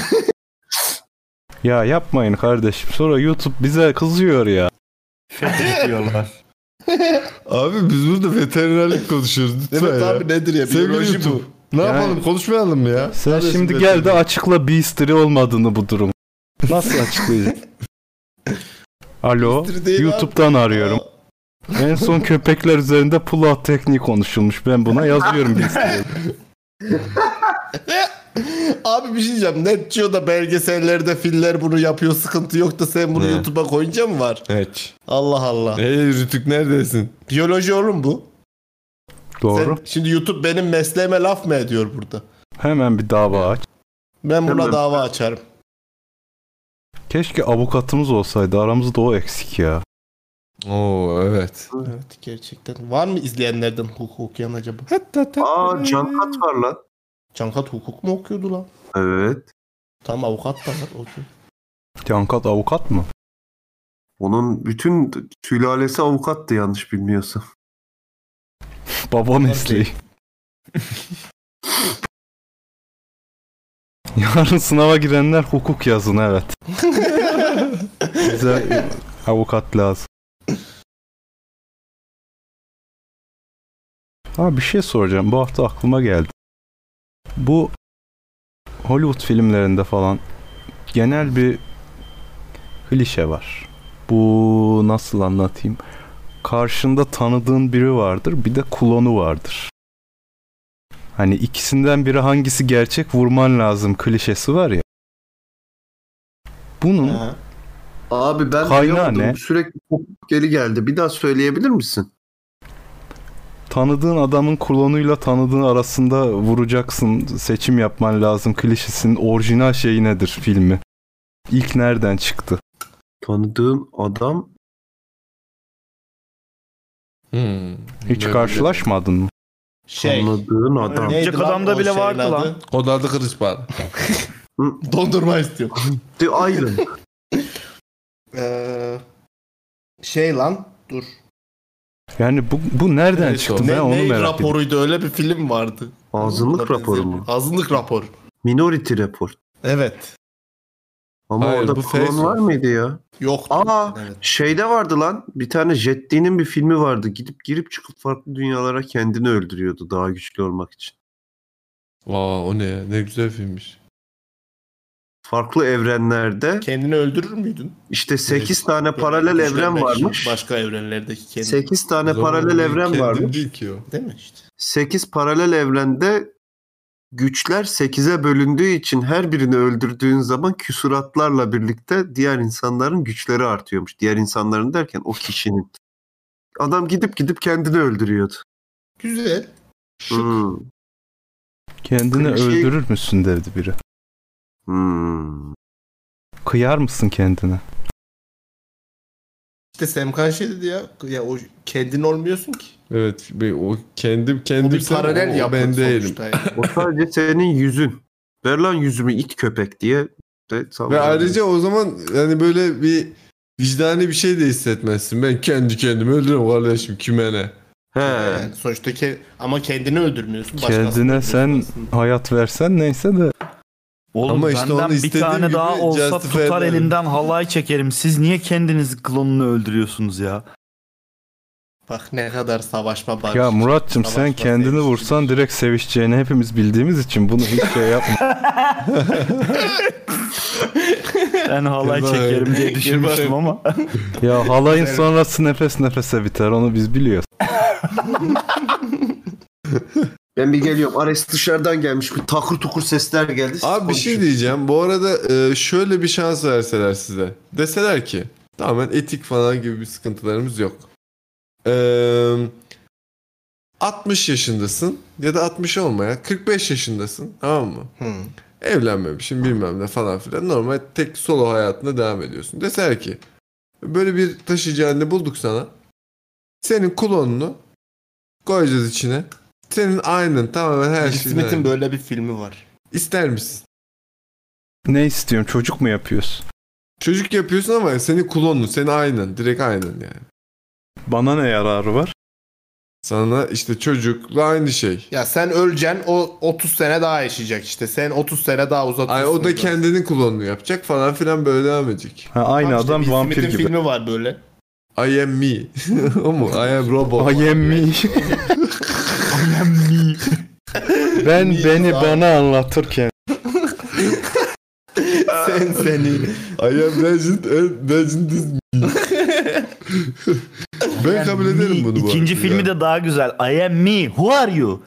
Ya yapmayın kardeşim. Sonra YouTube bize kızıyor ya. diyorlar. Abi biz burada veterinerlik konuşuyoruz lütfen Evet ya. abi, nedir ya? Sevgili Biyoloji YouTube. bu. Ne Yani- yapalım, konuşmayalım mı ya? Sen Neredesin şimdi veteriner? gel de açıkla Beastry olmadığını bu durum. Nasıl açıklayacaksın? Alo, Beastry değil YouTube'dan arıyorum. En son köpekler üzerinde pull-out tekniği konuşulmuş. Ben buna yazıyorum Beastry'e. Abi bir şey diyeceğim. Netgeo'da belgesellerde filler bunu yapıyor, sıkıntı yok da sen bunu Ne? YouTube'a koyunca mı var? Evet. Allah Allah. Hey Rütük neredesin? Biyoloji oğlum bu. Doğru. Sen, şimdi YouTube benim mesleğime laf mı ediyor burada? Hemen bir dava aç. Ben buna Hemen. dava açarım. Keşke avukatımız olsaydı. Aramızda o eksik ya. Oo evet. Evet gerçekten. Var mı izleyenlerden hukuk okuyan acaba? Aa, Cankat var lan. Cankat hukuk mu okuyordu lan? Evet. Tamam, avukat da var. Okey. Cankat avukat mı? Onun bütün sülalesi avukattı yanlış bilmiyorsam. Baba mesleği. Yarın sınava girenler hukuk yazın, evet. Bize avukat lazım. Ha, bir şey soracağım. Bu hafta aklıma geldi. Bu Hollywood filmlerinde falan genel bir klişe var. Bu nasıl anlatayım? Karşında tanıdığın biri vardır, bir de klonu vardır. Hani ikisinden biri hangisi gerçek vurman lazım klişesi var ya. Bunun Ha. Abi ben Kaynağı duyamadım. ne? Sürekli kopup geri geldi. Bir daha söyleyebilir misin? tanıdığın adamın klonuyla tanıdığın arasında vuracaksın, seçim yapman lazım klişesinin orijinal şeyi nedir filmi? İlk nereden çıktı? Tanıdığın adam Hmm. Hiç karşılaşmadın mı? Şey. tanıdığın adam. Neydi Örümcek lan Adam'da o bile şeyin vardı adı? lan. O da adı Kılıç Bağlı. Dondurma istiyorum. The Island. Ee, şey lan. Dur. Yani bu, bu nereden Evet, çıktı? o. Ben Ne, onu ney merak ediyorum. raporuydu? Öyle bir film vardı. Azınlık Buna raporu benzer mu? bir- Azınlık raporu. Minority Report. Evet. Ama Hayır, orada bu klon Face var Off. mıydı ya? Yok. Aa, Evet. şeyde vardı lan. Bir tane Jet Li'nin bir filmi vardı. Gidip girip çıkıp farklı dünyalara kendini öldürüyordu daha güçlü olmak için. Vaa o ne ya? Ne güzel filmmiş. farklı evrenlerde kendini öldürür müydün? İşte sekiz tane paralel evren varmış. Başka evrenlerdeki kendini. sekiz tane paralel evren varmış. Değil ki o. Değil mi işte? sekiz paralel evrende güçler sekize bölündüğü için her birini öldürdüğün zaman küsuratlarla birlikte diğer insanların güçleri artıyormuş. Diğer insanların derken o kişinin. Adam gidip gidip kendini öldürüyordu. Güzel. Hmm. Kendini Şey- öldürür müsün dedi biri. Hmm. Kıyar mısın kendine? İşte Semkan şey dedi ya. Ya o kendin olmuyorsun ki. Evet, ben o kendim kendim O bir paralel o, o yapı ben değilim. sonuçta yani. O sadece senin yüzün. Ver lan yüzümü it köpek diye. De, Ve ayrıca o zaman yani böyle bir vicdani bir şey de hissetmezsin. Ben kendi kendimi öldürürüm kardeşim, kime ne? He. Yani sonuçta ke- ama kendini öldürmüyorsun. başkasını Kendine sen öldürüyorsun aslında. hayat versen neyse de. Oğlum Ama işte benden onu bir istediğim tane gibi daha olsa justify tutar ederim. elinden halay çekerim. Siz niye kendiniz klonunu öldürüyorsunuz ya? Bak ne kadar savaşma barış. Ya Murat'cığım sen Savaşma kendini sevişme. vursan direkt sevişeceğini hepimiz bildiğimiz için bunu hiç şey yapma. Ben halay çekerim diye düşünmüştüm ama. Ya halayın sonrası nefes nefese biter, onu biz biliyoruz. Ben bir geliyorum. Ares dışarıdan gelmiş. Bir takır tukur sesler geldi. Siz Abi bir şey konuşun. diyeceğim. Bu arada e, şöyle bir şans verseler size. Deseler ki tamamen etik falan gibi bir sıkıntılarımız yok. Ee, altmış yaşındasın ya da altmış olmaya kırk beş yaşındasın, tamam mı? Hı. Evlenmemişsin bilmem ne falan filan. Normal tek solo hayatına devam ediyorsun. Deseler ki böyle bir taşıyıcı halinde bulduk sana. Senin klonunu koyacağız içine. Senin aynın tamamen her Will şeyin Smith'in aynı. böyle bir filmi var. İster misin? Ne istiyorsun? Çocuk mu yapıyorsun? Çocuk yapıyorsun ama senin klonun, senin aynın. Direkt aynın yani. Bana ne yararı var? Sana işte çocukla aynı şey. Ya sen öleceksin, o otuz sene daha yaşayacak işte. Sen otuz sene daha uzatıyorsun. Ay, o da kendinin klonunu yapacak falan filan, böyle devam edecek. Ha, aynı Bak işte adam Will vampir Smith'in gibi. filmi var böyle. I am me. O mu? I am robot. I am me. Ben beni bana anlatırken. Sen seni. I am legend and legend is me. Ben kabul ederim bunu bu İkinci arada filmi ya. de daha güzel. I am me. Who are you?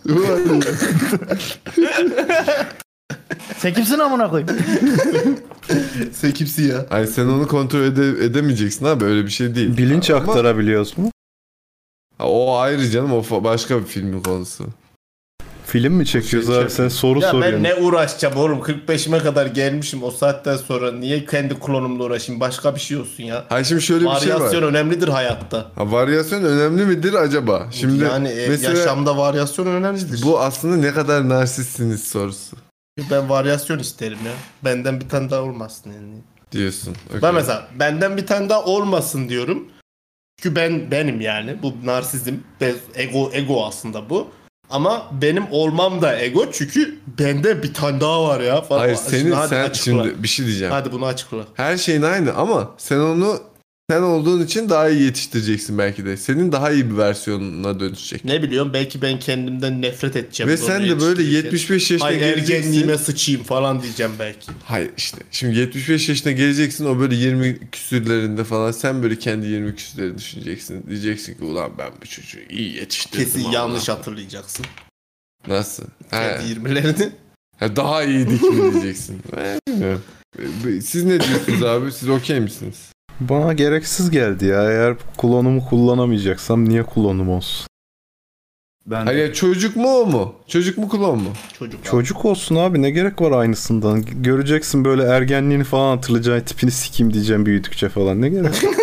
Sen kimsin amına koyayım? Sen kimsin ya? Ay sen onu kontrol ede- edemeyeceksin abi, öyle bir şey değil. Bilinç Ama- aktarabiliyoruz mu? Ha, o ayrı canım, o fa- başka bir filmin konusu. Film mi çekiyoruz Şey abi? Sen soru Ya ben soruyorsun. ne uğraşacağım oğlum, kırk beşime kadar gelmişim, o saatten sonra niye kendi klonumla uğraşayım, başka bir şey olsun ya. Hayır, şimdi şöyle bir şey Varyasyon var. önemlidir hayatta. Ha, varyasyon önemli midir acaba? Şimdi yani e, mesela yaşamda varyasyon önemlidir. bu aslında ne kadar narsistsiniz sorusu Ben varyasyon isterim ya. Benden bir tane daha olmasın yani. diyorsun. Okay. Ben mesela benden bir tane daha olmasın diyorum. Çünkü ben benim yani. Bu narsizm, ego ego aslında bu. Ama benim olmam da ego, çünkü bende bir tane daha var ya falan. Hayır, Şimdi senin hadi sen açıkla. şimdi bir şey diyeceğim. Hadi bunu açıkla. Her şeyin aynı ama sen onu sen olduğun için daha iyi yetiştireceksin belki de. Senin daha iyi bir versiyonuna dönüşecek. Ne biliyorum, belki ben kendimden nefret edeceğim. Ve bunu sen de böyle yetiştirirken. yetmiş beş yaşına Ay geleceksin. ergenliğime sıçayım falan diyeceğim belki. Hayır işte. Şimdi yetmiş beş yaşına geleceksin, o böyle yirmi küsürlerinde falan, sen böyle kendi yirmi küsürleri düşüneceksin. Diyeceksin ki ulan ben bu çocuğu iyi yetiştirdim. Kesin Allah. yanlış hatırlayacaksın. Nasıl? Kendi He. yirmilerini. Ha, daha iyiydik mi diyeceksin. Bilmiyorum. Siz ne diyorsunuz abi? Siz okey misiniz? Bana gereksiz geldi ya. Eğer klonumu kullanamayacaksam niye klonum olsun? Ben Hayır ya, çocuk mu o mu? Çocuk mu klon mu? Çocuk. Çocuk olsun abi, ne gerek var aynısından? Göreceksin böyle ergenliğini falan hatırlayacaksın, tipini sikeyim diyeceğim büyüdükçe falan, ne gerek var?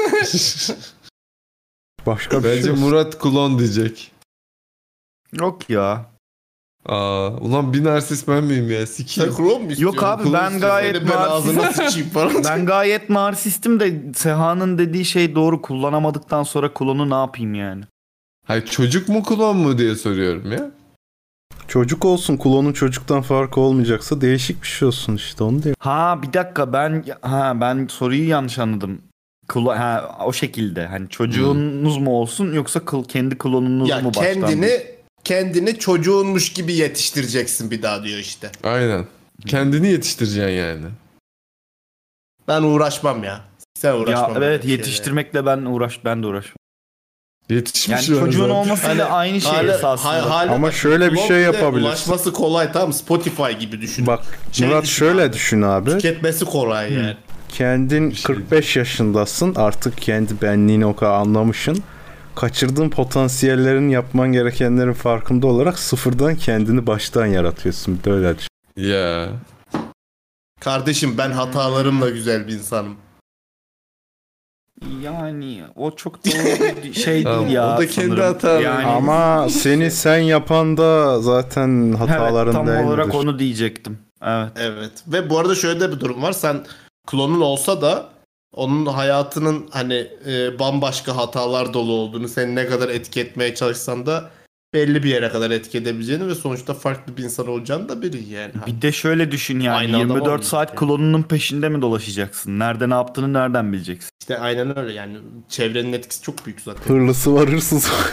Başka bir Bence şey olsun. Murat klon diyecek. Yok ya. Aa, ulan bir narsist ben miyim ya? Sikiyim. Sen klon mu istiyorsun? Yok abi, Klon ben istiyorsun. gayet Öyle ben ağzına narsist. sıçayım falan. Ben gayet narsistim de Seha'nın dediği şey doğru. Kullanamadıktan sonra klonu ne yapayım yani? Hayır, çocuk mu klon mu diye soruyorum ya. Çocuk olsun, klonun çocuktan farkı olmayacaksa değişik bir şey olsun işte, onu diyor. Ha bir dakika, ben ha ben soruyu yanlış anladım. Klo, ha o şekilde. Hani çocuğunuz mu olsun yoksa kıl, kendi klonunuz Ya mu baştan? kendini kendini çocuğunmuş gibi yetiştireceksin bir daha diyor işte. Aynen. Kendini yetiştireceksin yani. Ben uğraşmam ya. Sen uğraşmam. Ya evet yetiştirmekle ben uğraş ben de uğraşmam. Yetişmiş Yani çocuğun zaten. olmasıyla aynı şey Hala- esasında. hala- hala Ama bak, şöyle bir blog şey de yapabilirsin. Ulaşması kolay, tamam, Spotify gibi düşün. Bak Şey Murat düşün şöyle abi. düşün abi. Tüketmesi kolay yani. Kendin şey kırk beş yaşındasın. Artık kendi benliğini o kadar anlamışsın. Kaçırdığın potansiyellerin, yapman gerekenlerin farkında olarak sıfırdan kendini baştan yaratıyorsun. Bir de öyle düşün. Ya. Kardeşim ben hatalarımla güzel bir insanım. Yani o çok doğru bir şey Tamam, değil ya. o da kendi sanırım. hataları. Yani, Ama seni sen yapan da zaten hataların evet, tam değil olarak midir? onu diyecektim. Evet. Evet. Ve bu arada şöyle de bir durum var. Sen klonun olsa da onun hayatının hani e, bambaşka hatalar dolu olduğunu, seni ne kadar etki etmeye çalışsan da belli bir yere kadar etki edebileceğini ve sonuçta farklı bir insan olacağını da biri yani. Bir de şöyle düşün yani Aynı adam yirmi dört olmayacak saat yani. klonunun peşinde mi dolaşacaksın? Nerede ne yaptığını nereden bileceksin? İşte aynen öyle yani. Çevrenin etkisi çok büyük zaten. Hırlısı var hırsız var.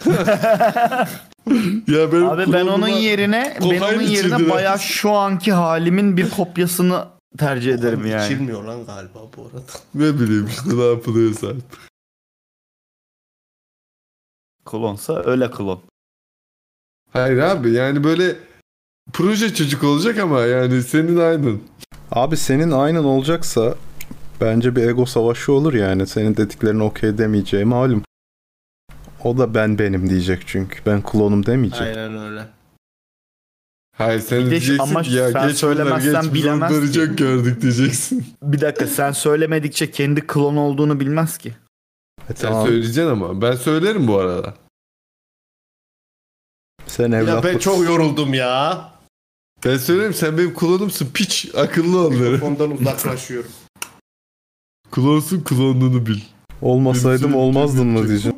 Ya benim Abi ben onun klonuma yerine ben kokain onun yerine içirdiler. bayağı şu anki halimin bir kopyasını tercih ederim yani. İçilmiyor lan galiba bu arada. Ne bileyim işte ne yapılıyorsa artık. Klonsa öyle klon. Hayır abi yani böyle proje çocuk olacak ama yani senin aynın. Abi senin aynen olacaksa bence bir ego savaşı olur yani. Senin dediklerini okey demeyeceği malum. O da ben benim diyecek çünkü. Ben klonum demeyecek. Aynen öyle. Hayır sen Bir de diyeceksin ama ki ya sen geç bunları söylemezsen geç biz bilemez onları ki. çok gördük diyeceksin. Bir dakika sen söylemedikçe kendi klon olduğunu bilmez ki. E Sen tamam. söyleyeceksin ama ben söylerim bu arada. Sen Ya ben evlatlık. çok yoruldum ya. Ben söylerim sen benim klonumsun piç akıllı onları. Mikrofondan uzaklaşıyorum. Klonsun klonluğunu bil. Olmasaydım Benim olmazdın mı söyleyeceğim- diyeceğim.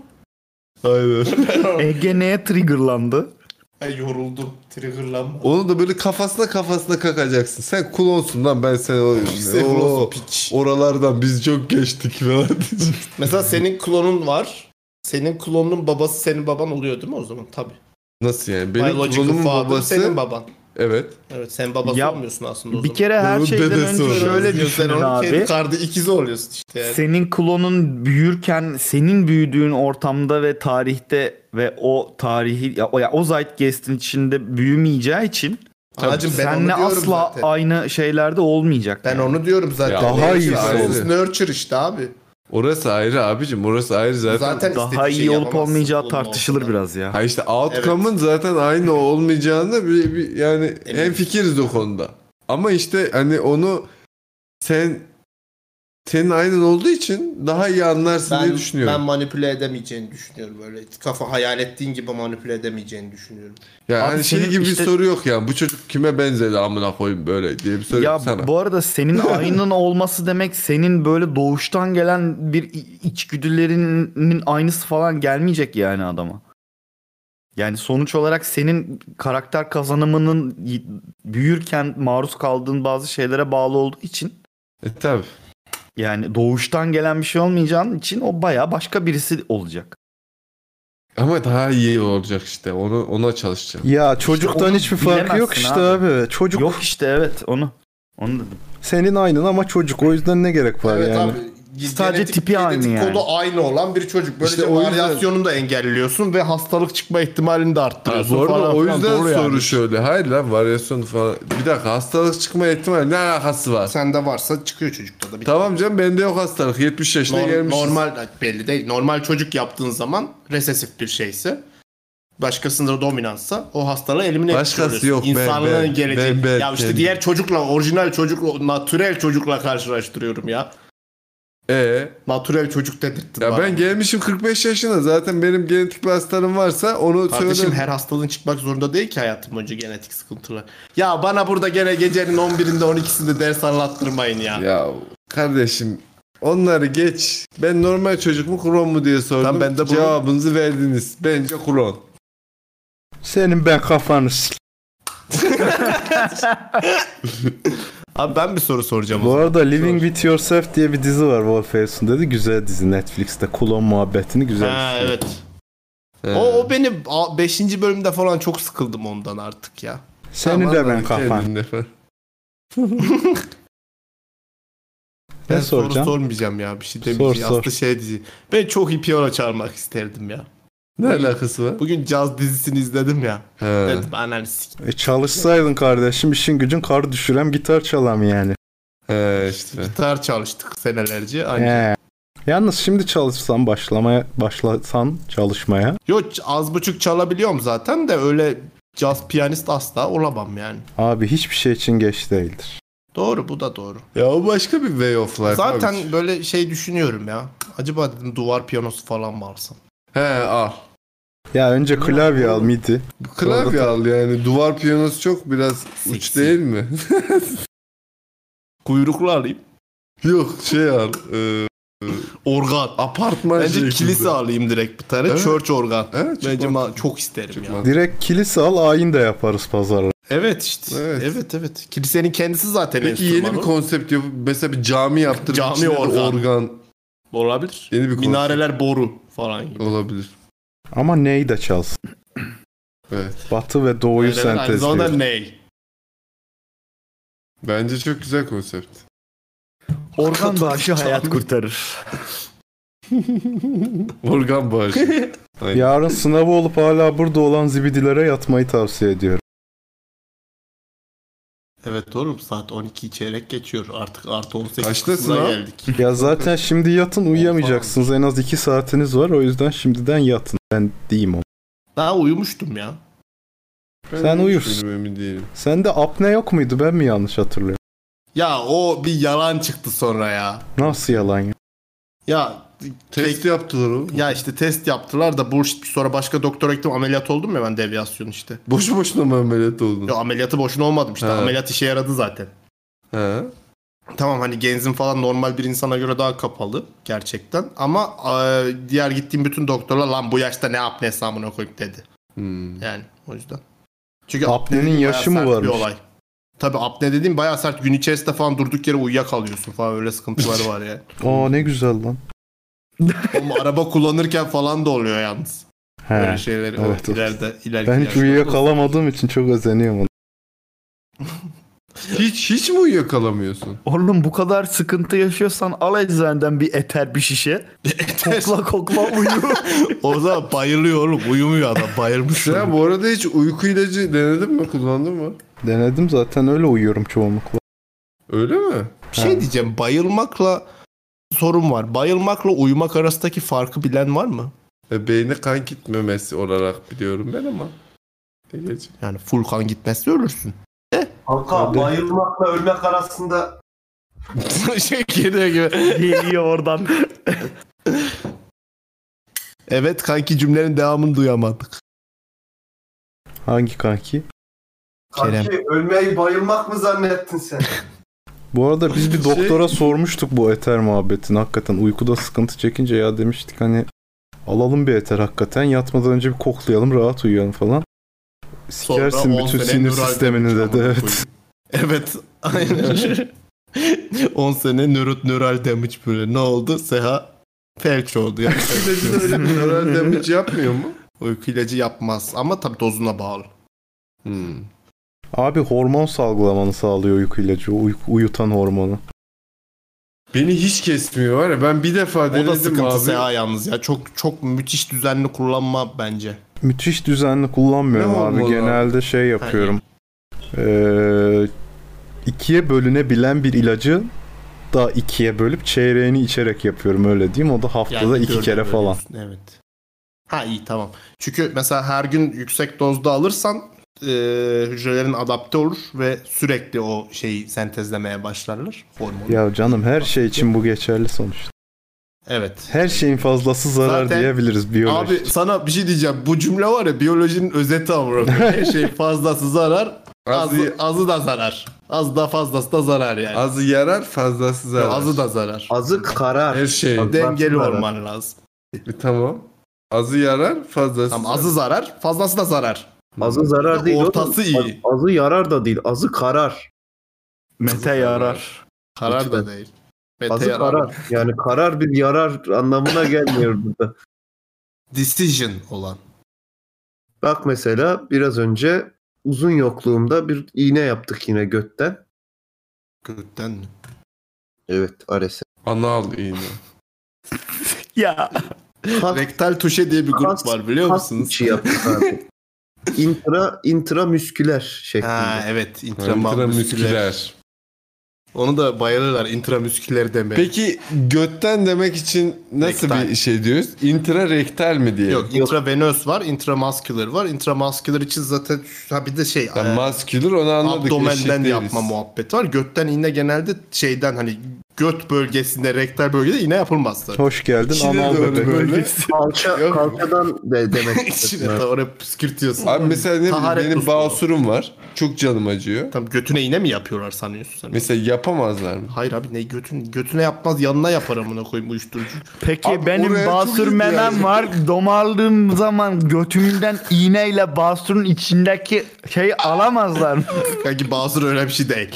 Aynen. Ege neye triggerlandı? Ben yoruldum. Triggerlanma. Onu da böyle kafasına kafasına kakacaksın. Sen klonsun lan ben sen o, Sen o- klonsun, piç. oralardan biz çok geçtik falan diyeceksin. Mesela senin klonun var. Senin klonun babası senin baban oluyor değil mi o zaman? Tabii. Nasıl yani? Benim Biological klonumun father babası senin baban. Evet. Evet sen babası Ya, olmuyorsun aslında o Bir zaman. kere her Onun şeyden dedesi önce oluyor. şöyle Sen düşünün onun kendi abi. kardı ikizi oluyorsun işte yani. Senin klonun büyürken senin büyüdüğün ortamda ve tarihte ve o tarihi ya o, ya o zeitgeist'in içinde büyümeyeceği için Anacım ben seninle onu diyorum asla zaten. aynı şeylerde olmayacak. Ben yani. onu diyorum zaten. Ya, daha Nurture, iyisi ayrı. olur. Nurture işte abi. Orası ayrı abicim. Orası ayrı zaten. Zaten Daha istediği iyi şeyi olup yapamazsın olmayacağı klonun tartışılır ortadan. biraz ya. Ha işte outcome'ın zaten aynı olmayacağını bir, bir yani Eminim. hem fikiriz o konuda. Ama işte hani onu sen senin aynen olduğu için daha iyi anlarsın diye Ben, düşünüyorum. ben manipüle edemeyeceğini düşünüyorum böyle. Kafa hayal ettiğin gibi manipüle edemeyeceğini düşünüyorum. Ya Abi hani şey senin gibi işte- bir soru yok ya. Bu çocuk kime benzedi amına koyayım böyle diye bir soru Ya yok sana. bu arada senin aynın olması demek senin böyle doğuştan gelen bir i- içgüdülerinin aynısı falan gelmeyecek yani adama. Yani sonuç olarak senin karakter kazanımının y- büyürken maruz kaldığın bazı şeylere bağlı olduğu için E tabi. yani doğuştan gelen bir şey olmayacağın için o baya başka birisi olacak. Ama daha iyi olacak işte. Onu ona çalışacağım. Ya çocuktan onu hiçbir farkı yok bilemezsin işte abi. abi. Çocuk Yok işte evet onu. Onu dedim. senin aynen ama çocuk. O yüzden ne gerek var Evet yani? abi. Sadece genetik- tipi aynı genetik yani. kodu aynı olan bir çocuk. Böylece İşte o yüzden- varyasyonunu da engelliyorsun ve hastalık çıkma ihtimalini de Ha, arttırıyorsun bu arada falan o filan. yüzden Doğru soru yani. şöyle. Hayır lan varyasyon falan. Bir dakika hastalık çıkma ihtimali ne alakası var? Sende varsa çıkıyor çocukta da. Bir Tamam canım bende yok hastalık. yetmiş yaşına Norm- gelmişiz. normal belli değil. Normal çocuk yaptığın zaman resesif bir şeyse, başkasında dominanssa o hastalığı elimine Başkası ettiriyorsun. yok, ben- İnsanlığın ben- geleceği. ben- ben ya işte kendim. diğer çocukla, orijinal çocukla, natürel çocukla karşılaştırıyorum ya. Ee, Natürel çocuk dedirttin ya bana. ben gelmişim kırk beş yaşına. Zaten benim genetik bir hastalığım varsa onu Kardeşim söylerim. her hastalığın çıkmak zorunda değil ki hayatım boyunca genetik sıkıntılar. Ya bana burada gene gecenin on birinde on ikisinde ders anlattırmayın ya. Ya kardeşim onları geç. Ben normal çocuk mu klon mu diye sordum. Tamam, ben de bunu- Cevabınızı verdiniz. Bence klon. Senin ben kafanı s- Abi ben bir soru soracağım. Bu o zaman. arada Living With Yourself diye bir dizi var Wolf Harrison dedi. Güzel dizi Netflix'te. Klon muhabbetini güzel. Ha, işliyor. evet. He. O, o benim beşinci bölümde falan çok sıkıldım ondan artık ya. Seni Tamam, de ben hadi kafan. kendin de falan. Ben Ne soru soracaksın? sormayacağım ya. Bir şey Sor, demeyeceğim. sor. Aslında şey diyeceğim. Ben çok iyi piyano çalmak isterdim ya. Ne alakası var? Bugün caz dizisini izledim ya. He. Dedim ananı sik. E çalışsaydın kardeşim, işin gücün kar düşürem gitar çalam yani. He işte. Gitar çalıştık senelerce. Ancak. He. Yalnız şimdi çalışsan başlamaya başlasan çalışmaya. Yok az buçuk çalabiliyorum zaten de öyle caz piyanist asla olamam yani. Abi hiçbir şey için geç değildir. Doğru bu da doğru. Ya o başka bir way of life. Zaten abi. böyle şey düşünüyorum ya. Acaba dedim duvar piyanosu falan mı alsam? He al. Ya önce klavye al midi. Klavye al yani. Duvar piyanosu çok biraz uç Seksi. değil mi? Kuyruklu alayım. Yok şey al. E, Organ. apartman Bence şeklinde. kilise alayım direkt bir tane. Evet. Church organ. Evet, çok Bence mantıklı. ma- çok isterim ya. mantıklı. Direkt kilise al, ayin de yaparız pazarla. Evet işte. Evet. Evet. evet Kilisenin kendisi zaten Peki enstrümanı. yeni bir konsept yapıp mesela bir cami yaptırıp Cami içine de organ. organ Olabilir. Yeni bir konsept. Minareler boru falan gibi. olabilir. Ama neyi de çalsın. Evet. Batı ve doğuyu Minareler aynı zamanda sentezliyor. ney? Bence çok güzel konsept. Organ bağışı hayat kurtarır. Organ bağışı. Aynen. Yarın sınavı olup hala burada olan zibidilere yatmayı tavsiye ediyorum. Evet oğlum saat on iki çeyrek geçiyor. Artık artı on sekiz Kaçta kısmına sınav? geldik. Ya zaten şimdi yatın, uyuyamayacaksınız. En az iki saatiniz var. O yüzden şimdiden yatın. Ben diyeyim onu. Daha uyumuştum ya. Ben Sen hiç uyursun. emin değilim. Sende apne yok muydu? Ben mi yanlış hatırlıyorum? Ya o bir yalan çıktı sonra ya. Nasıl yalan ya? Ya Test yaptılar o. ya işte test yaptılar da bullshit. Sonra başka doktora gittim, ameliyat oldum ya ben, devyasyon işte. Boşu boşuna mı ameliyat oldun? Ya ameliyatı boşuna olmadım işte. He. Ameliyat işe yaradı zaten. He. Tamam hani genzim falan normal bir insana göre daha kapalı gerçekten. Ama e, diğer gittiğim bütün doktorlar lan bu yaşta ne apnesi amına koyup dedi. Hmm. Yani o yüzden. Çünkü Apnenin apne dediğim yaşı bayağı mı sert bir varmış? olay. Tabii apne dediğim bayağı sert. Gün içerisinde falan durduk yere uyuyakalıyorsun falan, öyle sıkıntıları var yani. Aa ne güzel lan. Ama araba kullanırken falan da oluyor yalnız. He. Böyle şeyleri evet, o evet. ileride ileriki Ben hiç yaşlarda uyuyakalamadığım için çok özeniyorum ona. Hiç hiç mi uyuyakalamıyorsun? Oğlum bu kadar sıkıntı yaşıyorsan al eczaneden bir eter bir şişe. kokla kokla uyu. O zaman bayılıyor oğlum. Uyumuyor adam. Bayılmış. Sen bu arada hiç uyku ilacı denedin mi? Kullandın mı? Denedim zaten, öyle uyuyorum çoğunlukla. Öyle mi? Bir şey diyeceğim. Bayılmakla sorun var. Bayılmakla uyumak arasındaki farkı bilen var mı? E, beyne kan gitmemesi olarak biliyorum ben ama. Egeciğim. Yani full kan gitmezse ölürsün. Kanka bayılmakla ölmek arasında şey geliyor gibi. Geliyor oradan. Evet kanki, cümlenin devamını duyamadık. Hangi kanki? kanki ölmeyi bayılmak mı zannettin sen? Bu arada biz bir Şey- doktora sormuştuk bu eter muhabbetini. Hakikaten uykuda sıkıntı çekince ya demiştik hani alalım bir eter hakikaten. Yatmadan önce bir koklayalım, rahat uyuyalım falan. Sikersin Sonra on bütün sene sinir nöral sistemini damage dedi. amına Evet. koyayım. Evet. Aynen. on sene nöro, nöral damage böyle. Ne oldu? Seha felç oldu. Yani. İlacı öyle bir nöral damage yapmıyor mu? Uyku ilacı yapmaz ama tabii dozuna bağlı. Hmm. Abi hormon salgılamanı sağlıyor uyku ilacı. Uyku, uyutan hormonu. Beni hiç kesmiyor var ya, ben bir defa O denedim da sıkıntı abi. Seha yalnız ya. Çok çok müthiş düzenli kullanma bence. Müthiş düzenli kullanmıyorum Ne abi. hormonu Genelde şey yapıyorum. Ee, ikiye bölünebilen bir ilacı da ikiye bölüp çeyreğini içerek yapıyorum, öyle diyeyim. O da haftada Yani iki dörde kere falan. bölüyorsun, evet. Ha iyi tamam. Çünkü mesela her gün yüksek dozda alırsan e, hücrelerin adapte olur ve sürekli o şeyi sentezlemeye başlarlar. Hormonu. Ya canım her şey için bu geçerli sonuçta. Evet. Her şeyin fazlası zarar Zaten- diyebiliriz biyoloji. Abi sana bir şey diyeceğim. Bu cümle var ya, biyolojinin özeti ama. Her şey fazlası zarar, azı, Azı, azı da zarar. Az da fazlası da zarar yani. azı yarar, fazlası zarar. Azı da zarar. Azı karar. Her şey. Az- Dengeli zarar. olman lazım. E, tamam. Azı yarar, fazlası Tamam, zarar. azı zarar, fazlası da zarar. Azı zarar değil. Ortası oğlum. iyi. Az- Azı yarar da değil. Azı karar. Mete yarar. Karar da değil. Mete Azı yarar. karar. Yani karar bir yarar anlamına gelmiyor burada. Decision olan. Bak mesela biraz önce uzun yokluğumda bir iğne yaptık yine götten. Gökten mi? Evet, Ares'e. Anal iğne. Ya. Rektal tuşe diye bir grup var biliyor musunuz? Kas yaptık abi. Intra, intramüsküler şeklinde. Ha evet, Intramüsküler. intramüsküler. Onu da bayılırlar intramüsküler demeye. Peki götten demek için nasıl Rektal. bir şey diyoruz? Intrarektal mi diye? Yok, intravenöz var, intramasküler var. Intramasküler için zaten ha bir de şey Yani e, masküler onu anladık. abdomenden eşek değiliz. yapma muhabbeti var. Götten iğne genelde şeyden hani göt bölgesinde, rektal bölgede iğne yapılmaz zaten. Hoş geldin İçine anal doğru bebek. böyle. Kalça, Yok. kalçadan de demek İçine istedim. de oraya püskürtüyorsun. Abi mesela ne bileyim, Taharet benim usulü. basurum var. Çok canım acıyor. Tam götüne iğne mi yapıyorlar sanıyorsun sen? Mesela yapamazlar mı? Hayır abi ne götün götüne yapmaz, yanına yapar amına koyayım uyuşturucu. Peki Abi benim oraya çok basur iyi memem yani. var. Domarladığım zaman götümden iğneyle basurun içindeki şeyi alamazlar mı? Kanki basur öyle bir şey değil.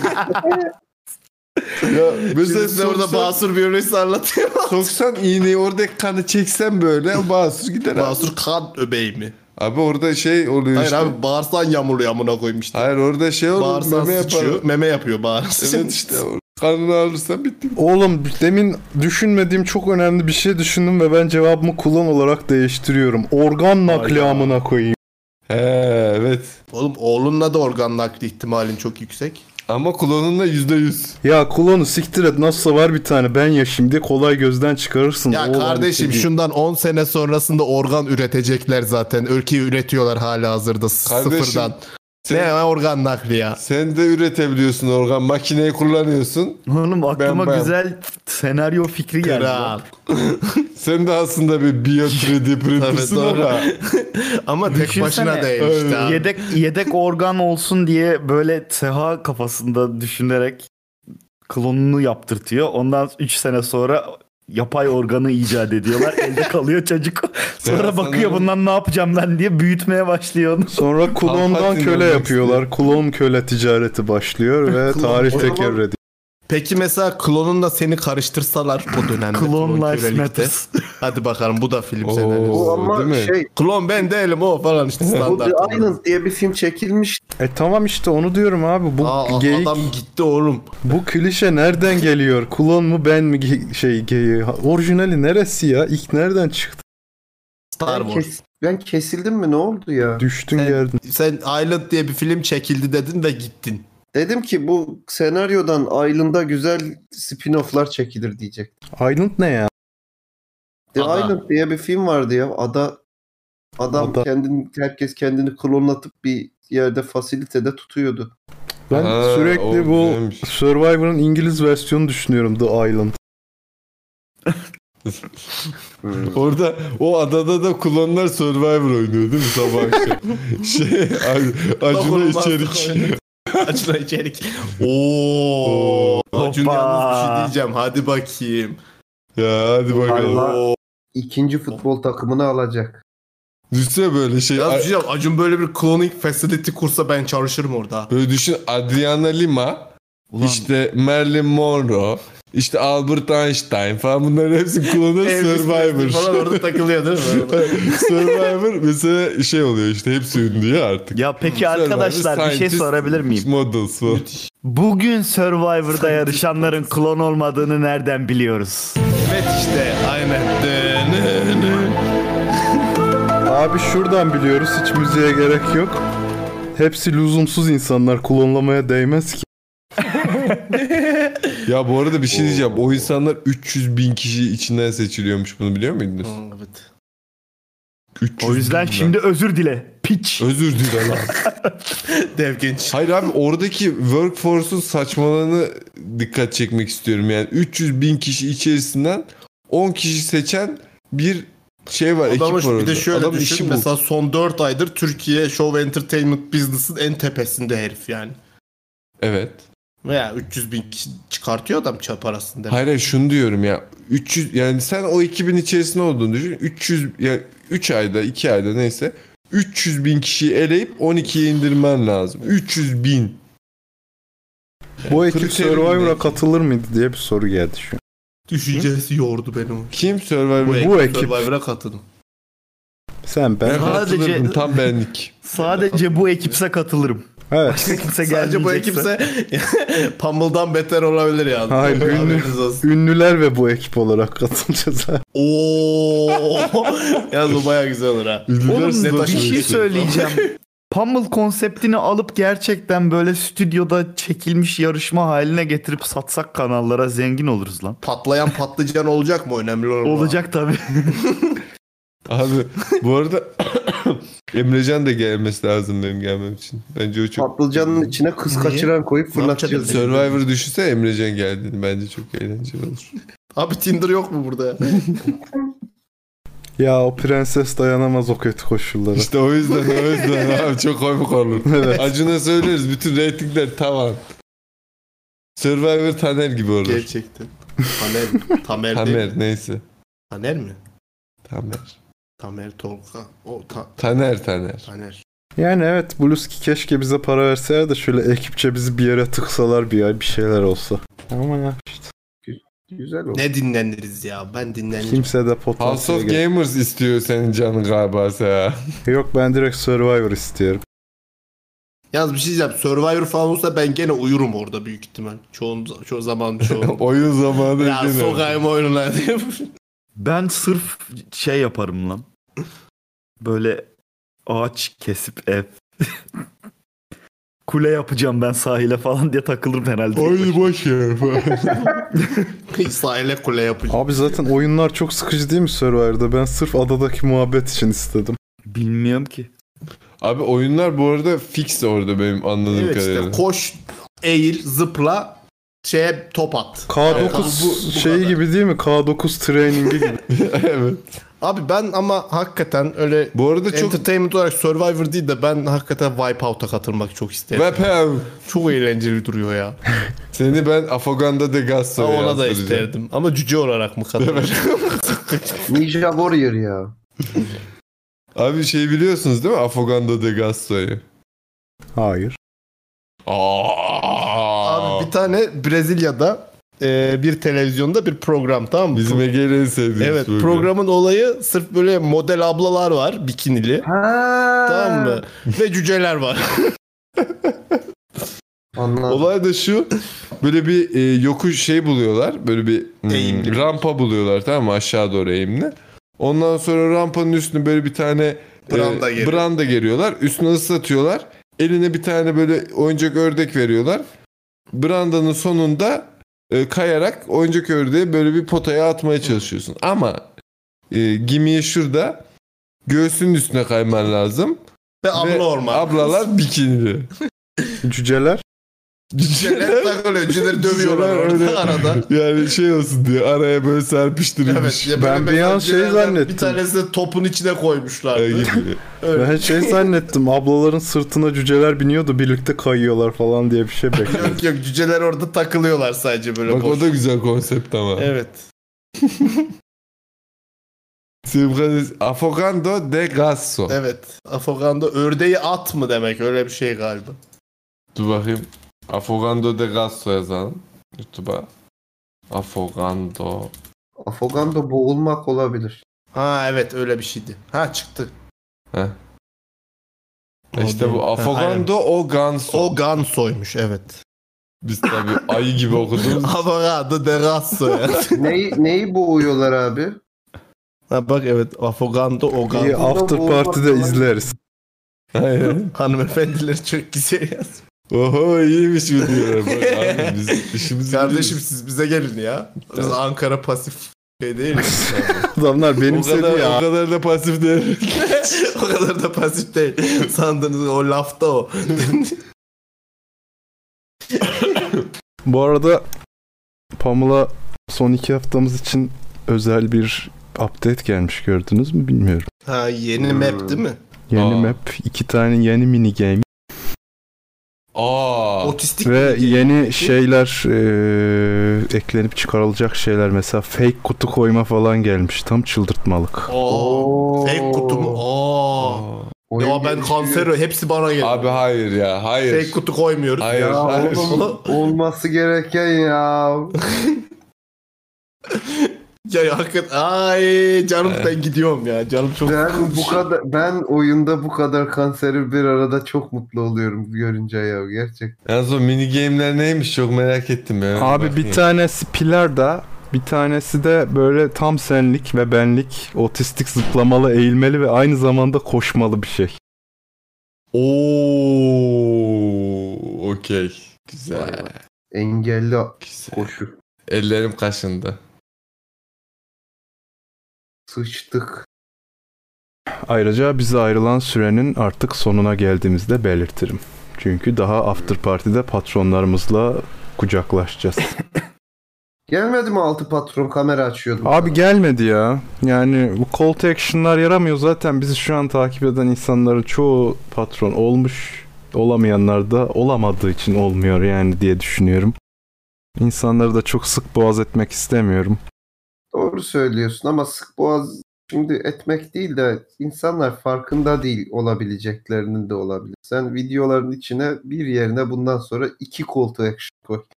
Ya mesela Şimdi size orada soksan, basur biyolojisi anlatıyor. soksan iğneyi oradaki kanı çeksen böyle o basur gider abi. Basur kan öbeği mi? Abi orada şey oluyor Hayır işte. abi bağırsan yamuluyor amına koyayım işte. Hayır orada şey olur. Bağırsan Meme sıçıyor. yapar. Meme yapıyor bağırsan. Evet işte o kanını alırsan bitti. Oğlum demin düşünmediğim çok önemli bir şey düşündüm ve ben cevabımı kullan olarak değiştiriyorum. Organ nakli Hayda. amına koyayım. He evet. Oğlum oğlunla da organ nakli ihtimalin çok yüksek. Ama klonunla yüzde yüz. Ya klonu siktir et, nasılsa var bir tane, ben yaşayayım diye kolay gözden çıkarırsın. Ya Oğlan kardeşim istediği- şundan on sene sonrasında organ üretecekler zaten. Ülkeyi üretiyorlar hala hazırda Kardeşim, sıfırdan. sen- Ne organ nakli ya? Sen de üretebiliyorsun organ. Makineyi kullanıyorsun. Oğlum aklıma Ben- ben- güzel senaryo fikri geldi. Kral. Sen de aslında bir bio üç D printer'sın doğru. ama. Ama tek Düşünsene, başına değil işte abi. Yedek yedek organ olsun diye böyle Seha kafasında düşünerek klonunu yaptırtıyor. Ondan üç sene sonra yapay organı icat ediyorlar. Elde kalıyor çocuk. Sonra Seha bakıyor sanırım- bundan ne yapacağım ben diye büyütmeye başlıyor onu. Sonra klondan Palpatine köle olmak yapıyorlar. Klon köle ticareti başlıyor ve Klon- tarih O zaman- tekerrür ediyor. Peki mesela klonunla seni karıştırsalar o dönemde. Clone Lives kölelikte. Matters. Hadi bakalım bu da film Oo. senaryosu. Bu ama değil mi? şey, Klon ben değilim o falan işte bu standart. The Island diye bir film çekilmiş. E tamam işte onu diyorum abi. Bu Aa, geyik, adam gitti oğlum. bu klişe nereden geliyor? Klon mu ben mi ge- şey geyiği? Ha, orijinali neresi ya? İlk nereden çıktı? Star Ben, Wars. kes- ben kesildim mi, ne oldu ya? Düştün Sen- geldin. Sen Island diye bir film çekildi dedin ve gittin. Dedim ki bu senaryodan Island'a güzel spin-off'lar çekilir diyecek. Island ne ya? The Ada. Island diye bir film vardı ya. Ada adam Ada. kendini herkes kendini klonlatıp bir yerde fasilitede tutuyordu. Ben Ha, sürekli o bu güzelmiş. Survivor'ın İngiliz versiyonu düşünüyorum, The Island. Orada o adada da klonlar Survivor oynuyor değil mi sabah akşam? şey Ac- Acun'a Dokunulmazlık içerik. oyunu. Acun'a içerik. Oo. Acun Hoppa. yalnız bir şey diyeceğim. Hadi bakayım. Ya hadi bakalım. Allah ikinci futbol takımını alacak. Düşünsene böyle şey. Ya diyeceğim, Acun böyle bir cloning facility kursa ben çalışırım orada. Böyle düşün, Adriana Lima, işte Marilyn Monroe, işte Albert Einstein falan, bunların hepsi klonu Survivor. Falan orada takılıyor değil mi? Survivor mesela şey oluyor işte, hepsi ünlü ya artık. Ya peki Survivor, arkadaşlar bir şey scientist, sorabilir miyim? Models falan. Bugün Survivor'da yarışanların klon olmadığını nereden biliyoruz? Evet işte aynen. Abi şuradan biliyoruz, hiç müziğe gerek yok. Hepsi lüzumsuz insanlar, klonlamaya değmez ki. Ya bu arada bir şey diyeceğim. O insanlar üç yüz bin kişi içinden seçiliyormuş, bunu biliyor muydunuz? Evet. üç yüz O yüzden bin şimdi özür dile. Piç. Özür dile lan. Dev genç. Hayır abi, oradaki workforce'un saçmalığını dikkat çekmek istiyorum. Yani üç yüz bin kişi içerisinden on kişi seçen bir şey var, ekip var Adamın bir orada. de şöyle Adamın düşün. işi bu. Mesela son dört aydır Türkiye Show Entertainment Business'ın en tepesinde herif yani. Evet. Veya üç yüz bin kişi çıkartıyor adam çöp arasında. Hayır hayır, şunu diyorum ya. üç yüz, yani sen o ekibin içerisinde olduğunu düşün. üç yüz, yani üç ayda iki ayda neyse üç yüz bin kişiyi eleyip on ikiye indirmen lazım. üç yüz bin. Bu ekip kriterim Survivor'a ne? katılır mıydı diye bir soru geldi şu an. Düşüncesi yordu beni o. Kim Survivor? Bu, Bu ekip, ekip. Survivor'a katıldım. Sen ben Ben Sadece- katılırdım, tam benlik. Sadece bu ekipse katılırım. Evet. Başka kimse Sadece bu gelmeyecekse. ekipse Pummle'dan beter olabilir yani. Hayır, ünlü, Haberiniz olsun. ünlüler ve bu ekip olarak katılacağız. Oo. Yalnız bu baya güzel olur ha. Oğlum Ne bir taşı- şey söyleyeceğim. Pummel konseptini alıp gerçekten böyle stüdyoda çekilmiş yarışma haline getirip satsak kanallara zengin oluruz lan. Patlayan patlıcan olacak mı? Önemli olan. Olacak tabii. Abi bu arada Emrecan da gelmesi lazım benim gelmem için. Bence o çok... Patlıcanın içine kız Niye? kaçıran koyup Ne yapacak? fırlatacağız. Survivor düşünse Emrecan geldiğini bence çok eğlenceli olur. Abi Tinder yok mu burada ya? Ya o prenses dayanamaz o kötü koşullara. İşte o yüzden o yüzden abi çok komik olur. Evet. Acun'a söyleriz bütün reytingler tavan. Survivor Taner gibi olur. Gerçekten. Tamer. Tamer değil mi? Tamer neyse. Taner mi? Tamer. Tamer Tolga. O ta- Taner Taner. Taner. Yani evet, Blueski keşke bize para verseler de şöyle ekipçe bizi bir yere tıksalar, bir ay bir şeyler olsa. Ama ya işte. Güzel oldu. Ne dinleniriz ya? Ben dinlenirim. Kimse de House potansiyel of gel- Gamers istiyor senin canın galiba ya. Yok, ben direkt Survivor istiyorum. Yalnız bir şey diyeceğim. Survivor falan olsa ben gene uyurum orada büyük ihtimal. Çoğun, çoğu zaman çoğu. Oyun zamanı Ya gene. sokayım oyununa diye. Ben sırf şey yaparım lan. Böyle ağaç kesip ev. Kule yapacağım ben sahile falan diye takılırım herhalde. Oyunu boş ver. Sahile kule yapacağım. Abi zaten oyunlar çok sıkıcı değil mi Survivor'da? Ben sırf adadaki muhabbet için istedim. Bilmiyorum ki. Abi oyunlar bu arada fix orada benim anladığım Evet kadarıyla. işte koş, eğil, zıpla, şeye top at. K dokuz Evet, bu- bu şeyi kadar. gibi değil mi? K dokuz training'i gibi. Evet. Abi ben ama hakikaten öyle Bu arada çok entertainment olarak Survivor değil de ben hakikaten Wipeout'a katılmak çok isterim. Vapem. Çok eğlenceli duruyor ya. Seni ben Afoganda de Ama Gasso'ya ona da yazdıracağım. isterdim. Ama cüce olarak mı katılır? Ninja Warrior ya. Abi şey biliyorsunuz değil mi? Afoganda de Gasso'yu. Hayır. Aa. Abi bir tane Brezilya'da e, bir televizyonda bir program, tamam mı? Bizim Ege'nin en sevdiğimiz Evet, program. programın olayı sırf böyle model ablalar var, bikinili. Ha. Tamam mı? Ve cüceler var. Anladım. Olay da şu. Böyle bir e, yokuş şey buluyorlar. Böyle bir hmm, Eğimli. rampa buluyorlar, tamam mı? Aşağı doğru eğimli. Ondan sonra rampanın üstüne böyle bir tane Branda e, geliyor. branda geriyorlar. Üstüne ıslatıyorlar. Eline bir tane böyle oyuncak ördek veriyorlar. Brandanın sonunda e, kayarak oyuncak ördeği böyle bir potaya atmaya çalışıyorsun. Ama e, gimiye şurada göğsünün üstüne kayman lazım. Ve abla orman. Ablalar bikinili. Cüceler. Cüceler takılıyor. Cüceleri dövüyorlar Cüceler orada öyle- arada. Yani şey olsun diye araya böyle serpiştirilmiş. Evet. ya Ben böyle bir an mesela şey cücelerden zannettim. Bir tanesi topun içine koymuşlardı. Ay gibi. Öyle. Ben şey zannettim, ablaların sırtına cüceler biniyordu, birlikte kayıyorlar falan diye bir şey bekliyorum. Yok yok, cüceler orada takılıyorlar sadece böyle. Bak boş. o da güzel konsept ama. Evet. Simkaniz Afogando de Gasso. Evet. Afoganda ördeği at mı demek, öyle bir şey galiba. Dur bakayım. Afogando de Gasso yazalım. YouTube'a. Afogando. Afogando boğulmak olabilir. Ha evet, öyle bir şeydi. Ha çıktı. Heh. İşte bu Afogando o Ganso. O Ganso'ymuş, evet. Biz tabii ayı gibi okuduğumuz. Afogando de Gasso ya. neyi, neyi boğuyorlar abi? Ha bak evet, Afogando o İyi, Ganso. after party'de izleriz. Aynen. Hanımefendiler çok güzel yaz. Oho iyiymiş bu diyorlar. Bak abi biz işimizi Kardeşim biliyoruz. siz bize gelin ya. Biz Ankara pasif şey değil miyiz? Adamlar O benimsedi kadar, ya. o kadar da pasif değil. O kadar da pasif değil. Sandığınız o lafta o. Bu arada Pamela son iki haftamız için özel bir update gelmiş, gördünüz mü bilmiyorum. Ha yeni map değil mi? Yeni Aa. map, iki tane yeni mini game Aa. Otistik ve bir- yeni şeyler eee, eklenip çıkarılacak şeyler, mesela fake kutu koyma falan gelmiş, tam çıldırtmalık. Oo. Fake kutu mu? Aa. Oyun Ya ben gelişiyor. kanser, hepsi bana geliyor. Abi hayır ya hayır. Fake kutu koymuyoruz. Hayır. Ya hayır. oğlum olması gereken ya. Ya hakikaten ay canım ben gidiyorum ya. Canım çok Ben sıkılmış. bu kadar ben oyunda bu kadar kanseri bir arada çok mutlu oluyorum görünce ya gerçekten. Yalnız o mini game'ler neymiş çok merak ettim ya. Abi bir Bakayım. tanesi Pilar'da, bir tanesi de böyle tam senlik ve benlik, otistik, zıplamalı, eğilmeli ve aynı zamanda koşmalı bir şey. Oo, okey. Güzel. Engelli Güzel. koşu. Ellerim kaşındı. Sıçtık. Ayrıca bize ayrılan sürenin artık sonuna geldiğimizde belirtirim. Çünkü daha after party'de patronlarımızla kucaklaşacağız. Gelmedi mi altı patron kamera açıyordum. Abi gelmedi ya. Yani bu call to action'lar yaramıyor. Zaten bizi şu an takip eden insanların çoğu patron olmuş. Olamayanlar da olamadığı için olmuyor yani diye düşünüyorum. İnsanları da çok sık boğaz etmek istemiyorum. Doğru söylüyorsun ama sık boğaz şimdi etmek değil de insanlar farkında değil olabileceklerinin de olabilir. Sen videoların içine bir yerine bundan sonra iki call to action koy.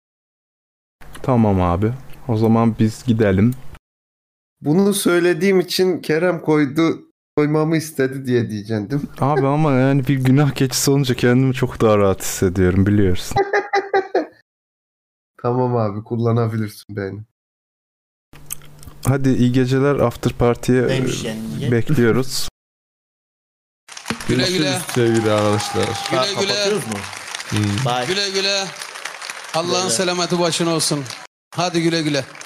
Tamam abi. O zaman biz gidelim. Bunu söylediğim için Kerem koydu, koymamı istedi diye diyeceksin değil mi? Abi ama yani bir günah keçisi olunca kendimi çok daha rahat hissediyorum biliyorsun. Tamam abi kullanabilirsin beni. Hadi iyi geceler, after party'ye Neymiş yani? bekliyoruz. Güle güle. Sevgili arkadaşlar. Ha, Güle güle. kapatıyoruz mu? Hmm. Bye. Güle güle. Allah'ın Güle. selameti başına olsun. Hadi güle güle.